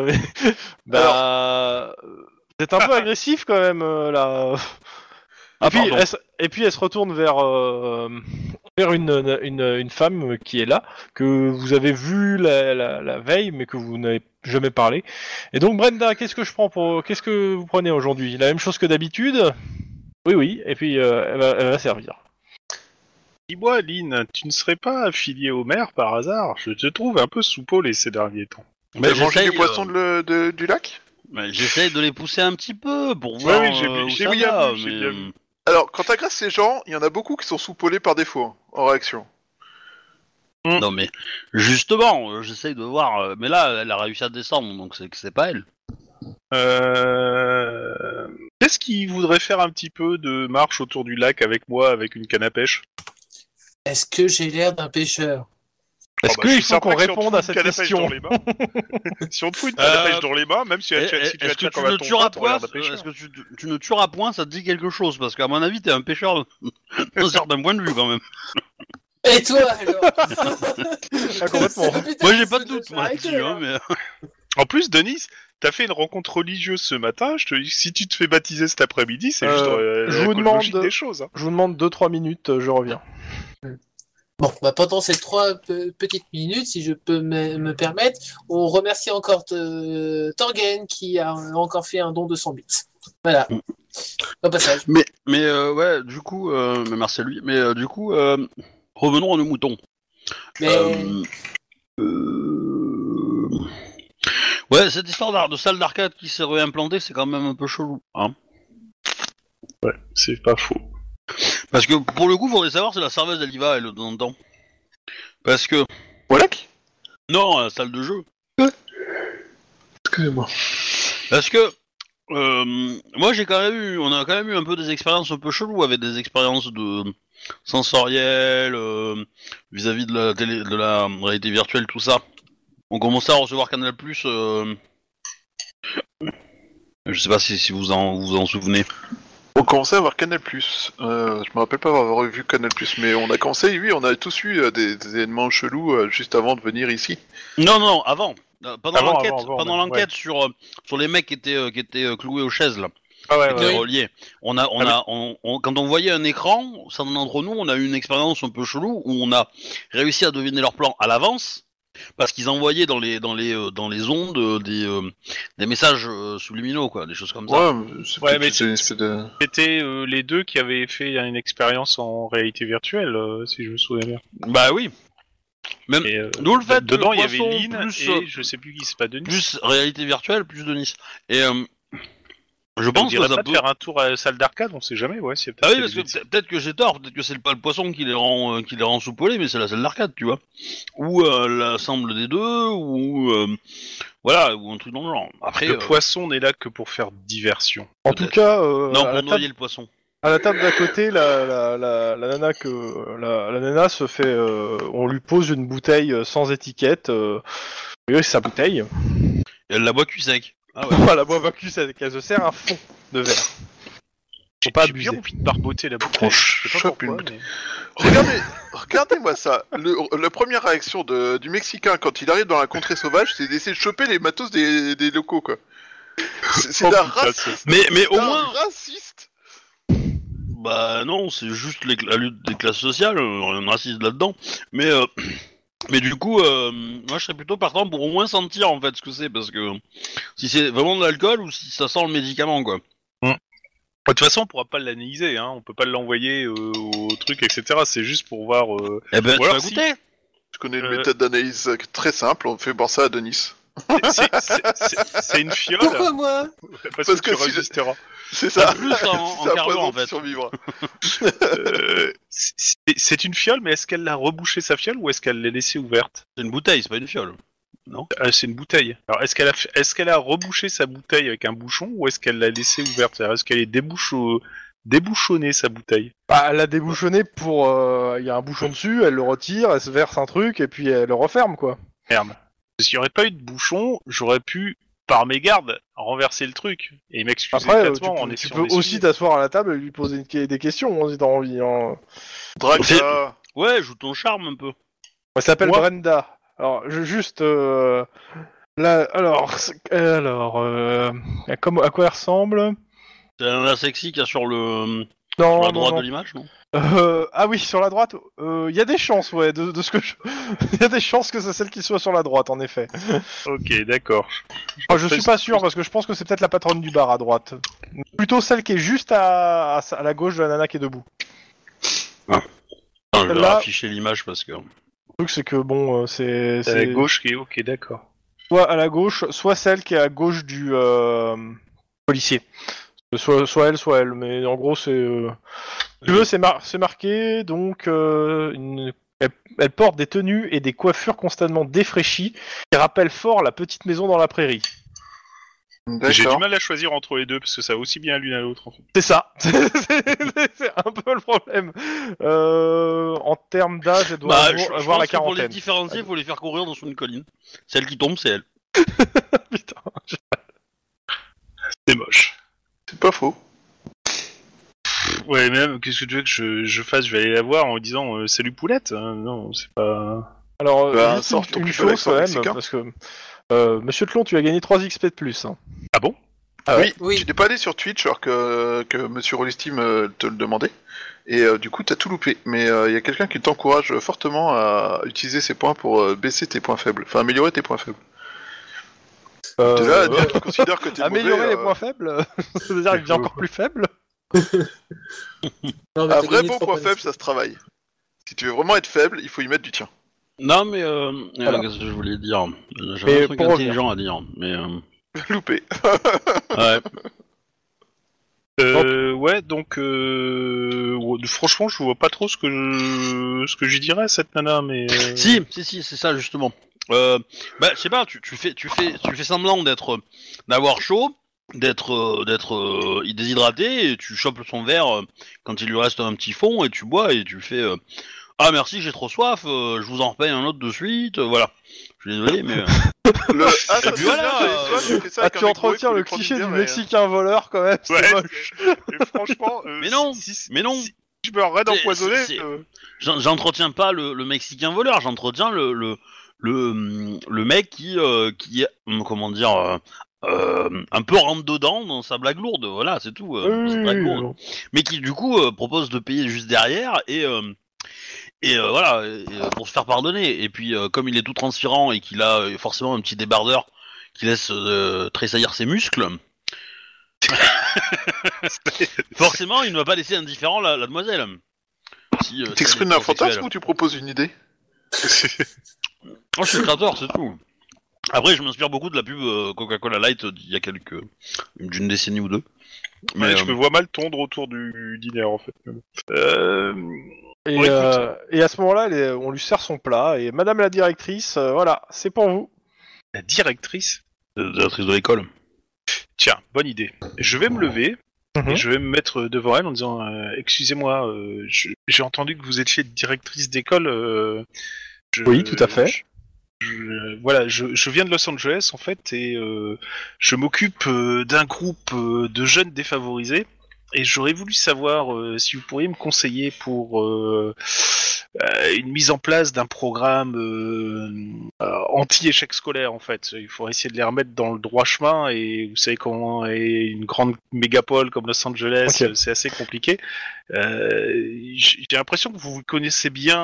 Bah, vous êtes un peu agressif quand même là. Ah, Et puis, pardon. elle se retourne vers une femme qui est là, que vous avez vue la veille, mais que vous n'avez jamais parlé. Et donc, Brenda, qu'est-ce que vous prenez aujourd'hui? La même chose que d'habitude? Oui. Et puis, elle va servir. Dis-moi, Lynn, tu ne serais pas affilié au maire par hasard? Je te trouve un peu soupolé ces derniers temps. Mais T'as mangé j'essaye, du poisson du lac? mais j'essaye de les pousser un petit peu pour voir oui, j'ai où j'ai ça bien va, vu, j'ai mais, bien vu. Alors, quand t'agresses ces gens, il y en a beaucoup qui sont soupolés par défaut, hein, en réaction. Non mais justement, j'essaye de voir. Mais là, elle a réussi à descendre, donc c'est que c'est pas elle. Qu'est-ce qui voudrait faire un petit peu de marche autour du lac avec moi, avec une canne à pêche? Est-ce que j'ai l'air d'un pêcheur? Est-ce Oh, bah, je qu'il suis faut qu'on certain que si on te réponde fout à une cette canne à pêche question? dans les mains- Si on te fout une canne à pêche dans les mains, même si tu Est-ce la que tiens tu comme ne un tueras tonfa, point? t'as l'air d'un pêcheur. Est-ce que tu ne tueras point? Ça te dit quelque chose parce qu'à mon avis, t'es un pêcheur d'un certain point de vue quand même. Et toi alors? Ah, complètement. Moi, j'ai pas de doute moi, là-dessus, hein, mais... En plus, Denis, t'as fait une rencontre religieuse ce matin. Si tu te fais baptiser cet après-midi, c'est juste je la vous logique demande- des choses. Hein. Je vous demande 2-3 minutes, je reviens. Bon, bah pendant ces 3 petites minutes, si je peux me permettre, on remercie encore Torgen qui a encore fait un don de 100 bits. Voilà. Au passage. Mais ouais, du coup, mais merci à lui. Mais du coup, revenons à nos moutons. Mais Ouais, cette histoire de salle d'arcade qui s'est réimplantée, c'est quand même un peu chelou, hein. Ouais, c'est pas faux. Parce que pour le coup, faudrait savoir si la serveuse elle y va elle de temps en temps. Parce que Au lac? non, à la salle de jeu. Excusez-moi. Parce que moi on a quand même eu un peu des expériences un peu cheloues avec des expériences de sensorielles vis-à-vis de la télé, de la réalité virtuelle, tout ça. On commençait à recevoir Canal+. Je sais pas si vous en souvenez. On commençait à avoir Canal+. Je me rappelle pas avoir vu Canal+, mais on a commencé, oui, on a tous eu des événements chelous juste avant de venir ici. Non, avant. Pendant l'enquête, avant, l'enquête sur les mecs qui étaient cloués aux chaises là, Ah ouais, qui étaient Oui. reliés. Quand on voyait un écran, certains d'entre nous, on a eu une expérience un peu chelou où on a réussi à deviner leur plan à l'avance parce qu'ils envoyaient dans les ondes des messages subliminaux quoi, des choses comme ça. Ouais, mais c'est une espèce de... C'était les deux qui avaient fait une expérience en réalité virtuelle, si je me souviens bien. Bah oui. Même Et, d'où le fait dedans, le il y avait poisson Lynn plus, et je sais plus qui, c'est pas Denis. plus réalité virtuelle plus Denis. Et je On pense que dirait ça pas peut. de faire un tour à la salle d'arcade, on sait jamais, ouais. C'est Ah oui, peut-être parce que des- peut-être que j'ai tort, peut-être que c'est pas le poisson qui les rend soupolés, mais c'est la salle d'arcade, tu vois. Ou l'ensemble des deux, ou voilà, ou un truc dans le genre. Après, Le poisson n'est là que pour faire diversion. En tout cas, non, à, la pour noyer table, le poisson. à la table d'à côté, la nana la nana se fait, on lui pose une bouteille sans étiquette. Oui, c'est sa bouteille. Et elle la boit cul sec. Ah ouais. Voilà, bois vacuum, elle se sert un fond de verre. J'ai pas bien abuser. envie de barboter la bouteille. Qu'on Je sais pas chope pourquoi, une mais... Regardez-moi ça. La première réaction du Mexicain quand il arrive dans la contrée sauvage, c'est d'essayer de choper les matos des locaux, quoi. C'est Oh, d'un putain, c'est- Mais au moins, raciste. bah non, c'est juste la lutte des classes sociales, rien de raciste là-dedans. Mais du coup, moi je serais plutôt partant pour au moins sentir en fait ce que c'est, parce que si c'est vraiment de l'alcool ou si ça sent le médicament, quoi. De toute façon, on pourra pas l'analyser, hein. On peut pas l'envoyer au truc, etc. C'est juste pour voir... Eh ben, Ou tu alors vas si- goûter. Je connais une méthode d'analyse très simple, on fait boire ça à Denis. C'est une fiole. Pourquoi moi? Parce que que tu si- résisteras. C'est ça. Plus en C'est un carburant, poison en fait. pour survivre. C'est une fiole, mais est-ce qu'elle a rebouché sa fiole ou est-ce qu'elle l'a laissée ouverte? C'est une bouteille, c'est pas une fiole. C'est une bouteille. Alors est-ce qu'elle a rebouché sa bouteille avec un bouchon ou est-ce qu'elle l'a laissée ouverte? C'est-à-dire, est-ce qu'elle est débouchonnée sa bouteille? Bah, elle l'a débouchonné pour... Il y a un bouchon dessus, elle le retire, elle se verse un truc, et puis elle le referme, quoi. Merde. S'il n'y aurait pas eu de bouchon, j'aurais pu, par mégarde, renverser le truc et m'excuser Après, bêtement en tu essayant peux d'essuyer. aussi t'asseoir à la table et lui poser des questions, hein, si t'as envie. Hein. Draca. Ouais, joue ton charme un peu. Elle s'appelle Moi- Brenda. Alors, juste... Là, à quoi elle ressemble? C'est un sexy qu'il y a sur Non, la non, droite non. de l'image, non? Ah oui, sur la droite, il y a des chances, ouais, de ce que je... Il y a des chances que c'est celle qui soit sur la droite, en effet. Ok, d'accord. Je suis pas sûr, parce que je pense que c'est peut-être la patronne du bar à droite. Plutôt celle qui est juste à la gauche de la nana qui est debout. Non, je vais Celle-là- afficher l'image parce que... Le truc, c'est que, bon, c'est... C'est à la gauche qui est ok, d'accord. Soit à la gauche, soit celle qui est à gauche du policier. Soit elle, mais en gros, c'est... Tu veux, c'est marqué, donc... Elle porte des tenues et des coiffures constamment défraîchies qui rappellent fort la petite maison dans la prairie. J'ai du D'accord. mal à choisir entre les deux parce que ça va aussi bien l'une à l'autre en fait. C'est ça. C'est un peu le problème. En termes d'âge, elle doit je avoir la pense que pour les quarantaine. différencier, il faut les faire courir dans une colline. Celle qui tombe, c'est elle. Putain. C'est moche. C'est pas faux. Ouais, même, qu'est-ce que tu veux que je fasse? Je vais aller la voir en lui disant salut poulette. Non, c'est pas. Alors, Bah, juste sors ton une plus chose bel accent quand même, mexicain. parce que Monsieur Tlon, tu as gagné 3 XP de plus. Hein. Ah bon? Oui, Oui. tu n'es pas allé sur Twitch alors que Monsieur Rollistim te le demandait. Et du coup, t'as tout loupé. Mais il y a quelqu'un qui t'encourage fortement à utiliser ces points pour baisser tes points faibles. Enfin, améliorer tes points faibles. De là à dire qu'il considère que t'es Améliorer mauvais, les points faibles, c'est-à-dire qu'il devient encore plus faible. Non, mais Un t'as vrai gagné bon 3 point points faible, ça se travaille. Si tu veux vraiment être faible, il faut y mettre du tien. Non, mais Voilà. qu'est-ce que je voulais dire? Mais J'avais un truc pour intelligent à dire, mais Loupé. ouais. Ouais, donc franchement, je vois pas trop ce que j'y dirais à cette nana, mais. Si, c'est ça justement. Bah, je sais pas, tu fais semblant d'avoir chaud, d'être déshydraté, et tu chopes son verre quand il lui reste un petit fond et tu bois et tu fais ah merci, j'ai trop soif, je vous en repaye un autre de suite, voilà. Je suis désolé, mais Ah, ça puis c'est voilà, bien, j'avais soif, tu fais ça Ah, avec tu un mec bourré entretiens pour le lui prendre cliché une du bière et- Mexicain voleur quand même, c'est Ouais. moche. Et franchement, mais non, si je me raide C'est- empoisonné. c'est- j'entretiens pas le Mexicain voleur, j'entretiens le mec qui est comment dire un peu rentre dedans dans sa blague lourde, voilà, c'est tout. C'est blague lourde. Mais qui du coup propose de payer juste derrière et voilà, pour se faire pardonner. Et puis comme il est tout transpirant et qu'il a forcément un petit débardeur qui laisse tressaillir ses muscles, forcément il ne va pas laisser indifférent la demoiselle. Si, si T'exprimes elle est un fantasme homosexuelle. ou tu proposes une idée? Moi je suis créateur, c'est tout. Après je m'inspire beaucoup de la pub Coca-Cola Light d'il y a d'une décennie ou deux. Mais je me vois mal tondre autour du dîner en fait. Et, Ouais, écoute. et à ce moment-là, on lui sert son plat, et Madame la directrice, voilà, c'est pour vous. La directrice. Directrice de l'école. Tiens, bonne idée. Je vais me lever Mhm. et je vais me mettre devant elle en disant excusez-moi, j'ai entendu que vous étiez directrice d'école. Oui, tout à fait. Voilà, je viens de Los Angeles en fait et je m'occupe d'un groupe de jeunes défavorisés Et j'aurais voulu savoir si vous pourriez me conseiller pour une mise en place d'un programme anti-échec scolaire, en fait. Il faudrait essayer de les remettre dans le droit chemin, et vous savez comment est une grande mégapole comme Los Angeles, Ok. c'est assez compliqué. J'ai l'impression que vous vous connaissez bien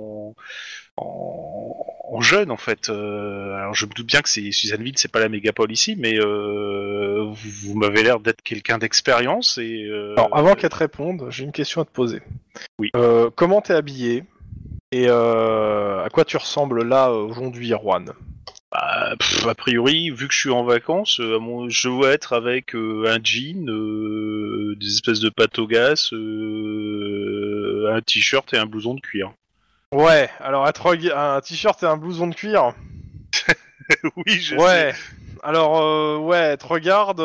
en jeune, en fait. Alors je me doute bien que Suzanneville, c'est pas la mégapole ici, mais vous m'avez l'air d'être quelqu'un d'expérience, et... Alors, avant qu'elle te réponde, j'ai une question à te poser. Oui. Comment t'es habillé et à quoi tu ressembles là aujourd'hui, Erwan? A priori, vu que je suis en vacances, je dois être avec un jean, des espèces de pâte au gaz, un t-shirt et un blouson de cuir. Ouais, alors un t-shirt et un blouson de cuir. Oui, je Ouais. Alors, ouais, elle te regarde.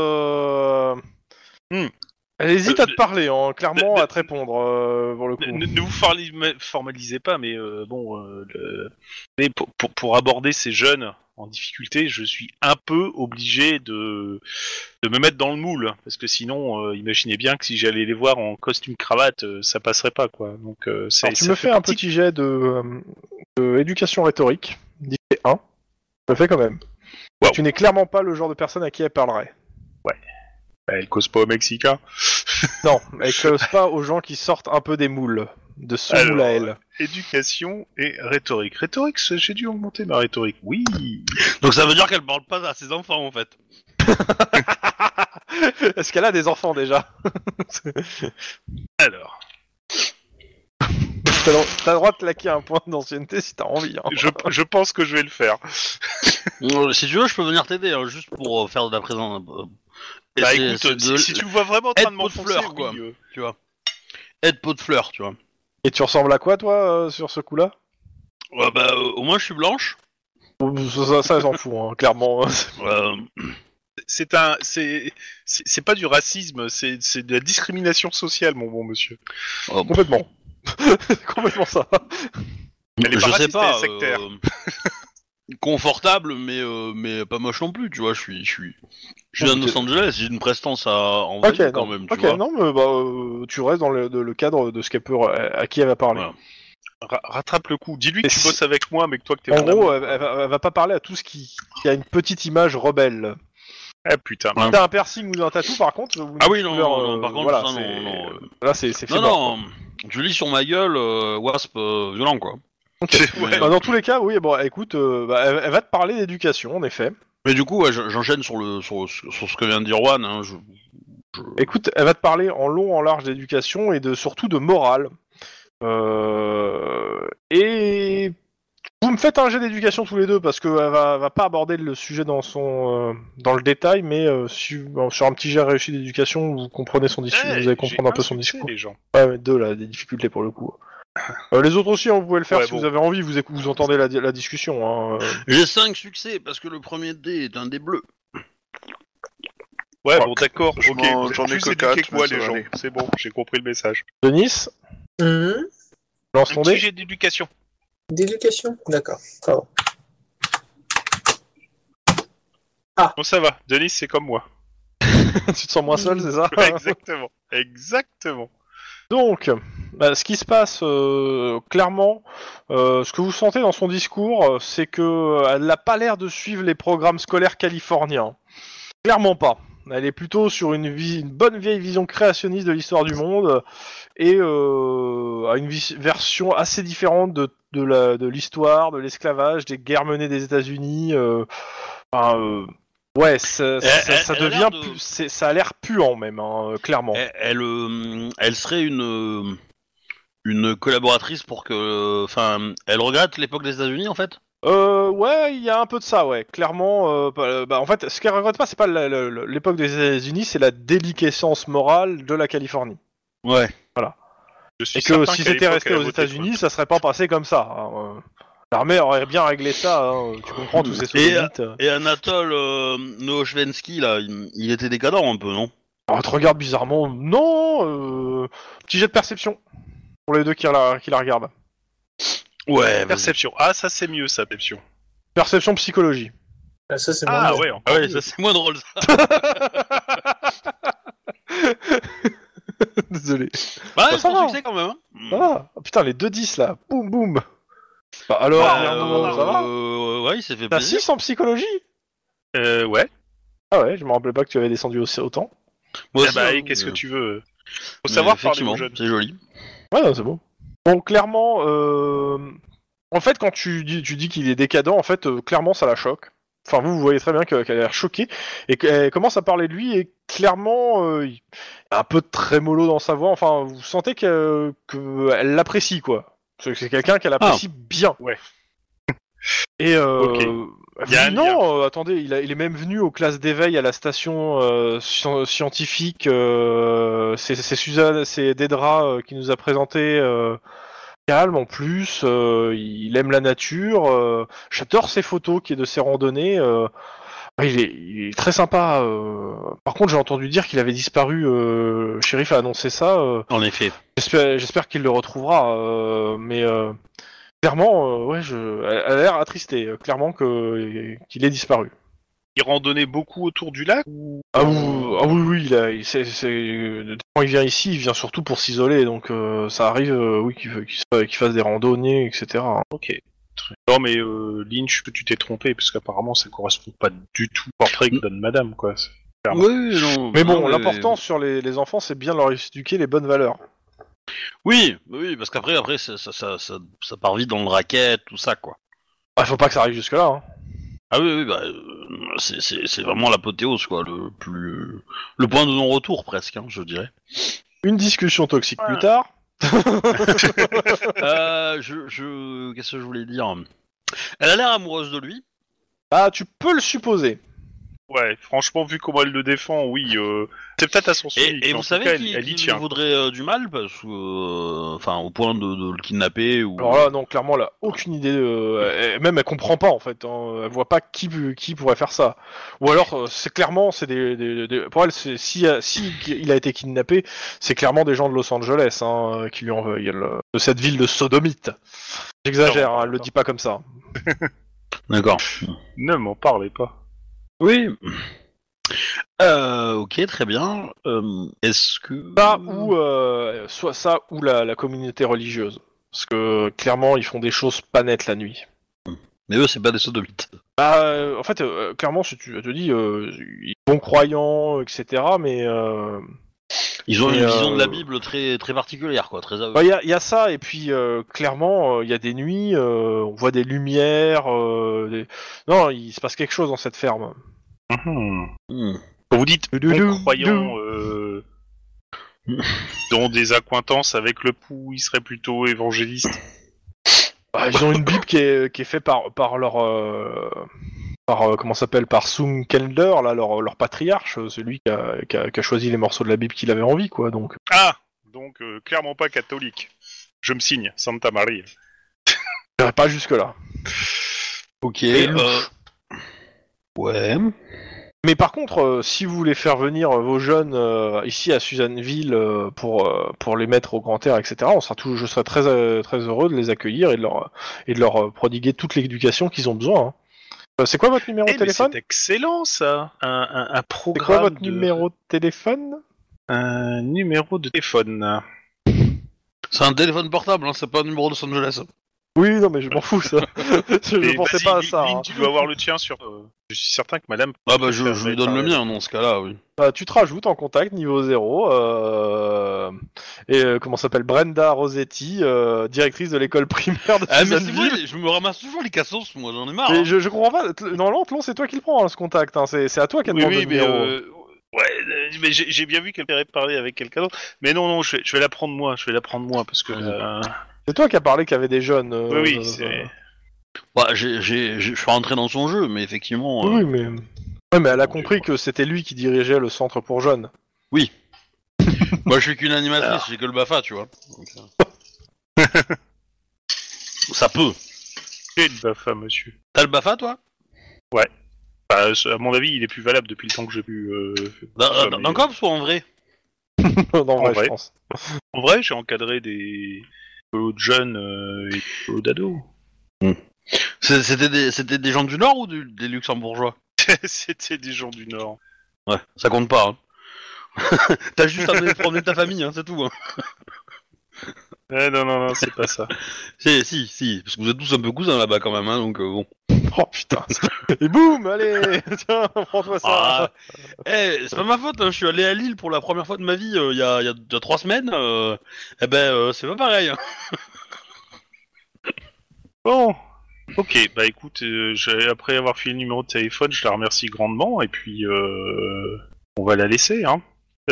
Elle hésite à te parler, hein, clairement, à te répondre, pour le coup. Ne vous formalisez pas, mais mais pour aborder ces jeunes en difficulté, je suis un peu obligé de me mettre dans le moule, parce que sinon, imaginez bien que si j'allais les voir en costume cravate, ça passerait pas, quoi. Donc, Alors, tu me fais un petit jet de éducation rhétorique, dictée 1. Je le fais quand même. Wow. Tu n'es clairement pas le genre de personne à qui elle parlerait. Elle cause pas au Mexicain. Non, elle cause pas aux gens qui sortent un peu des moules, de ce Alors, moule à elle. Éducation et rhétorique. Rhétorique, j'ai dû augmenter ma rhétorique. Oui. Donc ça veut dire qu'elle parle pas à ses enfants en fait. Est-ce qu'elle a des enfants déjà? Alors, T'as le droit de claquer un point d'ancienneté si t'as envie. Hein. je pense que je vais le faire. Si tu veux, je peux venir t'aider hein, juste pour faire de la présence. Et Bah c'est- écoute, c'est de- si tu me vois vraiment en train aide de pot de m'enfoncer, fleurs, quoi. oui, tu vois. Aide pot de fleurs, tu vois. Et tu ressembles à quoi toi sur ce coup-là? Ouais, bah, au moins je suis blanche. Ça elle s'en fout, hein, clairement. c'est pas du racisme, c'est de la discrimination sociale, mon bon monsieur. Complètement. Complètement ça. Elle est je pas sais raciste, pas. elle est sectaire. Confortable, mais pas moche non plus, tu vois. Je suis à Ok. Los Angeles, j'ai une prestance en vrai Ok, quand non, même, tu ok, vois. non, mais tu restes dans le cadre de ce qu'elle peut, à qui elle va parler. Voilà. Rattrape le coup. Dis-lui que Et tu si- bosses avec moi, mais que toi que t'es En mon gros, amour. elle va pas parler à tout ce qui a une petite image rebelle. Ah putain. Ouais. T'as un piercing ou un tatou par contre ou une Ah oui, non, couleur, non, par contre, voilà, ça, c'est- non. Là c'est fait Non, mort, non, je lis sur ma gueule, wasp violent, quoi. quoi. Ok. Ouais. Bah, dans tous les cas, oui, bon, écoute, elle va te parler d'éducation, en effet. Mais du coup, ouais, j'enchaîne sur ce que vient de dire Juan. Hein, Écoute, elle va te parler en long, en large d'éducation et surtout de morale. Et vous me faites un jet d'éducation tous les deux parce qu'elle va pas aborder le sujet dans le détail, mais sur un petit jet réussi d'éducation, vous comprenez son discours, vous allez comprendre un peu son discours. Les gens. Ouais, mais deux là, des difficultés pour le coup. Les autres aussi, hein, vous pouvez le faire Ouais, si bon. vous avez envie, vous entendez la discussion. Hein. J'ai 5 succès parce que le premier dé est un dé bleu. Ouais, bon, d'accord, ok. Franchement, Vous êtes j'en ai plus que éduqués 4, que moi, mais ça les va gens. aller. C'est bon, j'ai compris le message. Denis, lance Un ton petit dé. jet d'éducation. D'éducation? D'accord. Pardon. Bon, ça va. Denis, c'est comme moi. Tu te sens moins seul, c'est ça? Exactement. Exactement. Donc, ce qui se passe clairement, ce que vous sentez dans son discours, c'est que elle n'a pas l'air de suivre les programmes scolaires californiens. Clairement pas. Elle est plutôt sur une bonne vieille vision créationniste de l'histoire du monde et a une version assez différente de l'histoire, de l'esclavage, des guerres menées des États-Unis. Ouais, ça elle a devient l'air de- ça a l'air puant même, hein, clairement. Elle serait une collaboratrice pour que, enfin, elle regrette l'époque des États-Unis en fait. Ouais, il y a un peu de ça, ouais. Clairement, en fait, ce qu'elle regrette pas, c'est pas l'époque des États-Unis, c'est la déliquescence morale de la Californie. Ouais. Je suis Et que certain si qu'à c'était l'époque, resté elle a aux voté États-Unis, ça serait pas passé comme ça. Hein. L'armée aurait bien réglé ça, hein. Tu comprends tous ces soviétiques. Et Anatole Novochvensky là, il était décadent un peu, non? Oh, te regarde bizarrement. Non. Petit jet de perception pour les deux qui la regardent. Ouais. Perception. Ah, ça c'est mieux, ça, perception. Perception psychologie. Ah, ça, c'est Ah moins bien. ouais, Ah encore ouais, mieux. ça c'est moins drôle ça. Désolé. Bah, ça c'est un va. succès quand même. Hein. Ah, putain, les 2-10 là. Boum, boum. Bah, alors, ça va ouais, il s'est fait T'as plaisir. 6 en psychologie? Ouais. Ah ouais, je me rappelais pas que tu avais descendu aussi autant. Moi Eh aussi, bah, hein, et qu'est-ce que mais- tu veux? Faut mais savoir parler effectivement, aux jeunes. c'est joli. Ouais, non, c'est bon. Bon, clairement, en fait, quand tu dis qu'il est décadent, en fait, clairement, ça la choque. Enfin, vous voyez très bien qu'elle a l'air choquée et qu'elle commence à parler de lui et clairement, il y a un peu de trémolo dans sa voix. Enfin, vous sentez qu'elle l'apprécie, quoi. C'est quelqu'un qu'elle apprécie bien. Ouais. Et Ok. elle vous Y a dit, un lien. non, attendez, il est même venu aux classes d'éveil à la station scientifique. C'est Dedra qui nous a présenté. Calme en plus, il aime la nature. J'adore ses photos qui est de ses randonnées. Il est très sympa. Par contre, j'ai entendu dire qu'il avait disparu. Shérif a annoncé ça. En effet. J'espère qu'il le retrouvera. Mais clairement, ouais, elle a l'air attristée. Clairement qu'il est disparu. Il randonnait beaucoup autour du lac ou... Oui, oui, quand il vient ici, il vient surtout pour s'isoler, donc ça arrive, oui, qu'il fasse des randonnées, etc. Ok. Non mais Lynch, tu t'es trompé parce qu'apparemment ça correspond pas du tout au portrait que donne Madame quoi. Clairement. Oui, non. Mais bon, non, l'important sur les enfants, c'est bien de leur éduquer les bonnes valeurs. Oui, parce qu'après, ça part vite dans le racket, tout ça, quoi. Ah, faut pas que ça arrive jusque-là, hein. Ah oui, bah, c'est vraiment l'apothéose, quoi, le point de non-retour, presque, hein, je dirais. Une discussion toxique Ouais. plus tard. Qu'est-ce que je voulais dire? Elle a l'air amoureuse de lui. Ah, tu peux le supposer. Ouais, franchement vu comment elle le défend, oui, c'est peut-être à son suivi. Et mais en vous tout savez cas, qu'il elle y lui tient. vaudrait du mal, parce que, enfin, au point de le kidnapper ou. Alors là, non, clairement, elle a aucune idée. Même elle comprend pas en fait. Hein. Elle voit pas qui pourrait faire ça. Ou alors, c'est clairement, c'est pour elle, si il a été kidnappé, c'est clairement des gens de Los Angeles hein, qui lui en veulent, de cette ville de sodomite. J'exagère, Non, hein, elle le dit pas comme ça. D'accord. Ne m'en parlez pas. Oui. Ok, très bien. Est-ce que. Ça ou soit ça ou la communauté religieuse. Parce que clairement, ils font des choses pas nettes la nuit. Mais eux, c'est pas des sodomites. En fait, clairement, si tu te dis, ils sont croyants, etc. Mais Ils ont Mais, une vision de la Bible très, très particulière, quoi, très à eux. bah, y a ça, et puis clairement, il y a des nuits, on voit des lumières. Non, il se passe quelque chose dans cette ferme. Hmm. Quand vous dites Doudou, croyants, dont des accointances avec le pou, ils seraient plutôt évangélistes. Bah, ils ont une Bible qui est faite par leur comment ça s'appelle, par Sung Kelder, là, leur patriarche, celui qui a choisi les morceaux de la Bible qu'il avait envie, quoi. Donc. Ah, donc clairement pas catholique. Je me signe, Santa Maria. J'irai pas jusque là. Ok. Et louche. Ouais. Mais par contre, si vous voulez faire venir vos jeunes ici à Suzanneville pour les mettre au grand air, etc., je serais très très heureux de les accueillir et de leur prodiguer toute l'éducation qu'ils ont besoin. Hein. C'est quoi votre numéro de téléphone? C'est excellent ça. Un programme. C'est quoi votre numéro de téléphone? Un numéro de téléphone. C'est un téléphone portable, hein, c'est pas un numéro de Los Angeles. Oui, non, mais je m'en fous ça. Je Mais ne pensais vas-y, pas à ça. Lynn, Hein. tu dois avoir le tien sur. Je suis certain que Madame. Ah bah je lui donne le mien dans ce cas-là, oui. Bah, tu te rajoutes en contact niveau 0 et comment s'appelle Brenda Rossetti, directrice de l'école primaire de Ah mais c'est Suzanneville. vrai, je me ramasse toujours les cassos, moi j'en ai marre. Mais Hein. je comprends pas. Normalement, Tlon, c'est toi qui le prends, hein, ce contact. Hein. C'est à toi qu'elle demande le numéro. Ouais, mais j'ai bien vu qu'elle allait parler avec quelqu'un d'autre. Mais non, je vais la prendre moi. Parce que. C'est toi qui as parlé qu'il y avait des jeunes. Oui, c'est. Bah, je suis rentré dans son jeu, mais effectivement. Oui, mais. Ouais, mais elle a compris que c'était lui qui dirigeait le centre pour jeunes. Moi je suis qu'une animatrice, j'ai que le BAFA, tu vois. Donc, ça peut. C'est une bafa, monsieur. T'as le BAFA, toi? Bah, à mon avis, il est plus valable depuis le temps que j'ai pu. Dans Cops ou en vrai? Non, vrai, vrai. je pense. En vrai, j'ai encadré des de jeunes et d'ados. C'était des gens du Nord ou des Luxembourgeois? C'était des gens du Nord. Ouais, ça compte pas. Hein. T'as juste à aller promener ta famille, hein, c'est tout. Hein. Non, c'est pas ça. Si, parce que vous êtes tous un peu cousins là-bas quand même, hein, donc bon. Oh putain. Et boum, allez, tiens, prends-toi ça. Ah, c'est pas ma faute, hein, je suis allé à Lille pour la première fois de ma vie il y a 3 semaines. C'est pas pareil. Hein. Bon. Ok, bah écoute, après avoir fait le numéro de téléphone, je la remercie grandement, et puis on va la laisser, hein.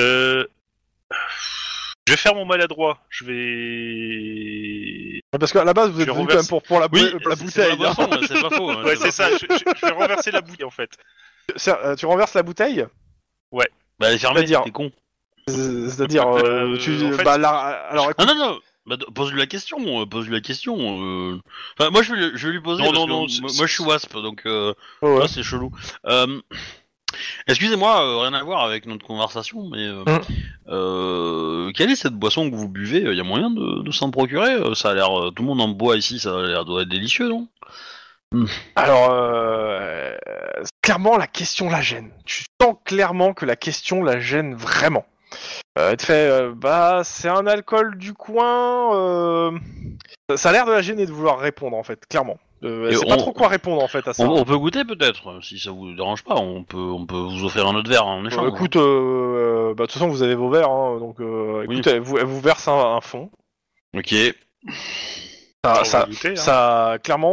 Je vais faire mon maladroit, je vais... Parce qu'à la base, vous êtes venu quand même pour la bouteille. C'est la boisson, hein, c'est pas faux. Hein, Ouais, c'est c'est pas ça, faux. je vais renverser la bouteille, en fait. Tu renverses la bouteille. Bah elle est fermée, C'est-à-dire- t'es con. C'est-à-dire, en fait- alors écoute, Non. Bah, pose-lui la question, pose-lui la question. Enfin, moi je vais lui poser, Non, parce non, que c'est- moi je suis wasp, donc oh, ouais. là, c'est chelou. Excusez-moi, rien à voir avec notre conversation, mais quelle est cette boisson que vous buvez? Il y a moyen de s'en procurer? Ça a l'air, tout le monde en boit ici, ça a l'air doit être délicieux, non? Alors, clairement, la question la gêne. Tu sens clairement que la question la gêne vraiment. Elle te fait, c'est un alcool du coin. Ça a l'air de la gêner de vouloir répondre, en fait, clairement. Elle sait pas trop quoi répondre, en fait, à ça. On peut goûter peut-être, si ça vous dérange pas. On peut vous offrir un autre verre en échange. Écoute, de toute façon, vous avez vos verres, hein, donc écoute, elle vous verse un fond. Ok. On va Ça, goûter, hein. ça, clairement,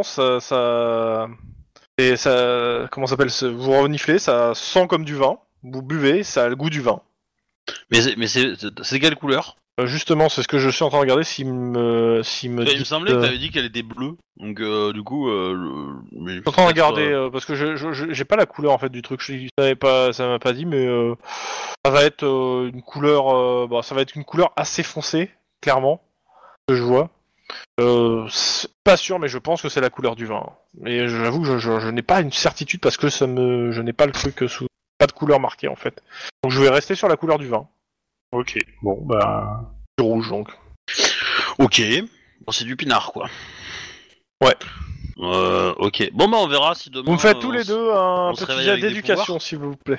et ça, comment ça s'appelle, vous reniflez, ça sent comme du vin. Vous buvez, ça a le goût du vin. Mais c'est quelle couleur? Justement, c'est ce que je suis en train de regarder. S'il me Il me dit, semblait que t'avais dit qu'elle était bleue, donc du coup, mais je suis en train de regarder parce que j'ai pas la couleur en fait du truc. Je savais pas, ça m'a pas dit, mais ça va être une couleur. Ça va être une couleur assez foncée, clairement, que je vois. C'est pas sûr, mais je pense que c'est la couleur du vin. Mais j'avoue que je n'ai pas une certitude parce que je n'ai pas le truc sous, pas de couleur marquée en fait. Donc je vais rester sur la couleur du vin, Ok, bon, bah... du rouge donc. Ok. Bon, c'est du pinard, quoi. Ouais. Ok. Bon, bah on verra si demain. Vous me faites tous les deux un on se petit réveille jet avec des d'éducation, s'il vous plaît.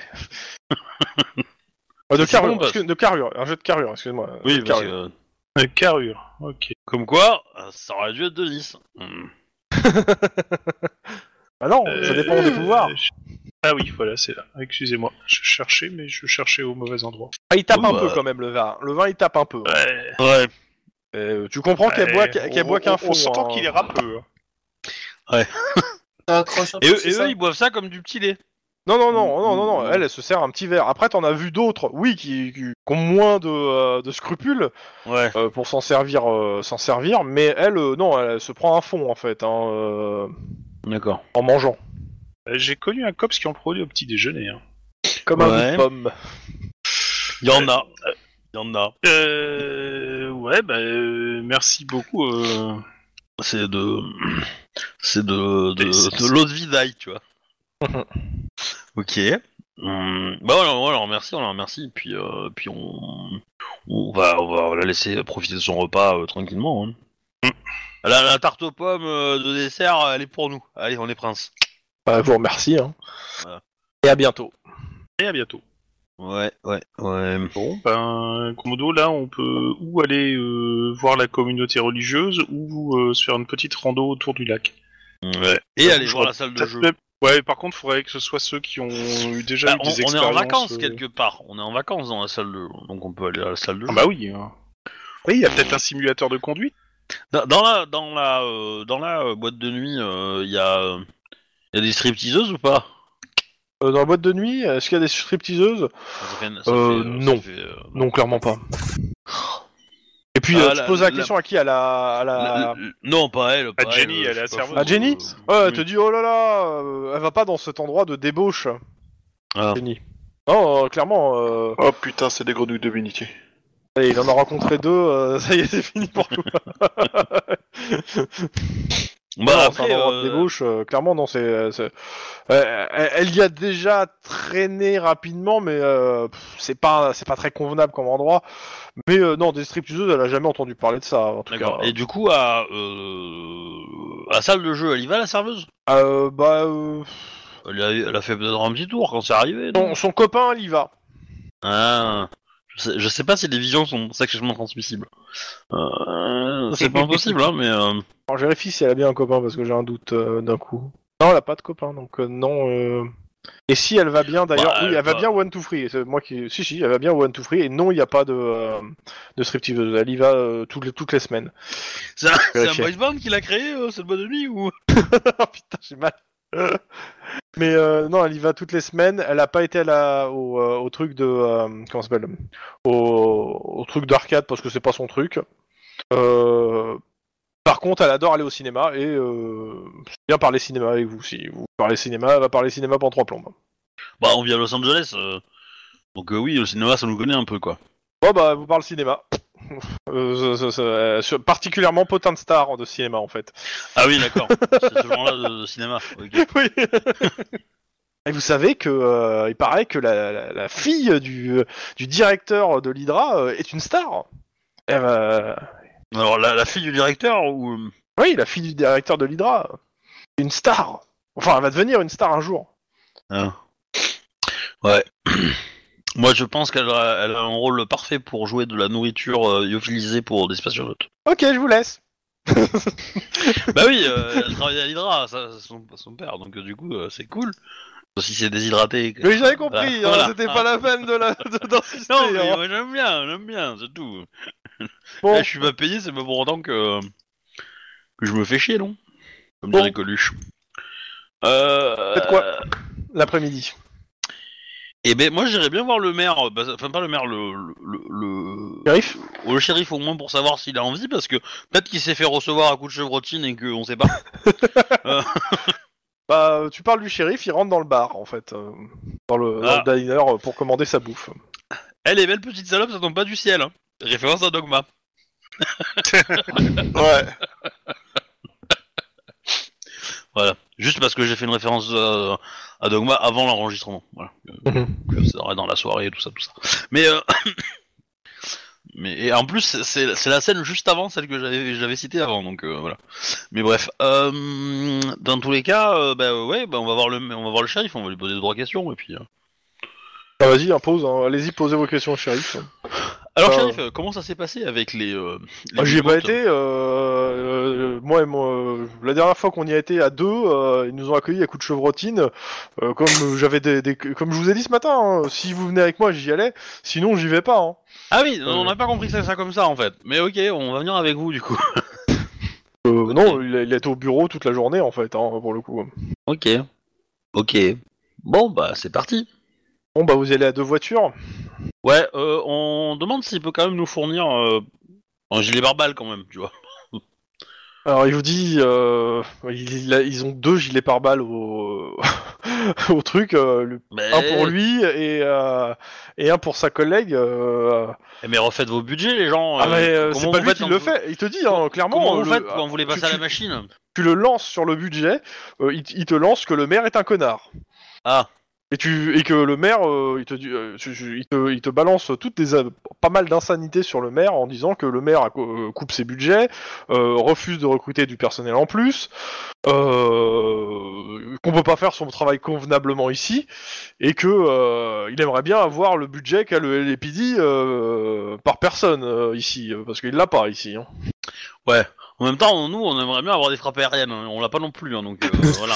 De C'est carrure, bon, parce- de carrure, un jeu de carrure, excuse-moi. Un Oui, jet de parce carrure. que carrure, ok. comme quoi, ça aurait dû être de 10. Ah non, ça dépend des pouvoirs. Ah oui, voilà, c'est là. Excusez-moi, je cherchais, mais je cherchais au mauvais endroit. Ah, il tape Oh, un bah. peu quand même le vin. Le vin il tape un peu. Ouais. Ouais. Tu comprends qu'elle boit qu'un fond. On s'entend qu'il est râpeux. Hein. Ça accroche un peu, Et eux, c'est ça ils boivent ça comme du petit lait. Non. Elle se sert un petit verre. Après, t'en as vu d'autres, oui, qui ont moins de scrupules Ouais. pour s'en servir, mais elle, non, elle se prend un fond en fait, hein, D'accord. en mangeant. J'ai connu un cops qui en produit au petit déjeuner. Hein. Comme un bout Ouais. de pomme. Il y en a. Il y en a. Ouais, bah, merci beaucoup. C'est de l'eau de vidaille, tu vois. Ok. Bah on la remercie, puis on va la laisser profiter de son repas tranquillement. Hein. La tarte aux pommes de dessert, elle est pour nous. Allez, on est prince. Je vous remercie. Hein. Voilà. Et à bientôt. Et à bientôt. Ouais. Bon, ben, Komodo, là, on peut ou aller voir la communauté religieuse ou se faire une petite rando autour du lac. Ouais. Et aller Je voir vois la salle de peut-être jeu. même- Ouais, par contre, il faudrait que ce soit ceux qui ont eu déjà eu On des est expériences. en vacances quelque part. On est en vacances dans la salle de, donc on peut aller à la salle de jeu. Ah bah oui. Hein. Oui, il y a peut-être un simulateur de conduite. Dans la boîte de nuit, il y a des stripteaseuses ou pas? Dans la boîte de nuit, est-ce qu'il y a des stripteaseuses? Non. Non, clairement pas. Et puis, tu poses la question à qui? À la... Non, pas elle. Pas Jenny, elle est je la sais pas serveuse. fou, À Jenny? oui. Elle te dit, oh là là, elle va pas dans cet endroit de débauche, Ah. Jenny. Non, clairement, Oh putain, c'est des grenouilles de bénitier. allez, il en a rencontré deux, ça y est, c'est fini pour tout. Bah Non, après, c'est un endroit de débauche, clairement, non, elle y a déjà traîné rapidement, mais c'est pas très convenable comme endroit. Mais non, des stripteaseuses, elle a jamais entendu parler de ça, en tout d'accord. cas. Et du coup, à la salle de jeu, elle y va la serveuse? Elle a fait peut-être un petit tour quand c'est arrivé. Non son copain, elle y va. Ah, je sais pas si les visions sont sexuellement transmissibles. C'est pas impossible, hein, mais... Alors, je vérifie si elle a bien un copain parce que j'ai un doute d'un coup. Non, elle a pas de copain, donc non. Et si elle va bien, d'ailleurs, Bah, oui, elle va bah- bien au One to Free. C'est moi qui, si, elle va bien au One to Free. Et non, il n'y a pas de striptease. Elle y va toutes les semaines. C'est un Vérifier. boys band qui l'a créé, cette boîte de nuit, ou... Oh putain, j'ai mal. Mais non, elle y va toutes les semaines. Elle a pas été au truc de comment ça s'appelle au truc d'arcade parce que c'est pas son truc. Par contre, elle adore aller au cinéma et bien parler cinéma avec vous. Si vous parlez cinéma, elle va parler cinéma pendant 3 plombes. Bah, on vit à Los Angeles, donc oui, le cinéma, ça nous connaît un peu, quoi. Bon bah, vous parlez cinéma. Particulièrement potin de star de cinéma en fait. Ah oui, d'accord. C'est ce genre-là de cinéma. Ok. Oui. Et vous savez que il paraît que la fille du directeur de l'Hydra est une star. Elle va... Alors, la fille du directeur, ou... Oui, la fille du directeur de l'Hydra, une star. Enfin, elle va devenir une star un jour. Ah. Ouais. Moi, je pense qu'elle a un rôle parfait pour jouer de la nourriture lyophilisée pour des spationautes. Ok, je vous laisse. Bah oui, elle travaille à l'Hydra, son père, donc du coup, c'est cool. Si c'est déshydraté... Mais j'avais compris, Voilà. hein, c'était pas la peine d'insister. Non, mais hein. moi j'aime bien, c'est tout. Bon, Là, je suis pas payé, c'est pas pour autant que je me fais chier, non? Comme Bon. dirait Coluche. Faites quoi l'après-midi. Eh ben, moi j'irais bien voir le maire, enfin pas le maire, Shérif. le shérif au moins pour savoir s'il a envie, parce que peut-être qu'il s'est fait recevoir à coup de chevrotine et qu'on sait pas. Bah, tu parles du shérif, il rentre dans le bar en fait, dans le diner pour commander sa bouffe. Elle est belle petite salope, ça tombe pas du ciel. Hein. Référence à Dogma. Ouais. Voilà. Juste parce que j'ai fait une référence à Dogma avant l'enregistrement. Voilà. Que ça aurait dans la soirée et tout ça. Mais et en plus c'est la scène juste avant celle que j'avais citée avant, donc voilà. Mais bref, dans tous les cas, on va voir le shérif, on va lui poser 2-3 questions et puis. Ah, vas-y, impose, hein. Allez-y, posez vos questions au shérif. Alors shérif, comment ça s'est passé avec les J'y ai pas Wiimotes été. Moi, la dernière fois qu'on y a été à 2, ils nous ont accueillis à coups de chevrotine. Comme comme je vous ai dit ce matin, hein, si vous venez avec moi, j'y allais. Sinon, j'y vais pas. Hein. Ah oui, on n'a pas compris ça comme ça en fait. Mais ok, on va venir avec vous du coup. Non, il était au bureau toute la journée en fait, hein, pour le coup. Ok. Bon bah c'est parti. Bon, bah vous y allez à 2 voitures. Ouais, on demande s'il peut quand même nous fournir un gilet pare-balles quand même, tu vois. Alors il vous dit, ils ont 2 gilets pare-balles au au truc, un pour lui et un pour sa collègue. Mais refaites vos budgets les gens. C'est pas lui qui le fait. Il te dit hein, clairement. Comment vous faites quand vous les passez à la machine? Tu le lances sur le budget, il te lance que le maire est un connard. Ah. Et que le maire, il te balance pas mal d'insanités sur le maire en disant que le maire coupe ses budgets, refuse de recruter du personnel en plus, qu'on peut pas faire son travail convenablement ici, et que il aimerait bien avoir le budget qu'a le LAPD par personne ici, parce qu'il l'a pas ici. Hein. Ouais. En même temps, nous, on aimerait bien avoir des frappes aériennes. Hein. On l'a pas non plus, hein, donc voilà.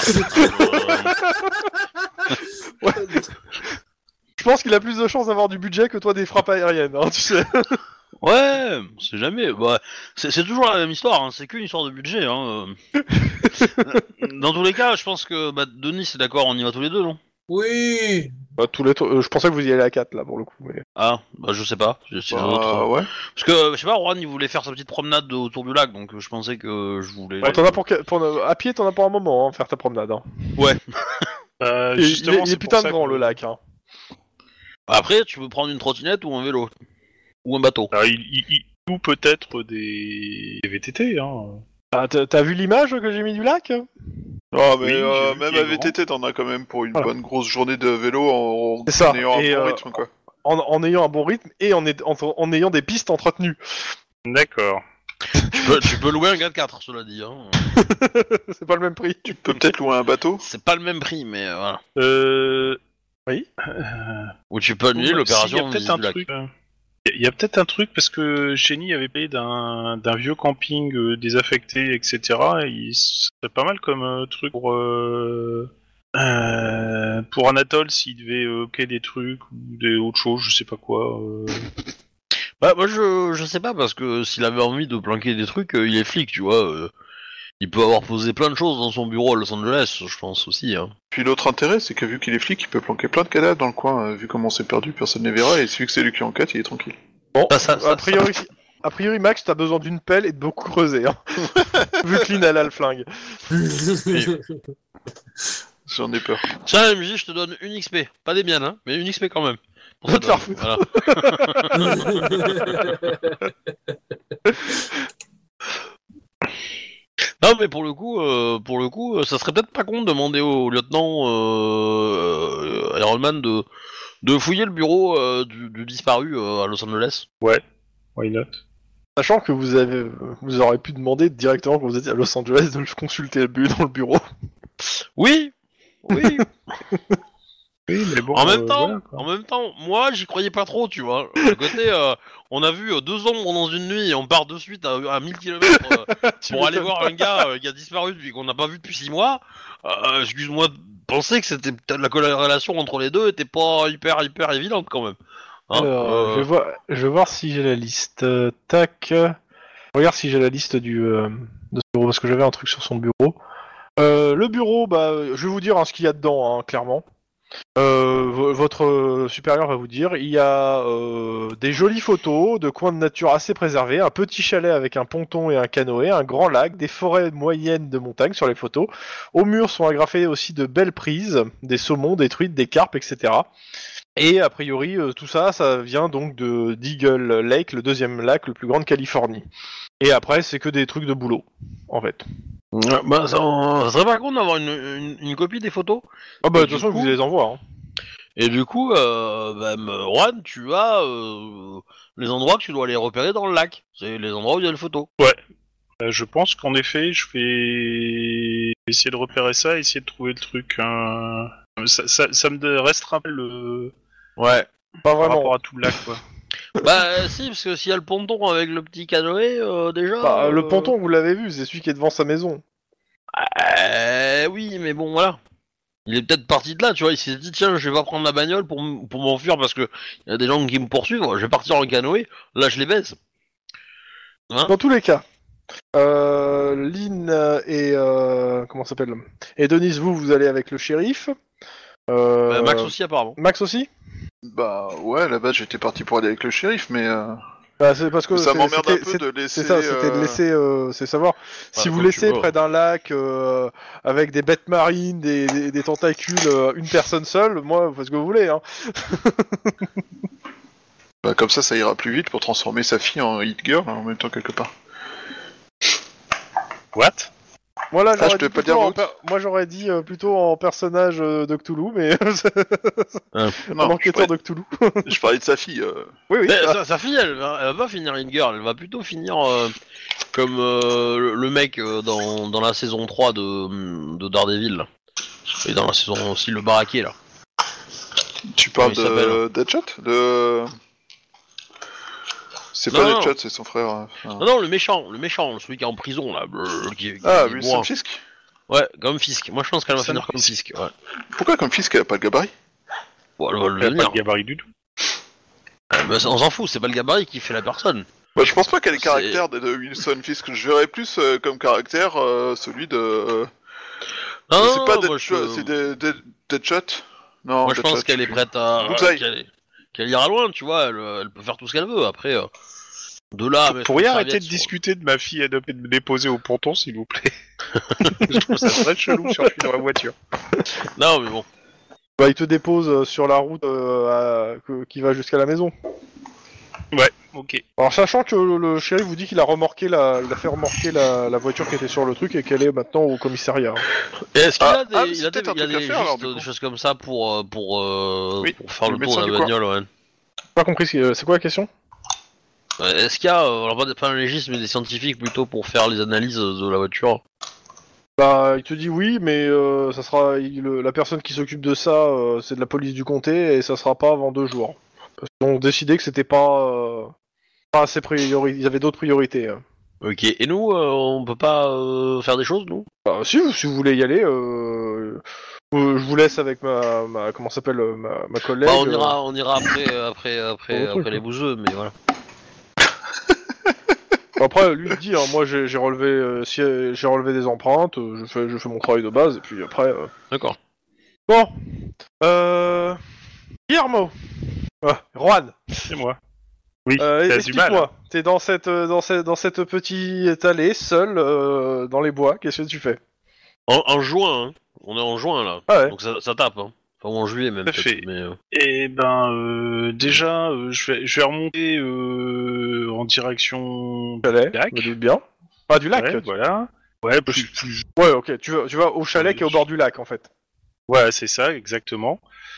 Ouais. Je pense qu'il a plus de chances d'avoir du budget que toi des frappes aériennes, hein, tu sais. Ouais, c'est jamais. Bah, c'est toujours la même histoire. Hein. C'est qu'une histoire de budget. Hein. Dans tous les cas, je pense que Denis c'est d'accord. On y va tous les deux, non? Oui. Bah, je pensais que vous y allez à 4 là pour le coup. Mais... Ah, bah je sais pas. C'est les autres. Ouais. Parce que je sais pas, Juan il voulait faire sa petite promenade autour du lac, donc je pensais que je voulais. Ouais, t'en as à pied, t'en as pour un moment, hein, faire ta promenade. Hein. Ouais. Justement, il est putain de grand le lac. Hein. Après, tu peux prendre une trottinette ou un vélo. Ou un bateau. Alors, ou peut-être des VTT, hein. Ah, t'as vu l'image que j'ai mis du lac? Non, mais Oui, j'ai vu même qu'il est à VTT, t'en as quand même pour une bonne grosse journée de vélo en C'est ça. ayant Et, un bon rythme, quoi. En ayant un bon rythme et en ayant des pistes entretenues. D'accord. Tu peux louer un 4x4, cela dit. Hein. C'est pas le même prix. Tu peux peut-être louer un bateau. C'est pas le même prix, mais voilà. Ou tu peux annuler l'opération. Il y a peut-être un truc. Il y a peut-être un truc parce que Jenny avait payé d'un vieux camping désaffecté, etc. Et c'est pas mal comme truc pour Anatole s'il devait hocker des trucs ou autre chose, je sais pas quoi. Bah moi je sais pas parce que s'il avait envie de planquer des trucs, il est flic, tu vois. Il peut avoir posé plein de choses dans son bureau à Los Angeles, je pense aussi. Hein. Puis l'autre intérêt, c'est que vu qu'il est flic, il peut planquer plein de cadavres dans le coin. Vu comment c'est perdu, personne ne les verra, et celui que c'est lui qui enquête, il est tranquille. Bon, a priori, Max, t'as besoin d'une pelle et de beaucoup creuser, hein. Vu que Lynn, elle a le flingue. J'en ai peur. Tiens, MJ, je te donne une XP. Pas des miennes, hein, mais une XP quand même. Pour Va te faire foutre. Voilà. Non, mais pour le coup, ça serait peut-être pas con de demander au lieutenant Iron Man de fouiller le bureau du disparu à Los Angeles. Ouais, why not? Sachant que vous aurez pu demander directement quand vous étiez à Los Angeles de consulter le but dans le bureau. Oui. Oui, mais bon. En même temps, moi, j'y croyais pas trop, tu vois. Le côté, on a vu 2 ombres dans une nuit et on part de suite à 1000 km pour aller voir un gars qui a disparu depuis qu'on n'a pas vu depuis 6 mois. Excuse-moi de penser que c'était peut-être la corrélation entre les deux était pas hyper évidente quand même. Hein, Alors, je vais voir si j'ai la liste. Tac. Regarde si j'ai la liste de ce bureau, parce que j'avais un truc sur son bureau. Le bureau, je vais vous dire ce qu'il y a dedans, hein, clairement. Votre supérieur va vous dire, il y a des jolies photos de coins de nature assez préservés, un petit chalet avec un ponton et un canoë, un grand lac, des forêts moyennes de montagne sur les photos. Aux murs sont agrafées aussi de belles prises, des saumons, des truites, des carpes, etc. Et a priori, tout ça vient donc de d'Eagle Lake, le 2e lac le plus grand de Californie. Et après, c'est que des trucs de boulot, en fait. ça serait pas con d'avoir une copie des photos. Ah bah de toute façon, je vous les envoie. Hein. Et du coup, Juan, tu as les endroits que tu dois aller repérer dans le lac. C'est les endroits où il y a les photos. Je pense qu'en effet, je vais essayer de repérer ça, essayer de trouver le truc. Ça me restera le. Ouais. Pas Par vraiment. rapport à tout le lac, quoi. Bah si, parce que s'il y a le ponton avec le petit canoë, déjà... Le ponton, vous l'avez vu, c'est celui qui est devant sa maison. Oui, mais bon, voilà. Il est peut-être parti de là, tu vois, il s'est dit, tiens, je vais pas prendre la bagnole pour m'enfuir parce que y a des gens qui me poursuivent, je vais partir en canoë, là je les baise. Hein Dans tous les cas, Lynn et... comment ça s'appelle ? Et Denise, vous allez avec le shérif. Max aussi, apparemment. Max aussi ? Bah ouais, à la base j'étais parti pour aller avec le shérif, mais c'est parce que ça m'emmerde un peu de laisser... C'est ça, c'était de laisser... c'est savoir, si vous comme laissez tu veux. près d'un lac avec des bêtes marines, des tentacules, une personne seule, moi, vous faites ce que vous voulez. Hein. Bah comme ça ira plus vite pour transformer sa fille en hit girl en même temps quelque part. What? Voilà, je te peux dire moi j'aurais dit plutôt en personnage de Cthulhu, mais Non, en enquêteur de Cthulhu. je parlais de sa fille. Oui, oui. Mais sa fille, elle va pas finir Hit Girl, elle va plutôt finir comme le mec dans la saison 3 de Daredevil. Là. Et dans la saison aussi, le baraquet, là. Tu parles Comment il s'appelle, de Deadshot C'est pas Non. Deadshot, c'est son frère. Non, le méchant, celui qui est en prison, là. Qui Wilson boit. Fisk. Ouais, comme Fisk. Moi, je pense qu'elle va Wilson finir comme Fisk, ouais. Pourquoi comme Fisk elle a pas le gabarit? Bon, elle va le Il a pas devenir. de gabarit du tout. Bah, on s'en fout, c'est pas le gabarit qui fait la personne. Bah je pense pas qu'elle ait le C'est- caractère de Wilson Fisk, je verrais plus comme caractère celui de... Non, c'est pas moi, Deadshot, c'est Deadshot. Non, moi, je pense Deadshot, qu'elle est prête à... Bullseye. qu'elle ira loin, tu vois, elle peut faire tout ce qu'elle veut, après... De là, à mettre Pourriez une arrêter de serviette discuter de ma fille adoptée de me déposer au ponton, s'il vous plaît? Je trouve ça très chelou si je suis dans la voiture. Non, mais bon. Bah, il te dépose sur la route qui va jusqu'à la maison. Ouais, ok. Alors, sachant que le shérif vous dit qu'il a fait remorquer la voiture qui était sur le truc et qu'elle est maintenant au commissariat. Hein. Et est-ce qu'il Ah, a des, c'est il a peut-être un des, il a truc à des faire, alors, juste du coup. des choses comme ça pour faire le tour médecin de du la coin. bagnole, ouais. Pas compris, c'est quoi la question? Est-ce qu'il y a, alors pas un légiste, mais des scientifiques plutôt pour faire les analyses de la voiture? Bah, il te dit oui, mais ça sera la personne qui s'occupe de ça, c'est de la police du comté et ça sera pas avant 2 jours. Parce qu'ils ont décidé que c'était pas assez priorité. Ils avaient d'autres priorités. Ok, et nous, on peut pas faire des choses, nous? Bah, si vous voulez y aller, je vous laisse avec ma comment s'appelle ma collègue. Bah, on ira après truc, les bouseux, mais voilà. Après, lui il dit, hein, moi j'ai relevé, j'ai relevé des empreintes, je fais mon travail de base et puis après. D'accord. Bon, Guillermo, Juan. C'est moi. Oui, t'as du mal. Explique-moi. T'es dans cette petite allée, seul, dans les bois. Qu'est-ce que tu fais? En juin, hein. On est en juin, là. Ah ouais. Donc ça tape, hein. Enfin, ou en juillet, même, Tout à peut-être. fait. Mais, Eh ben, déjà, je vais remonter en direction du Chalet, lac. me doute bien. Ah, du lac. Ouais, voilà. Ouais, plus. Ouais, ok. Tu vas au chalet qui est au bord du lac, en fait. Ouais, c'est ça, exactement.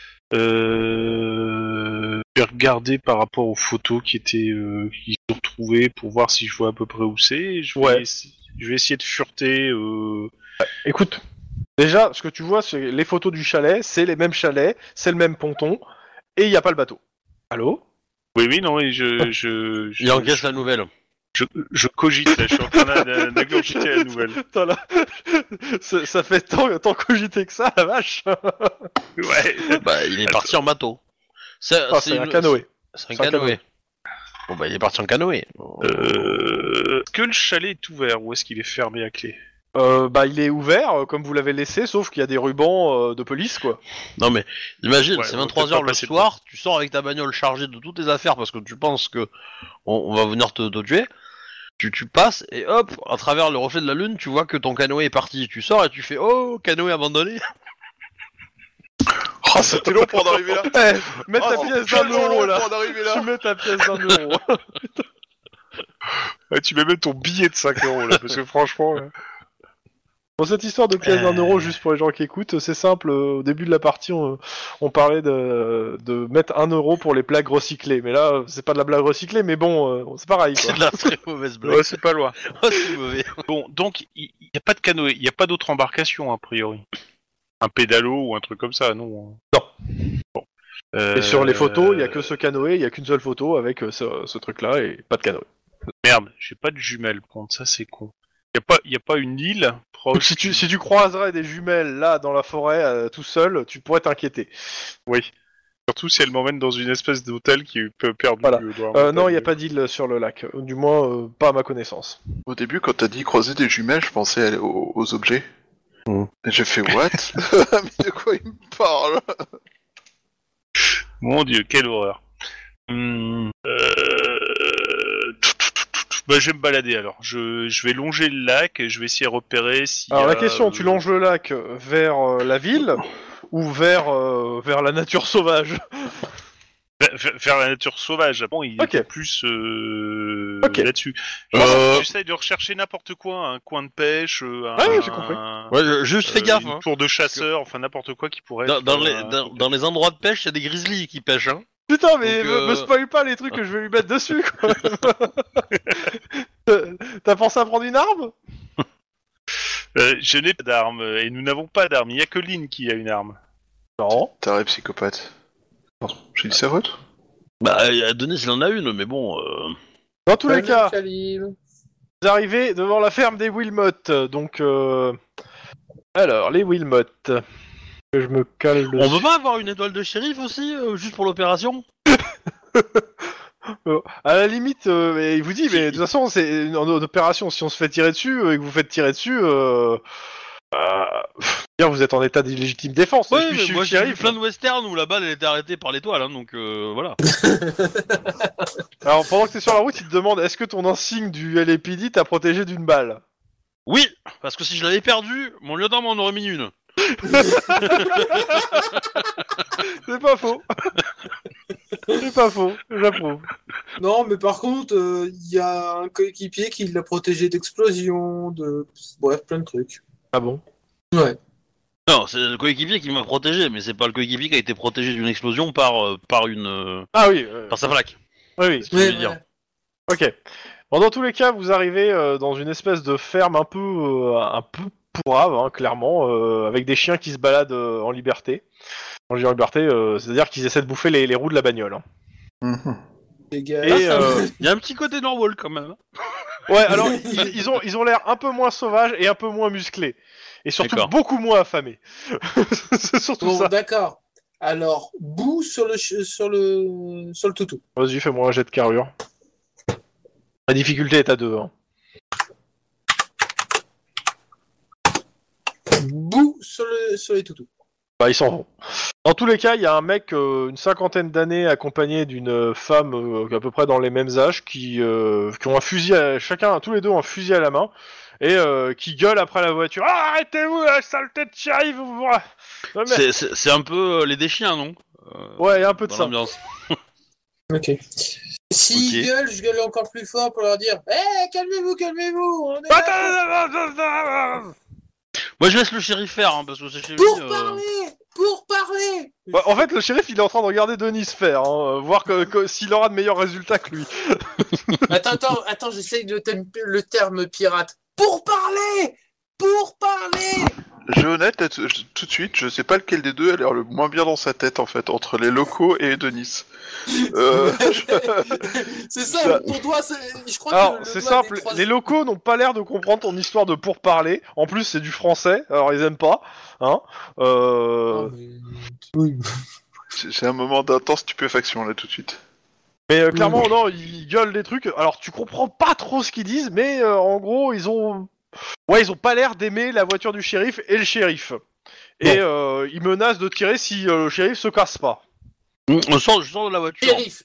Je vais regarder par rapport aux photos qui sont retrouvées pour voir si je vois à peu près où c'est. Je vais essayer de fureter. Écoute, déjà, ce que tu vois, c'est les photos du chalet, c'est les mêmes chalets, c'est le même ponton, et il n'y a pas le bateau. Allô? Oui, non, et il encaisse la nouvelle. Je cogite, là, je suis en train d'ingurgiter la nouvelle. Putain, là, ça fait tant cogiter que ça, la vache. Ouais. Bah, il est parti en bateau. C'est un canoë. C'est un canoë. Bon, bah, il est parti en canoë. Est-ce que le chalet est ouvert ou est-ce qu'il est fermé à clé? Bah, il est ouvert, comme vous l'avez laissé, sauf qu'il y a des rubans de police, quoi. Non, mais imagine, Ouais, c'est on va 23h peut-être le pas passer soir, tu sors avec ta bagnole chargée de toutes tes affaires parce que tu penses que on va venir te tuer. Tu passes et hop, à travers le reflet de la lune, tu vois que ton canoë est parti. Tu sors et tu fais oh, canoë abandonné. Oh, c'était long pour en arriver là. Mets ta pièce d'un euro, là. Pour en arriver là. Tu mets ta pièce d'un euro. Ouais, tu mets même ton billet de 5 euros là, parce que franchement. Là... Bon, cette histoire de pièce d'un euro, juste pour les gens qui écoutent, c'est simple. Au début de la partie, on parlait de mettre 1 euro pour les blagues recyclées. Mais là, c'est pas de la blague recyclée, mais bon, c'est pareil, quoi. C'est de la très mauvaise blague. Ouais, c'est pas loin. Oh, c'est mauvais. Bon, donc il n'y a pas de canoë, il n'y a pas d'autre embarcation a priori. Un pédalo ou un truc comme ça, non? Non. Bon. Et sur les photos, il y a que ce canoë, il y a qu'une seule photo avec ce truc-là et pas de canoë. Merde, j'ai pas de jumelles, par contre, ça c'est con. Y a pas une île proche. Si tu croiserais des jumelles là dans la forêt tout seul, tu pourrais t'inquiéter. Oui. Surtout si elle m'emmène dans une espèce d'hôtel qui est perdu. Voilà. Non, il n'y a pas d'île sur le lac. Du moins, pas à ma connaissance. Au début, quand t'as dit croiser des jumelles, je pensais aux objets. Et j'ai fait what? Mais de quoi il me parle? Mon dieu, quelle horreur. Bah, je vais me balader alors. Je vais longer le lac et je vais essayer de repérer si. Alors la question, tu longes le lac vers la ville ou vers la nature sauvage? Vers la nature sauvage. Bon, il Ok. est plus Ok. là-dessus. J'essaye de rechercher n'importe quoi, un coin de pêche, Ouais, j'ai compris. Ouais, juste fais gaffe. une Hein. tour de chasseur, enfin n'importe quoi qui pourrait. Dans les endroits de pêche, il y a des grizzlies qui pêchent. Hein. Putain, mais Donc, me spoil pas les trucs que je vais lui mettre dessus, quoi. T'as pensé à prendre une arme? Je n'ai pas d'arme et nous n'avons pas d'arme. Il n'y a que Lynn qui a une arme. Non. T'es un psychopathe. Pardon, j'ai dit ça votre? Bah, Denis, il en a une, mais bon. Dans tous les cas, Khalil. vous arrivez devant la ferme des Wilmot, donc... Alors, les Wilmot... Que je me cale On peut pas avoir une étoile de shérif aussi, juste pour l'opération? À la limite, il vous dit, mais de toute façon, c'est une opération. Si on se fait tirer dessus et que vous faites tirer dessus, vous êtes en état d'illégitime défense. Ouais, Et puis, mais je moi suis j'ai vu plein de westerns où la balle elle était arrêtée par l'étoile, hein, donc voilà. Alors, pendant que t'es sur la route, il te demande est-ce que ton insigne du LAPD t'a protégé d'une balle? Oui, parce que si je l'avais perdu, mon lieutenant m'en aurait mis une. C'est pas faux. C'est pas faux, j'approuve. Non, mais par contre, il y a un coéquipier qui l'a protégé d'explosion, bref, plein de trucs. Ah bon? Ouais. Non, c'est le coéquipier qui m'a protégé, mais c'est pas le coéquipier qui a été protégé d'une explosion par Ah oui. par sa plaque. Oui, oui. C'est ce que je veux dire. Ok. Bon, dans tous les cas, vous arrivez dans une espèce de ferme un peu pourrave, hein, clairement, avec des chiens qui se baladent en liberté. Quand je dis en liberté, c'est-à-dire qu'ils essaient de bouffer les roues de la bagnole. Hein. Mhm. Les gars. Et, Il y a un petit côté normal quand même. ouais, alors ils ont l'air un peu moins sauvages et un peu moins musclés. Et surtout D'accord. beaucoup moins affamés. C'est surtout Bon, ça. d'accord. Alors, boue sur le toutou. Vas-y, fais-moi un jet de carrure. La difficulté est à 2. Hein. Boue sur les toutous. Bah, ils s'en vont. Dans tous les cas, il y a un mec, une cinquantaine d'années, accompagné d'une femme à peu près dans les mêmes âges, qui ont un fusil, tous les deux ont un fusil à la main, et qui gueule après la voiture. Ah, arrêtez-vous, la saleté de shérif! Ouais, mais- C'est un peu les déchiens, non Ouais, il y a un peu de Dans ça. l'ambiance. Ok. S'ils Ok. gueulent, je gueule encore plus fort pour leur dire calmez-vous, calmez-vous, on est là Moi, je laisse le shérif faire, hein, parce que c'est chez lui. pour parler Ouais, en fait, le shérif, il est en train de regarder Denis faire, hein, voir s'il aura de meilleurs résultats que lui. Attends, j'essaye le terme pirate. Pour parler. Je vais honnête, là, tout de suite, je sais pas lequel des deux a l'air le moins bien dans sa tête, en fait, entre les locaux et Denis. C'est ça, pour toi, je crois Alors, que le c'est doigt simple, des trois- les locaux n'ont pas l'air de comprendre ton histoire de pourparler. En plus, c'est du français, alors ils aiment pas. Hein. Non, mais- Oui. C'est un moment d'intense stupéfaction, là, tout de suite. Mais clairement, non, ils gueulent des trucs. Alors, tu comprends pas trop ce qu'ils disent, mais en gros, ils ont pas l'air d'aimer la voiture du shérif et le shérif. Et ils menacent de tirer si le shérif se casse pas. Je sors de la voiture. Shérif,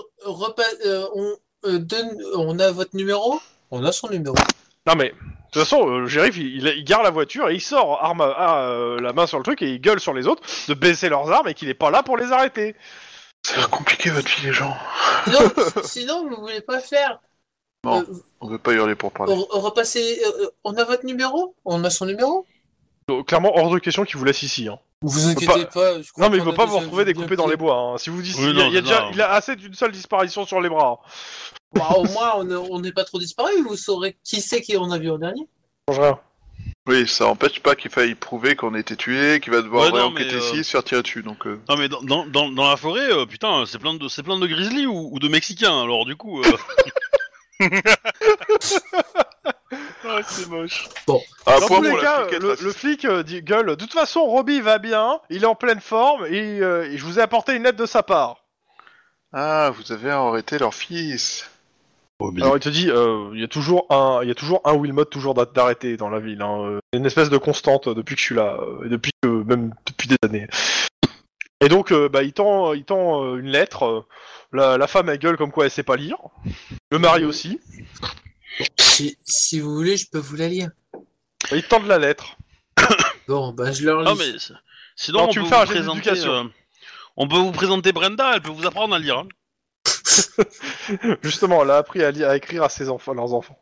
on a votre numéro? On a son numéro. Non mais, de toute façon, le shérif, il gare la voiture et il sort la main sur le truc et il gueule sur les autres de baisser leurs armes et qu'il est pas là pour les arrêter. Ça va compliquer votre vie, les gens. Sinon, vous voulez pas faire Non. On veut pas hurler pour parler. repasser. On a votre numéro? On a son numéro? Donc, clairement, hors de question qu'il vous laisse ici. Hein. Vous inquiétez pas. je crois Non mais il qu'on veut a pas vous déjà retrouver bien découpé dans pire. les bois. Hein. Si vous dites, Oui, non, c'est ça. il a assez d'une seule disparition sur les bras. Bah, au moins, on n'est pas trop disparu. Vous saurez qui c'est qu'on a vu en dernier. Ça change rien. Oui, ça empêche pas qu'il faille prouver qu'on a été tué, qu'il va devoir Ouais, non, réenquêter mais, ici et se faire tirer dessus, donc... Non, mais dans la forêt, putain, c'est plein de grizzlies ou de mexicains, alors du coup. Ouais, c'est moche. Ah, Dans point tous les pour la cas, fliquette le raciste. flic gueule. De toute façon, Robbie va bien, il est en pleine forme et je vous ai apporté une lettre de sa part. Ah, vous avez arrêté leur fils. Alors il te dit, il y a toujours un Wilmot toujours d'arrêté dans la ville. Hein. C'est une espèce de constante depuis que je suis là, et même depuis des années. Et donc, il tend une lettre. La femme elle gueule comme quoi elle sait pas lire. Le mari aussi. Si vous voulez, je peux vous la lire. Et il tend de la lettre. Bon, bah je leur lis. Non, mais sinon, Non, on tu peut me fais un vous jet présenter. d'éducation. On peut vous présenter Brenda, elle peut vous apprendre à lire. Hein. Justement, elle a appris à écrire à leurs enfants.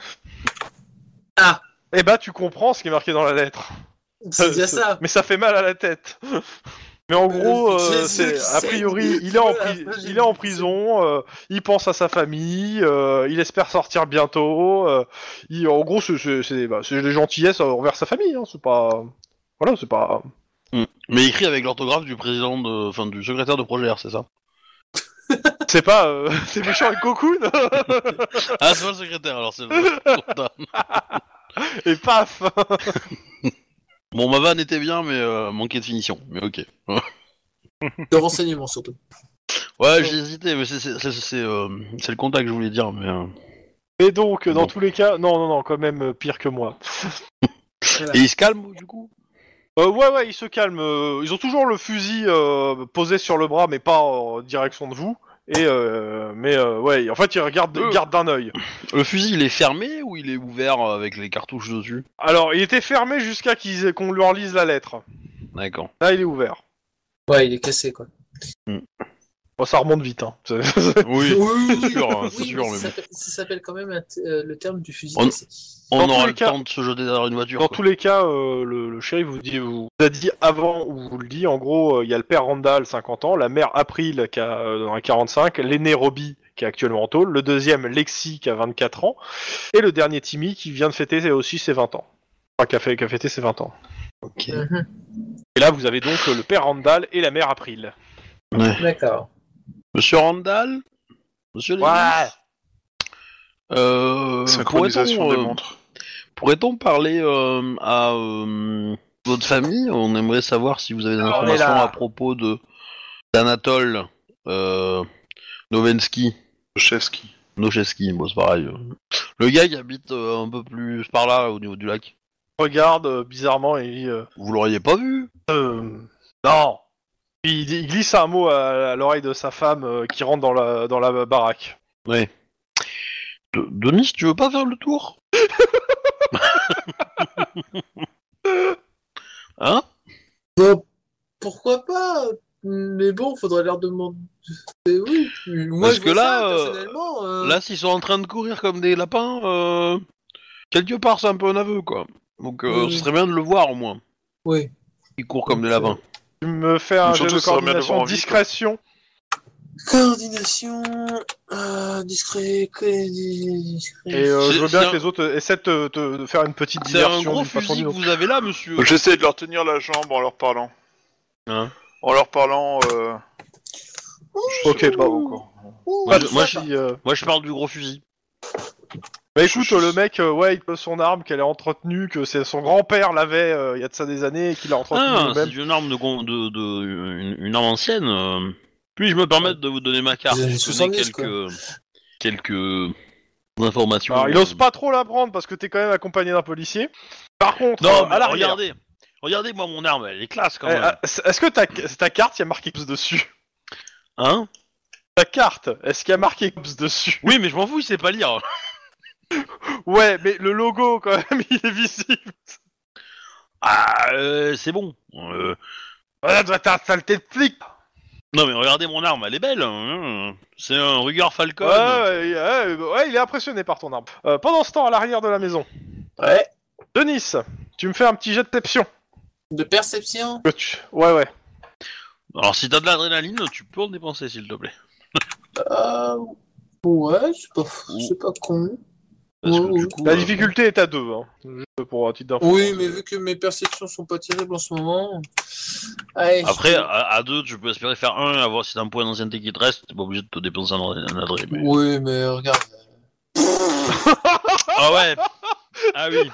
Ah. Et bah tu comprends ce qui est marqué dans la lettre. C'est déjà ça. Mais ça fait mal à la tête. Mais en gros, Jésus, c'est a c'est priori, du il est en, feu, la pri- vache, il est en prison, il pense à sa famille, il espère sortir bientôt. En gros, c'est des gentillesses envers sa famille. Hein, c'est pas, voilà, c'est pas. Mais écrit avec l'orthographe du du secrétaire de Proger, c'est ça? C'est pas, c'est méchant et cocoon. Ah, c'est pas le secrétaire, alors c'est le. Et paf. Bon, ma vanne était bien, mais manquait de finition. Mais ok. De renseignements surtout. Ouais, j'ai hésité, mais c'est le contact que je voulais dire, mais. Et donc, dans Bon. tous les cas, non, quand même pire que moi. Voilà. Et il se calme, du coup? Ouais, ils se calment. Ils ont toujours le fusil posé sur le bras, mais pas en direction de vous. Ouais, en fait, ils gardent d'un œil. Le fusil, il est fermé ou il est ouvert avec les cartouches dessus? Alors, il était fermé jusqu'à qu'on lui relise la lettre. D'accord. Là, il est ouvert. Ouais, il est cassé quoi. Bon, ça remonte vite, hein. Oui, Oui, c'est sûr, hein, c'est oui, sûr, mais mais ça s'appelle quand même le terme du fusil On- cassé. on Dans aura tous le les cas- temps de se jeter derrière une voiture. Dans quoi. tous les cas, le shérif vous a dit avant, ou vous le dit, en gros, il y a le père Randall, 50 ans, la mère April, qui a dans un 45, l'aîné Robbie, qui est actuellement en tôle, le deuxième Lexi, qui a 24 ans, et le dernier Timmy, qui vient de fêter aussi ses 20 ans. Qui a fêté ses 20 ans. Ok. Et là, vous avez donc le père Randall et la mère April. Ouais. D'accord. Monsieur Randall, Monsieur Lewis, Synchronisation des pourrait-on, montres. pourrait-on parler à votre famille? On aimerait savoir si vous avez des informations là. à propos d'Anatole Novensky. Chevski. Nochevski, bon c'est pareil. Le gars qui habite un peu plus par là, au niveau du lac. Regarde bizarrement et il dit Vous l'auriez pas vu? non. Puis il glisse un mot à l'oreille de sa femme qui rentre dans la baraque. Ouais. Denis, tu veux pas faire le tour? Hein? Bon, pourquoi pas? Mais bon, faudrait leur demander. Oui, moi Parce je que vois là, ça, personnellement. Là, s'ils sont en train de courir comme des lapins, quelque part c'est un peu un aveu, quoi. Donc Oui. ce serait bien de le voir au moins. Oui. Ils courent comme des lapins. Tu me fais un jet Surtout, de ça remet coordination, devant en vie, discrétion. Coordination, discret. Et je veux bien que les autres essaient de faire une petite C'est un diversion gros d'une façon ou fusil d'une que autre. vous avez là, monsieur. J'essaie de leur tenir la jambe en leur parlant. Hein? En leur parlant. Ok, sais pas bah, encore. Moi, je parle du gros fusil. Bah écoute, le mec, ouais, il pose son arme qu'elle a entretenue, que c'est son grand-père l'avait il y a de ça des années et qu'il a entretenue Ah, c'est lui-même. une arme une arme ancienne. Puis-je me permettre de vous donner ma carte? Des années Vous donnez 70, quelques informations. Alors, il ose pas trop la prendre parce que t'es quand même accompagné d'un policier. Par contre, Non, mais à l'arrière, regardez moi mon arme, elle est classe quand eh, même. est-ce que ta carte, il y a marqué Cops dessus? Hein? Ta carte, est-ce qu'il y a marqué Cops dessus? Oui, mais je m'en fous, il sait pas lire. Ouais, mais le logo, quand même, il est visible. Ah, c'est bon. Voilà, doit être un saleté de flic. Non, mais regardez mon arme, elle est belle. Hein. C'est un Ruger Falcon. Ouais, il est impressionné par ton arme. Pendant ce temps, à l'arrière de la maison. Ouais. Denis, tu me fais un petit jet de perception. De perception. Ouais. Alors, si t'as de l'adrénaline, tu peux en dépenser, s'il te plaît. Ouais, c'est pas con. Parce que, Ouais, du coup, La difficulté est à 2, hein. Juste pour un titre d'info. Oui, mais vu que mes perceptions sont pas terribles en ce moment. Allez, Après, à 2, tu peux espérer faire 1, à voir si t'as un point d'ancienneté qui te reste, t'es pas obligé de te dépenser un adré. Mais... Oui, mais regarde. Ah ouais. Ah oui.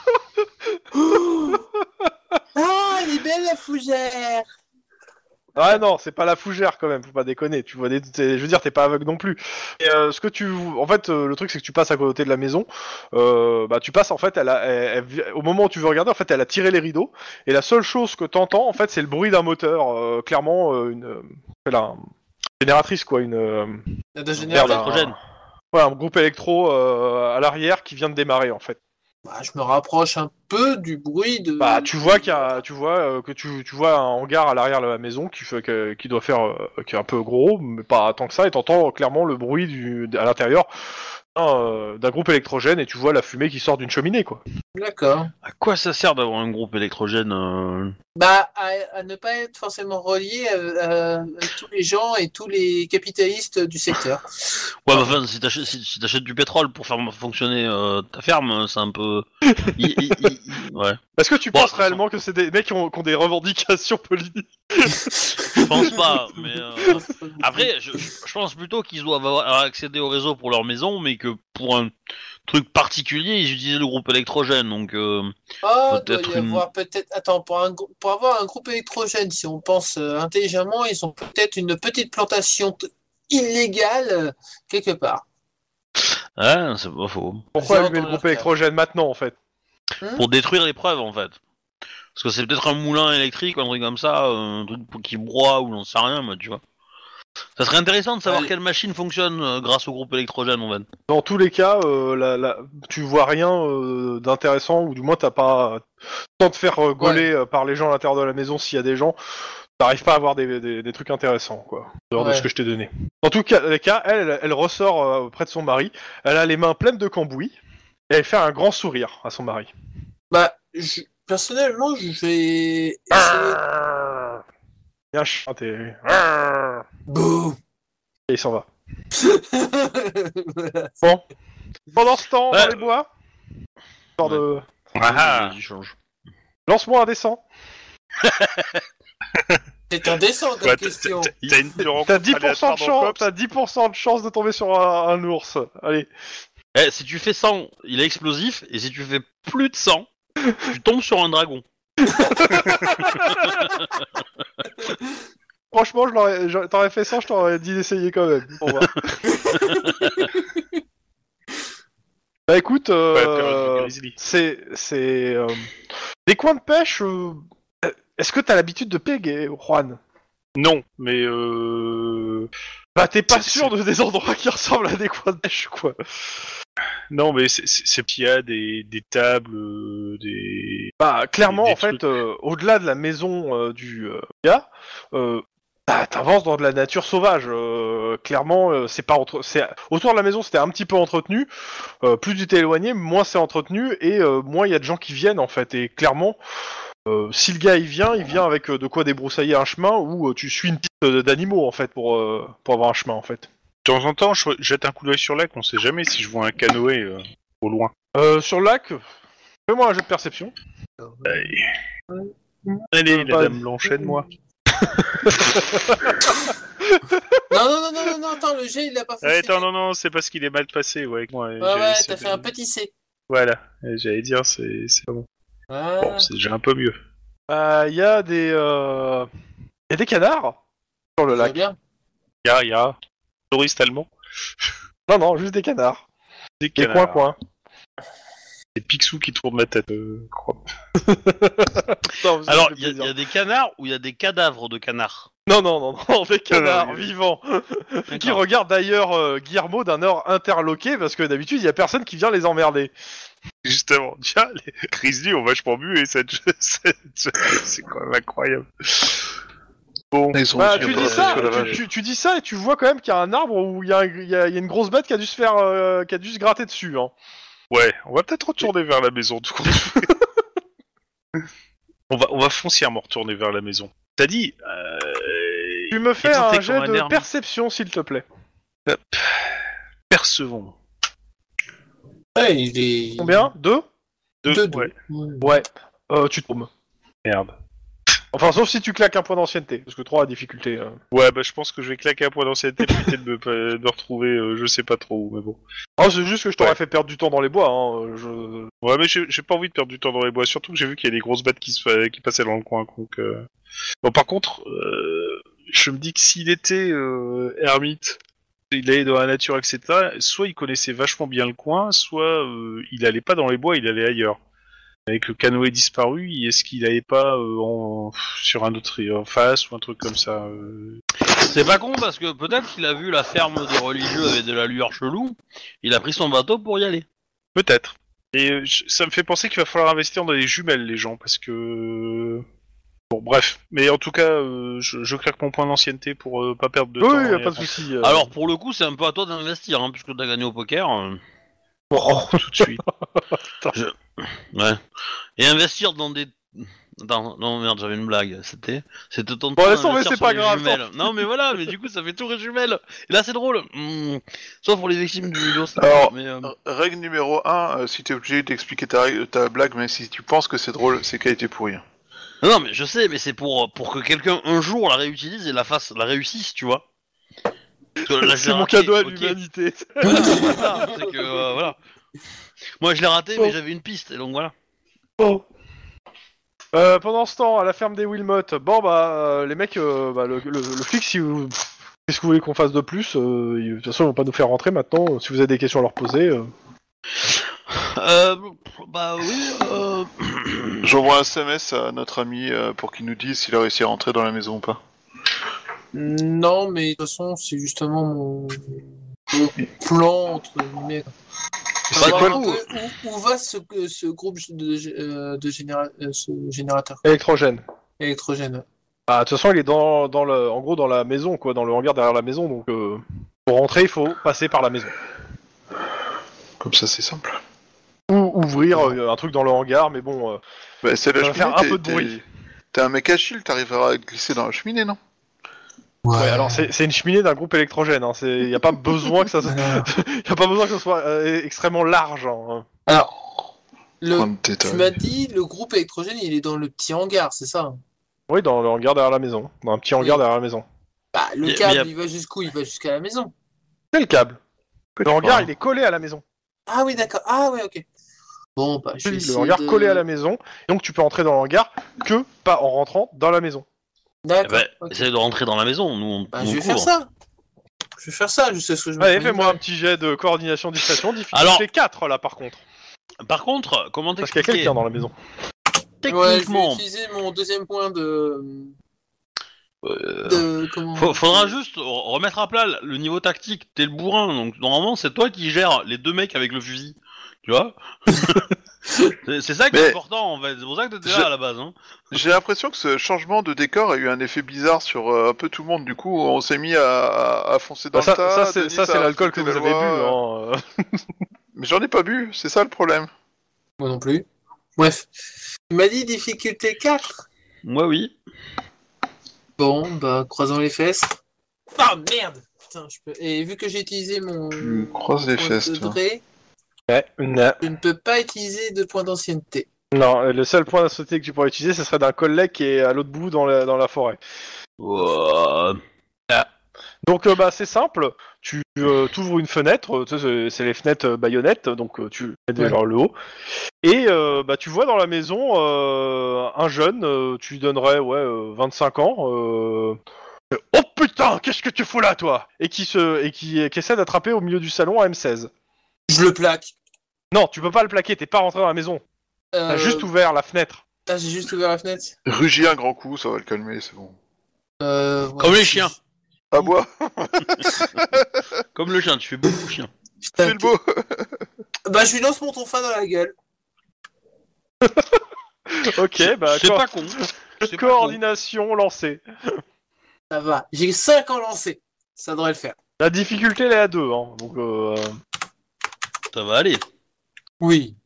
Ah, elle est belle la fougère. Ouais, non, c'est pas la fougère quand même, faut pas déconner. Tu vois je veux dire, t'es pas aveugle non plus. Et en fait, le truc c'est que tu passes à côté de la maison. Tu passes en fait, au moment où tu veux regarder, en fait, elle a tiré les rideaux. Et la seule chose que t'entends, en fait, c'est le bruit d'un moteur. Clairement, une génératrice quoi, une. De générateur. Ouais, un groupe électro à l'arrière qui vient de démarrer en fait. Bah, je me rapproche un peu du bruit de. Bah, tu vois tu vois un hangar à l'arrière de la maison qui doit faire, qui est un peu gros, mais pas tant que ça, et t'entends clairement le bruit à l'intérieur d'un groupe électrogène, et tu vois la fumée qui sort d'une cheminée, quoi. D'accord. À quoi ça sert d'avoir un groupe électrogène Bah, à ne pas être forcément relié à tous les gens et tous les capitalistes du secteur. Ouais, bah, enfin, si t'achètes du pétrole pour faire fonctionner ta ferme, c'est un peu... Ouais. Est-ce que tu Bon, penses réellement que c'est des mecs qui ont des revendications politiques? Je pense pas, mais... Après, je pense plutôt qu'ils doivent avoir accédé au réseau pour leur maison, mais que pour un truc particulier, ils utilisaient le groupe électrogène, donc... Oh, doit peut-être y avoir peut-être. Attends, pour avoir un groupe électrogène, si on pense intelligemment, ils ont peut-être une petite plantation illégale quelque part. Ouais, c'est pas faux. Pourquoi J'ai allumer le entendu groupe leur électrogène maintenant, en fait? Pour détruire les preuves, en fait. Parce que c'est peut-être un moulin électrique, un truc comme ça, un truc qui broie ou j'en sais rien, mais tu vois. Ça serait intéressant de savoir Ouais. quelle machine fonctionne grâce au groupe électrogène, en fait. Dans tous les cas, tu vois rien d'intéressant, ou du moins t'as pas tant de faire gauler par les gens à l'intérieur de la maison s'il y a des gens. T'arrives pas à avoir des trucs intéressants, quoi, en dehors de Ouais. ce que je t'ai donné. En tout cas, elle ressort près de son mari. Elle a les mains pleines de cambouis et elle fait un grand sourire à son mari. Bah, personnellement, je vais essayer. Il y a un chien, t'es... Bouh. Et il s'en va. Voilà. Bon. Pendant ce temps, Ouais. dans les bois, histoire de... Vas-y, change. Lance-moi un dessin. C'est indécent comme question. T'as une T'as 10% de chance. T'as 10% de chance de tomber sur un ours. Allez. Si tu fais 100, il est explosif, et si tu fais plus de 100, tu tombes sur un dragon. Franchement, t'aurais fait ça, je t'aurais dit d'essayer quand même. Bon, bah. Bah écoute, c'est des coins de pêche. Est-ce que t'as l'habitude de pêcher, Juan? Non, mais Bah t'es pas sûr de des endroits qui ressemblent à des coins de pêche, quoi. non, mais c'est qu'il y a des tables, des. Bah clairement, des en fait, trucs. au-delà de la maison du gars, t'avances dans de la nature sauvage. Clairement, c'est autour de la maison, c'était un petit peu entretenu. Plus tu t'es éloigné, moins c'est entretenu et moins il y a de gens qui viennent en fait. Et clairement, si le gars il vient avec de quoi débroussailler un chemin ou tu suis une piste d'animaux en fait pour avoir un chemin en fait. De temps en temps, je jette un coup d'œil sur le lac, on sait jamais si je vois un canoë au loin. Sur le lac, fais-moi un jeu de perception. Allez, la pas- dame blanche, aide-moi. Non, attends, le G, il l'a pas fait. Attends, non, c'est parce qu'il est mal passé, ouais. Moi, Ouais, t'as fait un petit C. Voilà, j'allais dire, c'est pas bon. Ah. Bon, c'est déjà un peu mieux. Il y a des canards sur le Ça va lac. bien. Ya. Touriste allemand. Non, juste des canards. Des Des canards. coins. Des Picsou qui tournent la tête, crois. Non, ça Alors, fait il y a plaisir. des canards ou il y a des cadavres de canards? Non, des canards Non, vivants qui D'accord. regardent d'ailleurs Guillermo d'un air interloqué parce que d'habitude il y a personne qui vient les emmerder. Justement, tiens, les Grizzlies ont vachement bu et c'est quand même incroyable. Bon, Ils sont Bah, sur- tu dis sur ça, la vache. tu dis ça et tu vois quand même qu'il y a un arbre où il y a une grosse bête qui a dû se faire, qui a dû se gratter dessus. Hein. ouais, on va peut-être retourner vers la maison, tout compte fait. on va foncièrement retourner vers la maison. T'as dit Tu me fais Ils sont un faits jet comme un de ermite. perception s'il te plaît. percevons. Ouais, il est. Combien 2 Deux. Ouais, Ouais. Tu tombes. merde. Enfin, sauf si tu claques un point d'ancienneté, parce que 3 à difficulté. Ouais, bah je pense que je vais claquer un point d'ancienneté pour éviter de me retrouver, je sais pas trop où, mais bon. Oh, c'est juste que je t'aurais Ouais. fait perdre du temps dans les bois. Hein. Ouais, mais j'ai pas envie de perdre du temps dans les bois, surtout que j'ai vu qu'il y a des grosses bêtes qui passaient dans le coin, donc... Bon, par contre, je me dis que s'il était ermite, il allait dans la nature, etc., soit il connaissait vachement bien le coin, soit il allait pas dans les bois, il allait ailleurs. Avec le canoë disparu, est-ce qu'il allait pas sur un autre en face ou un truc comme ça C'est pas con parce que peut-être qu'il a vu la ferme des religieux avec de la lueur chelou, il a pris son bateau pour y aller. Peut-être. Et ça me fait penser qu'il va falloir investir dans les jumelles, les gens, parce que... Bon, bref. Mais en tout cas, je claque mon point d'ancienneté pour pas perdre de temps. Oui, y a et pas de attendre. souci. Alors pour le coup, c'est un peu à toi d'investir, hein, puisque t'as gagné au poker. Oh, tout de suite. Ouais. Et investir dans des... Attends, non merde, j'avais une blague. C'était ton Bon, tour laisse tomber, d'investir c'est sur pas les grave, jumelles. Non mais voilà, mais du coup ça fait tout les jumelles. Et là c'est drôle. Sauf pour les victimes du dos. Alors, Mais, Règle numéro 1, si t'es obligé d'expliquer ta blague, mais si tu penses que c'est drôle, c'est qu'elle a été pourrie. Non mais je sais, mais c'est pour que quelqu'un un jour la réutilise et la réussisse, tu vois. Parce que là, je C'est l'ai mon raté, cadeau à ok. l'humanité. Voilà, c'est ça, c'est que voilà. Moi je l'ai raté, mais Bon. j'avais une piste, et donc voilà. Bon. Pendant ce temps, à la ferme des Wilmot, bon les mecs, le flic, si vous... Qu'est-ce que vous voulez qu'on fasse de plus de toute façon, ils vont pas nous faire rentrer maintenant. Si vous avez des questions à leur poser. Bah oui. J'envoie un SMS à notre ami pour qu'il nous dise s'il a réussi à rentrer dans la maison ou pas. Non, mais de toute façon, c'est justement mon plan, entre guillemets. Bah, Savoir du un coup, peu où va ce groupe ce générateur Électrogène. électrogène. Ah, de toute façon, il est en gros dans la maison, quoi, dans le hangar derrière la maison. Donc, pour rentrer, il faut passer par la maison. Comme ça, c'est simple. Ou ouvrir un truc dans le hangar, mais bon, Bah, c'est la ça va cheminée. faire un peu de bruit. T'es un mec agile, t'arriveras à glisser dans la cheminée, non? Ouais, alors c'est une cheminée d'un groupe électrogène. Hein. Y a pas besoin que ça, y a pas besoin que ce soit extrêmement large. Hein. Alors, Point de détail. Tu m'as dit le groupe électrogène, il est dans le petit hangar, c'est ça? Oui, dans le hangar derrière la maison. Dans un petit hangar Oui. derrière la maison. Bah, le Mais- câble, mais- il va jusqu'où? Il va jusqu'à la maison. Quel câble? Que Le tu hangar, parles. il est collé à la maison. Ah oui, d'accord. Ah ouais, ok. Bon, bah, je vais Le essayer hangar de... collé à la maison. Donc tu peux entrer dans le hangar que pas en rentrant dans la maison. Eh D'accord. ben, ok. essaye de rentrer dans la maison, nous on, Bah, nous, je vais on faire couvre. ça. Je vais faire ça, je sais ce que je me Allez, prends une fais-moi un balle. petit jet de coordination discrétion, difficulté Alors- 4 là par contre. Par contre, comment Parce qu'il y a t'expliquer quelqu'un dans la maison. Ouais, je vais Techniquement, utiliser mon deuxième point de... Comment... faudra juste remettre à plat le niveau tactique. T'es le bourrin, donc normalement c'est toi qui gères les deux mecs avec le fusil. Tu vois c'est ça qui est Mais- important en fait. C'est pour ça que t'étais Je- là à la base. Hein. J'ai l'impression que ce changement de décor a eu un effet bizarre sur un peu tout le monde. Du coup, on s'est mis à foncer dans Bah, le tas. ça, Denis c'est a l'alcool que respecté vous la avez bu. loi. Hein. Mais j'en ai pas bu, c'est ça le problème. Moi non plus. Bref. Tu m'as dit difficulté 4. Moi oui. Bon, bah, croisons les fesses. Ah, merde. Putain, je peux... Et vu que j'ai utilisé mon... Tu croises les point fesses, de toi. degré, Ouais, non. je ne peux pas utiliser de points d'ancienneté. Non, le seul point d'ancienneté que tu pourrais utiliser, ce serait d'un collègue qui est à l'autre bout dans la forêt. Donc bah c'est simple, tu t'ouvres une fenêtre, tu sais, c'est les fenêtres baïonnettes, donc tu mets Ouais. vers le haut, et bah tu vois dans la maison un jeune, tu lui donnerais 25 ans. Oh putain, qu'est-ce que tu fous là toi? Et qui essaie d'attraper au milieu du salon un M16. Je le plaque. Non, tu peux pas le plaquer, t'es pas rentré dans la maison. T'as juste ouvert la fenêtre. Ah, j'ai juste ouvert la fenêtre. Rugis un grand coup, ça va le calmer, c'est bon. Ouais, Comme les chiens. À bois, Comme le chien, tu fais beaucoup chien. Putain, fais le beau. Bah, je lui lance mon tonfa dans la gueule. Ok, bah C'est pas con. C'est pas con. coordination lancée. Ça va. J'ai 5 ans lancé. Ça devrait le faire. La difficulté elle est à 2, hein, donc Ça va aller. Oui.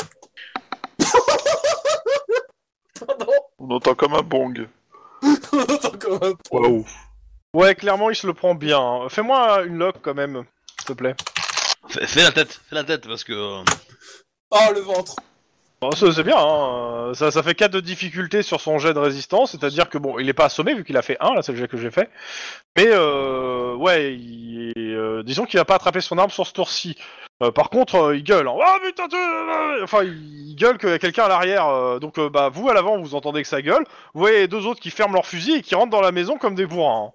Pardon. On entend comme un bong. On entend comme un pro. Waouh. Ouais, clairement, il se le prend bien. Hein. Fais-moi une lock quand même, s'il te plaît. Fais la tête parce que. Oh, le ventre. Bon, c'est bien, hein. Ça fait 4 de difficulté sur son jet de résistance, c'est-à-dire que bon, il est pas assommé vu qu'il a fait 1, là c'est le jet que j'ai fait. Mais ouais, disons qu'il va pas attraper son arme sur ce tour-ci. Par contre, il gueule. Hein. Oh putain, enfin, il gueule qu'il y a quelqu'un à l'arrière. Donc bah vous à l'avant, vous entendez que ça gueule. Vous voyez les deux autres qui ferment leur fusil et qui rentrent dans la maison comme des bourrins.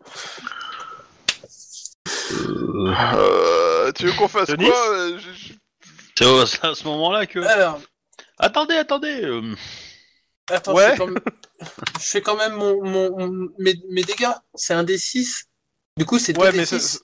Hein. Tu veux qu'on fasse Denis quoi C'est à ce moment-là que. Alors, Attendez. attends, Ouais. je fais quand même mes dégâts. C'est un D6. Du coup, c'est 2 Ouais, mais D6.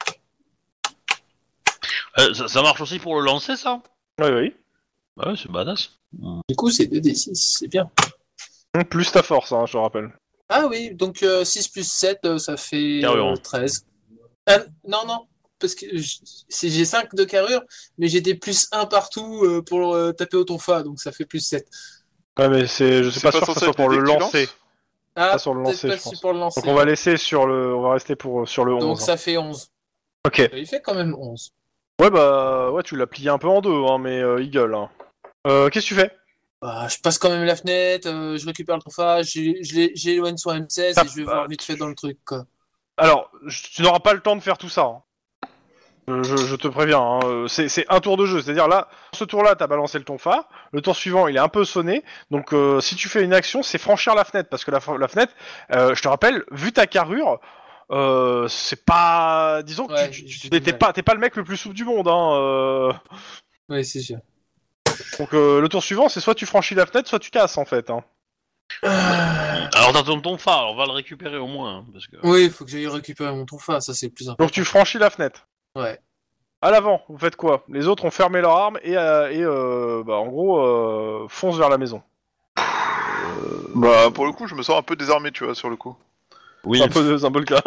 Ça marche aussi pour le lancer, ça? Oui. Ouais, c'est badass. Du coup, c'est 2 D6. C'est bien. Plus ta force, hein, je te rappelle. Ah oui, donc 6 plus 7, ça fait Carrure. 13. Non, parce que j'ai 5 de carrure, mais j'ai des plus 1 partout pour taper au tonfa, donc ça fait plus 7. Ouais, mais je suis C'est pas sûr que censé ça soit être pour dès le que tu lancer. lances Ah, Pas sur le peut-être lancer, pas je pense. pour le lancer. Donc on va laisser on va rester sur le 11. Donc hein. ça fait 11. Ok. Il fait quand même 11. Ouais, bah, ouais, tu l'as plié un peu en deux, hein, mais il gueule. Hein. Qu'est-ce que tu fais? Bah, je passe quand même la fenêtre, je récupère le tonfa, j'éloigne son M16 et je vais voir vite fait dans le truc, quoi. Alors, tu n'auras pas le temps de faire tout ça. Hein. Je te préviens, hein. C'est un tour de jeu. C'est-à-dire là, ce tour-là, t'as balancé le tonfa. Le tour suivant, il est un peu sonné. Donc, si tu fais une action, c'est franchir la fenêtre. Parce que la fenêtre, je te rappelle, vu ta carrure, c'est pas... Disons que Ouais, t'es pas le mec le plus souple du monde. Hein. Oui, c'est sûr. Donc, le tour suivant, c'est soit tu franchis la fenêtre, soit tu casses, en fait. Hein. Alors t'as ton phare, on va le récupérer au moins. Hein, parce que... Oui, il faut que j'aille récupérer mon tonfa, ça c'est le plus important. Donc, tu franchis la fenêtre. Ouais. À l'avant, vous faites quoi? Les autres ont fermé leurs armes et bah, en gros, foncent vers la maison. Bah, pour le coup, je me sens un peu désarmé, tu vois, sur le coup. Oui. C'est un peu le cas.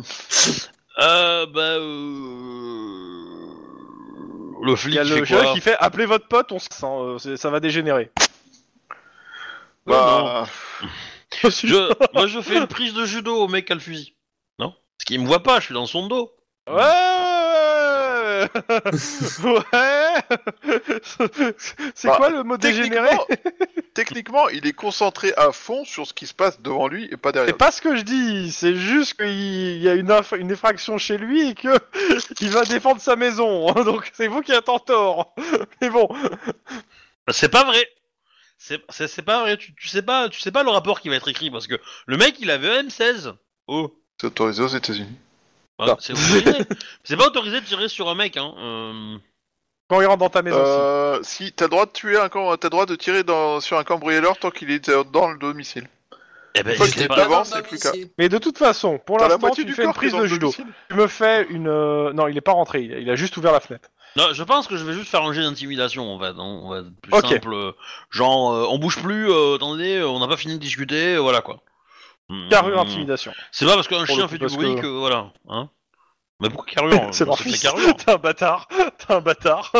Le Il flic y a fait le quoi gars qui fait appelez votre pote, on se sent, ça va dégénérer. Bah, Moi je fais une prise de judo au mec qui a le fusil. Non? Parce qu'il me voit pas, je suis dans son dos. Ouais, C'est quoi le mot dégénéré? Techniquement, il est concentré à fond sur ce qui se passe devant lui et pas derrière. C'est pas ce que je dis, c'est juste qu'il y a une effraction chez lui et que il va défendre sa maison. Donc c'est vous qui êtes en tort. Mais bon. C'est pas vrai. C'est pas vrai. Tu sais pas le rapport qui va être écrit parce que le mec il avait un M16. Oh. C'est autorisé aux États-Unis. Ouais, c'est autorisé. C'est pas autorisé de tirer sur un mec, hein. Quand il rentre dans ta maison. Si t'as le droit de tuer t'as le droit de tirer sur un cambrioleur tant qu'il est dans le domicile. Eh ben, Une fois je qu'il sais est pas. devant, c'est plus qu'à. Mais de toute façon, pour T'as la l'instant, moitié tu du fais une corps qui est prise dans de le judo. domicile. Tu me fais une. Non, il est pas rentré. Il a juste ouvert la fenêtre. Non, je pense que je vais juste faire un jet d'intimidation en fait. Hein. On va être plus Ok. simple. Genre, on bouge plus. Attendez, on n'a pas fini de discuter. Voilà quoi. Carrure intimidation. C'est pas parce qu'un Pour chien le coup, fait du parce bruit que- que voilà. Hein. Mais pourquoi carrure? C'est leur Ça fait fils. carrure. T'es un bâtard. T'es un bâtard.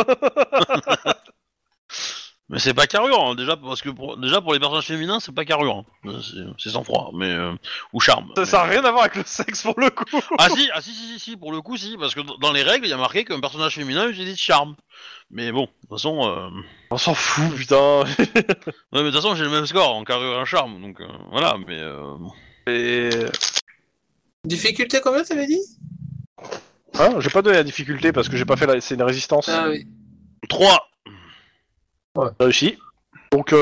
Mais c'est pas carrure, hein, déjà parce que pour les personnages féminins, c'est pas carrure. Hein. C'est sans froid, mais ou charme. Ça a rien à voir avec le sexe pour le coup. Ah si, pour le coup si, parce que dans les règles, il y a marqué qu'un personnage féminin utilise charme. Mais bon, de toute façon, On s'en fout, putain. ouais, mais de toute façon, j'ai le même score en carrure et en charme, donc voilà. Mais Et... Difficulté combien t'avais dit? Hein, j'ai pas donné la difficulté parce que j'ai pas fait c'est une résistance. Ah oui. 3. Réussi. Donc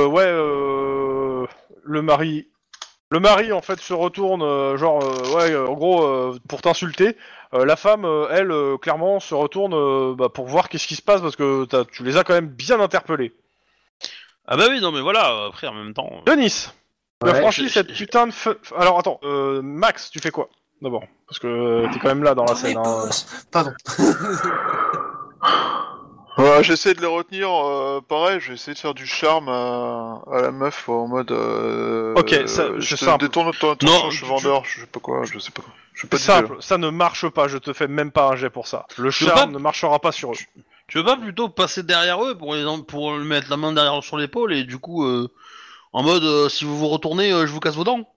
le mari en fait se retourne en gros pour t'insulter. La femme elle clairement se retourne pour voir qu'est-ce qui se passe parce que tu les as quand même bien interpellés. Ah bah oui, non mais voilà. Après en même temps. Denis, tu as Ouais, franchi cette putain de Alors attends, Max, tu fais quoi d'abord? Parce que t'es quand même là dans la scène. Hein. Pardon. Ouais, j'essaie de les retenir, pareil, je vais essayer de faire du charme à la meuf en mode. Ok, ça, je te simple. détourne ton Non, attention, je suis vendeur, je sais pas quoi. Je suis pas C'est d'idée, simple, ça ne marche pas, je te fais même pas un jet pour ça. Le Tu veux charme pas- ne marchera pas sur eux. Tu veux pas plutôt passer derrière eux pour lui mettre la main derrière sur l'épaule et du coup en mode si vous vous retournez, je vous casse vos dents.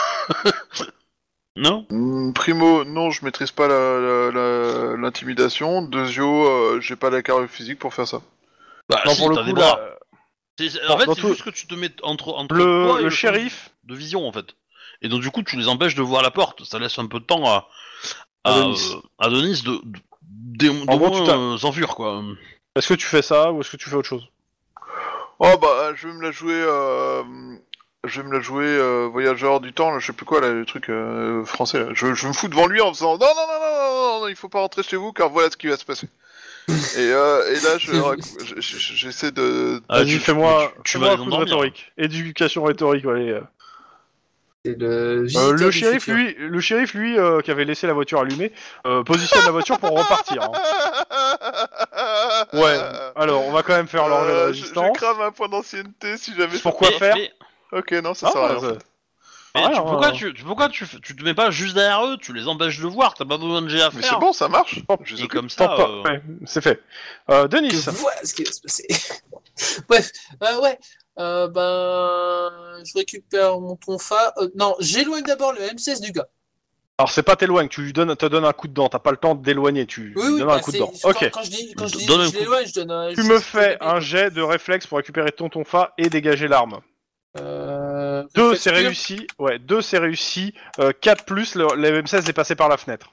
Non. Primo, non, je maîtrise pas l'intimidation. Deuxio, j'ai pas la carrure physique pour faire ça. Bah Non, si, pour le t'as coup, des bras. là, En fait, dans c'est tout- juste que tu te mets entre toi et le champ shérif, de vision en fait. Et donc du coup, tu les empêches de voir la porte. Ça laisse un peu de temps à Denis de En gros, moins s'enfuir quoi. est-ce que tu fais ça ou est-ce que tu fais autre chose? Oh bah, je vais me la jouer. Voyageur du temps, là, je sais plus quoi, là, le truc français. Là. Je me fous devant lui en faisant non, il faut pas rentrer chez vous car voilà ce qui va se passer. et là, j'essaie de. Vas-y, fais-moi vas un les coup de endormir. rhétorique. Éducation rhétorique, allez. C'est le Le visiteur du shérif, futur. lui, qui avait laissé la voiture allumée, positionne la voiture pour repartir. Hein. Ouais, alors on va quand même faire l'enlever de je résistance. crame un point d'ancienneté si jamais. Pourquoi Mais- faire mais- Ok, non, ça Ah, sert à rien. ça- mais Ah, tu- ouais, pourquoi tu te mets pas juste derrière eux, tu les empêches de voir, t'as pas besoin de jet à Mais faire. c'est bon, ça marche. Je les Et occupe. comme ça, Tente pas. Ouais, c'est fait. Denis, Que voilà ce qui va se passer. Bref, ouais. Je récupère mon tonfa. Non, j'éloigne d'abord le M16 du gars. alors c'est pas t'éloignes, tu te donnes un coup de dent, t'as pas le temps d'éloigner, tu Oui, lui oui, donnes bah, un coup de dent. c'est- Ok. Quand je dis Donne un je coup. l'éloigne, je donne un. Tu me fais un jet de réflexe pour récupérer ton tonfa et dégager l'arme. 2 c'est réussi, ouais, 2 c'est réussi, 4 plus, le M16 est passé par la fenêtre.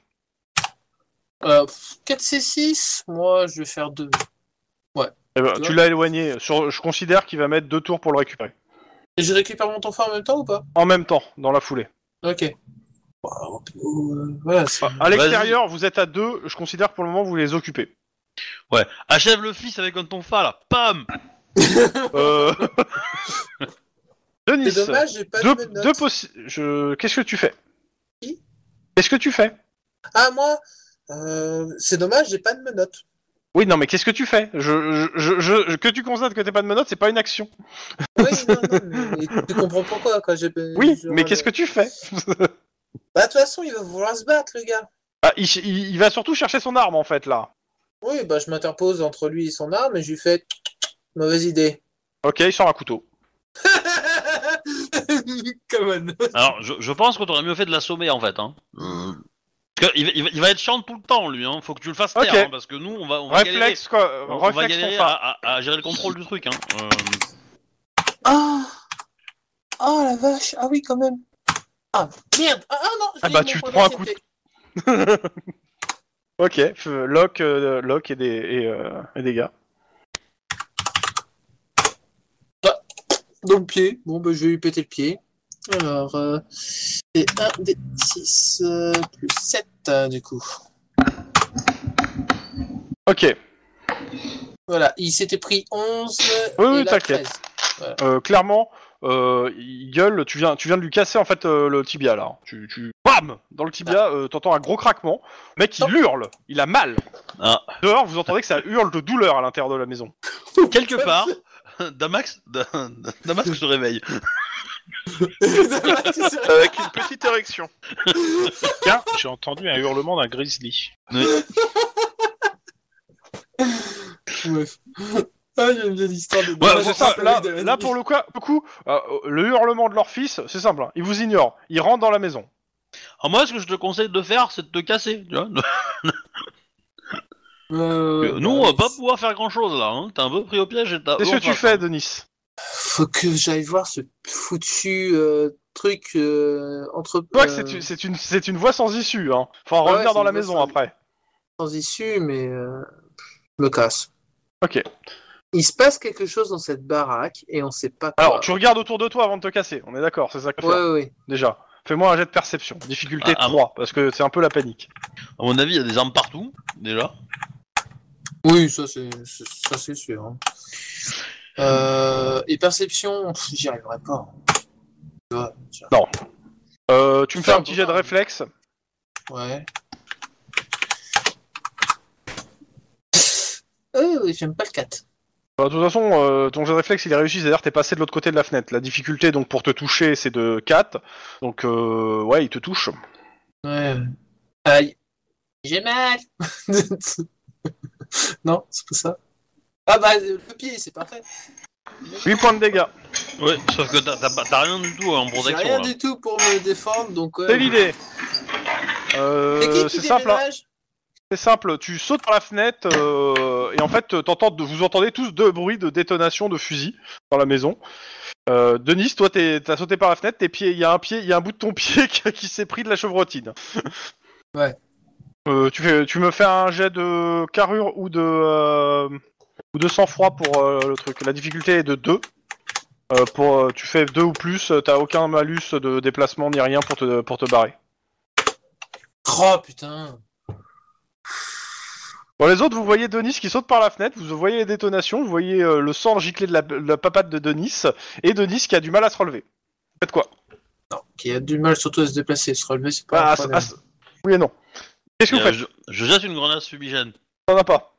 4 C6, moi je vais faire 2. Eh ben, Tu tu vois l'as éloigné, je considère qu'il va mettre 2 tours pour le récupérer. Et je récupère mon tonfa en même temps ou pas? En même temps, dans la foulée. Ok. Voilà, c'est... À l'extérieur, vous êtes à 2, je considère que pour le moment vous les occupez. Ouais, achève le fils avec un tonfa là, pam. Denis, C'est dommage, j'ai pas de menottes. qu'est-ce que tu fais? Qui? Qu'est-ce que tu fais? Ah, moi c'est dommage, j'ai pas de menottes. Oui, non, mais qu'est-ce que tu fais? Que tu constates que t'as pas de menottes, c'est pas une action. Oui, non, mais tu comprends pourquoi, quoi. Oui, mais qu'est-ce que tu fais? Bah, de toute façon, il va vouloir se battre, le gars. Ah, il va surtout chercher son arme, en fait, là. Oui, bah, je m'interpose entre lui et son arme et je lui fais mauvaise idée. Ok, il sort un couteau. Come on. Alors, je pense que t'aurais mieux fait de l'assommer en fait. Hein. Parce Parce que il va être chiant tout le temps, lui. Hein. Faut que tu le fasses taire, Ok. hein, parce que nous, on va galérer. Réflexe, quoi. On va Réflexe galérer ton phare. à gérer le contrôle du truc. Hein. Ah Ah la vache. Ah oui, quand même. Ah merde. Ah non. Ah bah, tu te prends un coup de- Ok, lock et dégâts. Dans le pied. Bon, bah, je vais lui péter le pied. Alors, c'est 1 des 6 plus 7, du coup. Ok. Voilà, il s'était pris 11. Oui, et oui, là, t'inquiète. 13. Clairement, il gueule, tu viens de lui casser en fait le tibia là. Bam dans le tibia, t'entends un gros craquement. Le mec, il hurle, il a mal. Ah. Dehors, vous entendez que ça hurle de douleur à l'intérieur de la maison. Quelque part, Damax se réveille. Avec une petite érection. Tiens, j'ai entendu un hurlement d'un grizzly. Ouais. Ah, j'aime bien l'histoire de... Ouais, c'est ça. Là pour le coup, le hurlement de leur fils, c'est simple. Hein. Il vous ignore. Il rentre dans la maison. Alors moi, ce que je te conseille de faire, c'est de te casser. Tu vois nous, on va pas pouvoir faire grand-chose là. Hein. T'es un peu pris au piège. Qu'est-ce que tu fais, Denis? Faut que j'aille voir ce foutu truc entre... Tu vois que c'est une voie sans issue. Hein. Faut en revenir c'est dans la une voie maison sans- après. sans issue, mais je me casse. Ok. Il se passe quelque chose dans cette baraque et on sait pas quoi. Alors, tu regardes autour de toi avant de te casser. On est d'accord, c'est ça que tu Ouais, fais. ouais. Déjà. Fais-moi un jet de perception. Difficulté Ah, 3, parce que c'est un peu la panique. À mon avis, il y a des armes partout, déjà. Oui, ça c'est sûr. Hein. Et perception, j'y arriverai pas. Ouais, tiens. Tu me fais un petit jet de réflexe. Ouais. J'aime pas le 4. De toute façon, ton jet de réflexe il est réussi, c'est-à-dire que t'es passé de l'autre côté de la fenêtre. La difficulté donc pour te toucher c'est de 4. Donc ouais, il te touche. Ouais. Aïe. J'ai mal. Non, c'est pas ça. Ah bah le pied, c'est parfait. 8 points de dégâts. Ouais, sauf que t'as rien du tout en J'ai protection. rien là. du tout pour me défendre, donc... C'est l'idée. C'est C'est simple, hein. déménage C'est simple. Tu sautes par la fenêtre et en fait vous entendez tous deux bruits de détonation de fusil dans la maison. Denis, toi t'as sauté par la fenêtre, tes pieds, il y a un bout de ton pied qui s'est pris de la chevrotine. Ouais. Tu me fais un jet de carrure ou de sang-froid pour le truc. La difficulté est de 2. Tu fais 2 ou plus, t'as aucun malus de déplacement ni rien pour te barrer. Oh putain. Dans les autres, vous voyez Denis qui saute par la fenêtre, vous voyez les détonations, vous voyez le sang gicler de la papate de Denis, et Denis qui a du mal à se relever. Faites quoi? Non, qui a du mal surtout à se déplacer, se relever, c'est pas un problème. Oui et non. Qu'est-ce que vous faites? Je jette une grenade fumigène. T'en as pas.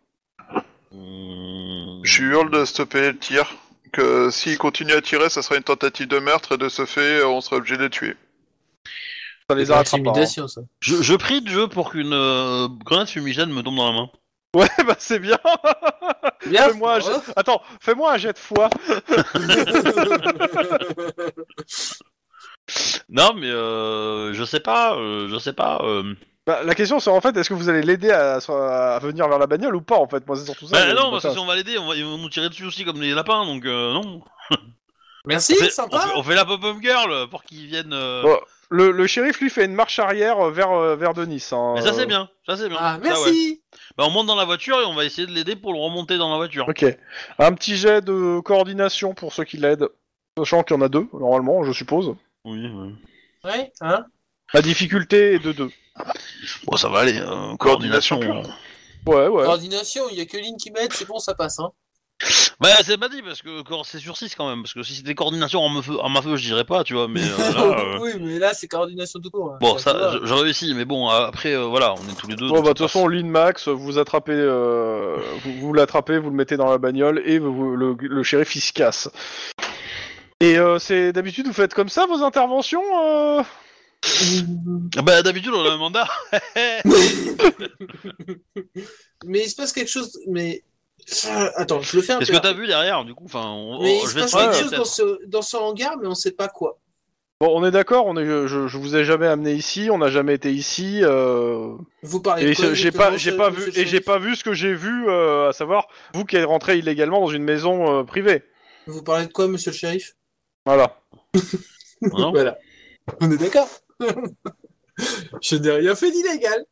Je hurle de stopper le tir. Que s'il continue à tirer, ça sera une tentative de meurtre et de ce fait, on sera obligé de les tuer. Ça les C'est arrêtera pas. Hein. l'intimidation, ça. Je prie de jeu pour qu'une grenade fumigène me tombe dans la main. Ouais, bah c'est bien. Bien, Fais-moi un jet... Attends, fais-moi un jet de foi. Non, mais je sais pas. Bah, la question c'est en fait, est-ce que vous allez l'aider à venir vers la bagnole ou pas en fait? Moi c'est surtout ça. Bah non, parce que si on va l'aider, ils vont nous tirer dessus aussi comme des lapins, donc non. Merci, sympa. On fait la pop-up girl pour qu'ils viennent. Bon, le shérif lui fait une marche arrière vers Denis. Hein, Mais ça c'est bien, ça c'est bien. Ah, Ça, merci. ouais. Bah on monte dans la voiture et on va essayer de l'aider pour le remonter dans la voiture. Ok. Un petit jet de coordination pour ceux qui l'aident. Sachant qu'il y en a 2, normalement, je suppose. Oui, oui. Ouais, hein. La difficulté est de 2. Bon, ça va aller. Coordination. Ouais. Coordination, il y a que Lynn qui m'aide, c'est bon, ça passe, hein. Bah c'est pas dit parce que c'est sur 6 quand même. Parce que si c'était coordination en ma feu, je dirais pas, tu vois. Mais là, Oui, mais là, c'est coordination tout court. Hein. bon, Ça va. je réussi, mais bon, après, voilà, on est tous les deux. Bon, bah, de toute façon, Lynn Max, vous attrapez, vous l'attrapez, vous le mettez dans la bagnole et le shérif il se casse. Et c'est d'habitude, vous faites comme ça vos interventions Bah d'habitude, on a un mandat. Mais il se passe quelque chose, mais... Attends, je le fais un peu. Qu'est-ce que t'as vu derrière, du coup? Enfin, Mais il je se vais passe te quelque faire, chose peut-être. dans ce hangar, mais on sait pas quoi. Bon, on est d'accord, je vous ai jamais amené ici, on n'a jamais été ici. Vous parlez Et de quoi j'ai exactement, pas monsieur vu le et j'ai shérif pas vu ce que j'ai vu, à savoir vous qui êtes rentré illégalement dans une maison privée. Vous parlez de quoi, monsieur le shérif? Voilà. Non. Voilà. On est d'accord. Je n'ai rien fait d'illégal.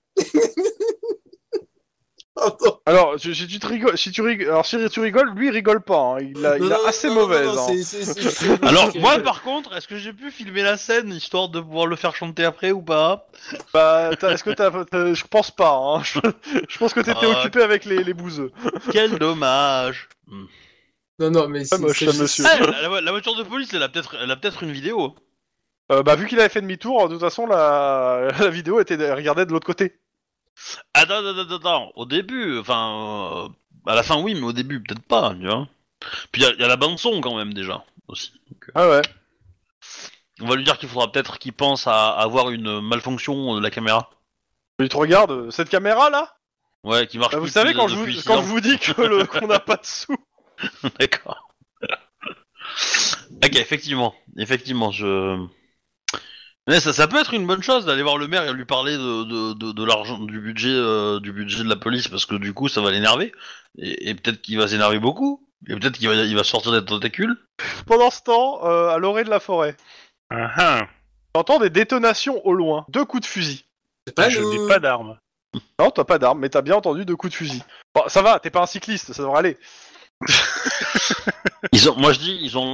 Pardon. Alors, si tu rigoles, si tu rigoles, lui il rigole pas. Hein. Il a Non, assez non, mauvaise. non, hein. c'est Alors, que- moi, par contre, est-ce que j'ai pu filmer la scène, histoire de pouvoir le faire chanter après ou pas? Bah, est-ce que je pense pas. Hein. Je pense que t'étais Ah. occupé avec les bouseux. Quel dommage. Non, mais Ah, moche, ça, monsieur. Ah, la voiture de police, elle a peut-être une vidéo. Bah, vu qu'il avait fait demi-tour, de toute façon, la vidéo était regardée de l'autre côté. Attends. Au début, enfin... à la fin, oui, mais au début, peut-être pas, tu vois. Puis il y a la bande-son, quand même, déjà, aussi. Donc, Ah ouais. on va lui dire qu'il faudra peut-être qu'il pense à avoir une malfonction de la caméra. Il te regarde, cette caméra là. Ouais, qui marche Bah, vous plus savez depuis- quand depuis 6 je ans. vous dis qu'on n'a pas de sous. D'accord. Ok, effectivement, je... Mais ça peut être une bonne chose d'aller voir le maire et lui parler de l'argent, du budget de la police, parce que du coup ça va l'énerver, et peut-être qu'il va s'énerver beaucoup, et peut-être il va sortir des tentacules. Pendant ce temps, à l'orée de la forêt, t'entends des détonations au loin, 2 coups de fusil. C'est pas Je nous. n'ai pas d'armes. Non, t'as pas d'arme, mais t'as bien entendu 2 coups de fusil. Bon, ça va, t'es pas un cycliste, ça devrait aller. Moi je dis, ils ont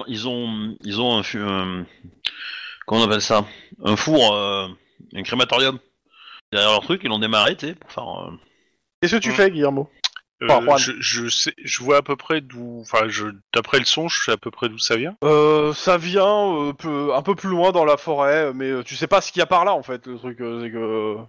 comment on appelle ça, un four, un crématorium derrière leur truc, ils l'ont démarré, tu sais, pour faire. Qu'est-ce que tu fais, Guillermo? Juan. Je sais, je vois à peu près d'où. Enfin, d'après le son, je sais à peu près d'où ça vient. Ça vient un peu plus loin dans la forêt, mais tu sais pas ce qu'il y a par là en fait. Le truc, c'est que.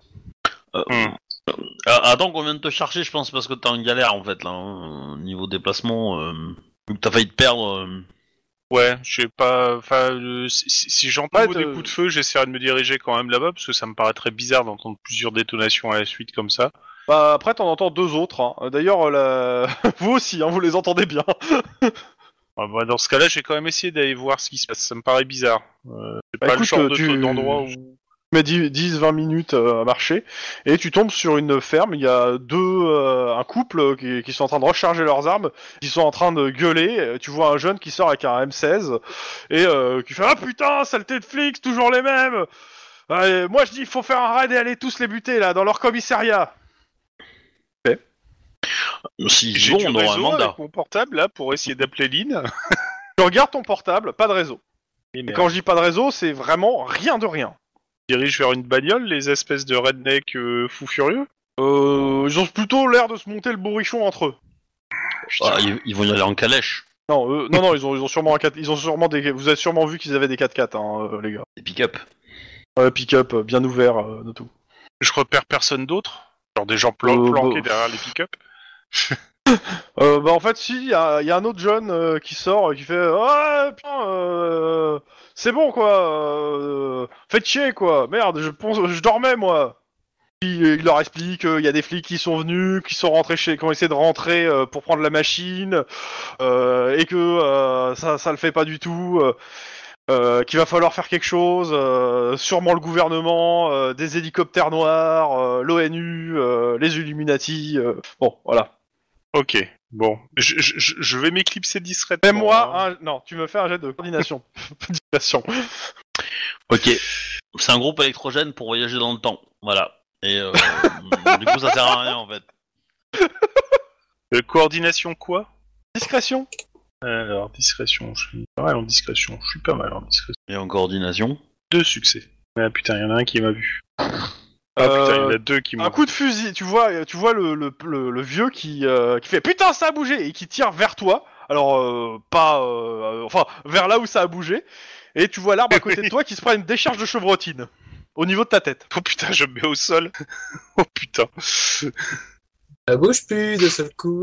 Attends qu'on vient de te chercher, je pense, parce que t'es en galère en fait là, hein, niveau déplacement, vu que t'as failli te perdre. Ouais, je sais pas. Enfin, si j'entends Ouais, des coups de feu, j'essaierai de me diriger quand même là-bas parce que ça me paraît très bizarre d'entendre plusieurs détonations à la suite comme ça. Bah après t'en entends 2 autres. Hein. D'ailleurs, vous aussi, hein, vous les entendez bien. Bah, dans ce cas-là, j'ai quand même essayé d'aller voir ce qui se passe. Ça me paraît bizarre. C'est Bah, pas écoute, le genre tu- d'endroit où. Tu mets 10-20 minutes à marcher et tu tombes sur une ferme. Il y a un couple qui sont en train de recharger leurs armes, qui sont en train de gueuler. Tu vois un jeune qui sort avec un M16 et qui fait ah putain saleté de flics, toujours les mêmes. Moi je dis il faut faire un raid et aller tous les buter là dans leur commissariat. S'ils J'ai vont, du on aura un réseau mandat. avec mon portable là pour essayer d'appeler Lynn. Tu regardes ton portable, pas de réseau. Et Et quand je dis pas de réseau, c'est vraiment rien de rien. dirige vers une bagnole, les espèces de redneck fous furieux. Ils ont plutôt l'air de se monter le bourrichon entre eux. Ah, ils vont y aller en calèche, Non, non, ils ont sûrement vous avez sûrement vu qu'ils avaient des 4x4, hein, les gars. des pick-up. Pick-up bien ouvert de tout. Je repère personne d'autre. Genre des gens planqués derrière les pick-up. Bah en fait si, il y a un autre jeune qui sort qui fait ah putain c'est bon quoi, faites chier quoi, merde je dormais moi. Puis il leur explique qu'il y a des flics qui sont venus, qui sont rentrés qui ont essayé de rentrer pour prendre la machine et que ça le fait pas du tout. Qu'il va falloir faire quelque chose, sûrement le gouvernement, des hélicoptères noirs, l'ONU, les Illuminati, bon voilà. Ok, bon. Je vais m'éclipser discrètement. Mais moi, non, tu me fais un jet de coordination. Discrétion. Ok, c'est un groupe électrogène pour voyager dans le temps, voilà. Et du coup ça sert à rien en fait. Coordination quoi? Discrétion. Alors, discrétion. Je suis pas mal en discrétion. Je suis pas mal en discrétion. Et en coordination. 2 succès. Ah putain, il y en a un qui m'a vu. Ah putain, il y en a 2 qui m'ont Un coup de fusil, tu vois le vieux qui fait putain ça a bougé et qui tire vers toi. Alors enfin vers là où ça a bougé. Et tu vois l'arbre à côté de toi qui se prend une décharge de chevrotine au niveau de ta tête. Oh putain, je me mets au sol. Oh putain. Ça bouge plus de seul coup.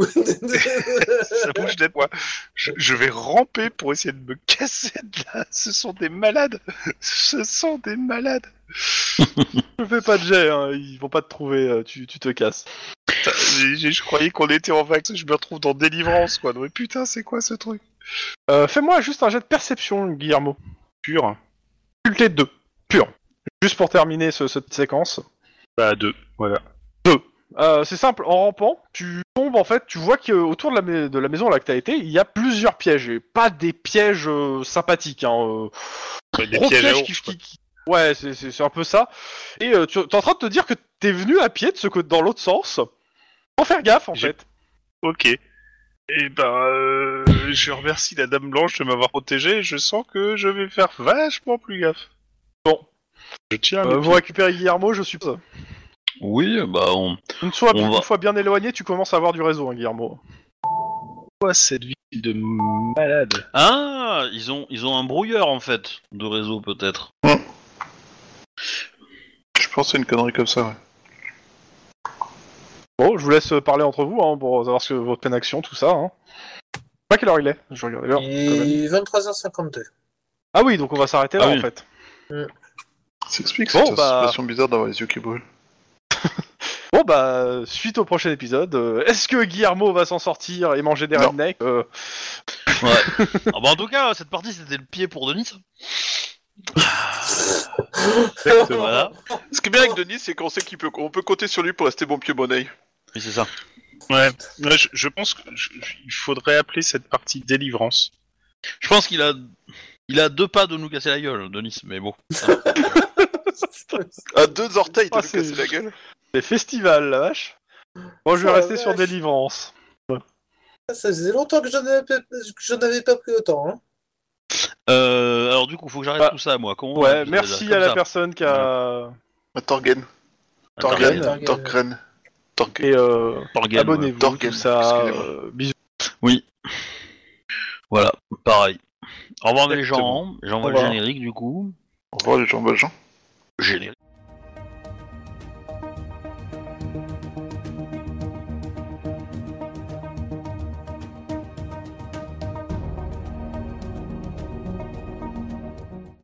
Ça bouge d'être moi. Je vais ramper pour essayer de me casser de là. Ce sont des malades. Ce sont des malades. Ne fais pas de jet, hein, ils vont pas te trouver, tu te casses. Putain, je croyais qu'on était en vacances. Je me retrouve dans Délivrance, quoi. Mais putain, c'est quoi ce truc? Fais-moi juste un jet de perception, Guillermo. Pur. Difficulté 2, pur. Juste pour terminer cette séquence. Bah 2, voilà. C'est simple, en rampant, tu tombes en fait, tu vois qu'autour de la maison là que t'as été, il y a plusieurs pièges, et pas des pièges sympathiques, hein. Ouais, des Gros pièges à pièges ours, quoi. Ouais, c'est un peu ça. Et tu es en train de te dire que t'es venu à pied de ce côté dans l'autre sens, sans faire gaffe en J'ai- fait. Ok. Et je remercie la Dame Blanche de m'avoir protégé. Je sens que je vais faire vachement plus gaffe. Bon. Je tiens à Vous récupérez Guillermo, je suppose. Oui, bah on... Une va- fois bien éloigné, tu commences à avoir du réseau, hein, Guillermo. quoi cette ville de malade. Ah, ils ont un brouilleur en fait de réseau peut-être. Je pense que c'est une connerie comme ça, ouais. Bon, je vous laisse parler entre vous, hein, pour savoir votre pleine action, tout ça, hein. Pas quelle heure il est, je regarde l'heure. quand même. Il est 23h52. Ah oui, donc on va s'arrêter là Ah oui. en fait. Ça explique Bon, cette bah- situation bizarre d'avoir les yeux qui brûlent. Bon bah, suite au prochain épisode, est-ce que Guillermo va s'en sortir et manger des Non. rednecks Ouais. Ah bah en tout cas, cette partie c'était le pied pour Denis. Voilà. Ce qui est bien avec Denis, c'est qu'on sait qu'on peut compter sur lui pour rester bon pied bon oeil. Oui, c'est ça. Ouais. Je pense qu'il faudrait appeler cette partie délivrance. Je pense qu'il a 2 pas de nous casser la gueule, Denis, mais bon. À 2 orteils, Ah, t'as c'est- casser la gueule. C'est festival, la vache. Moi, je vais Oh, rester la sur vache. délivrance. Ça faisait longtemps que j'en avais pas pris autant. Hein. Alors du coup, faut que j'arrête Bah, tout ça, moi. Comment on Ouais, appelle ça, merci déjà à la Comme ça. personne qui a... Torgen. Torgen. Torgren. Torgen. Et Torgen, abonnez-vous, Torgen, tout ça. excusez-moi. Bisous. Oui. Voilà, pareil. Au revoir les Exactement. gens. J'envoie Au le revoir. générique du coup. Au revoir les gens, Valjean. Générique.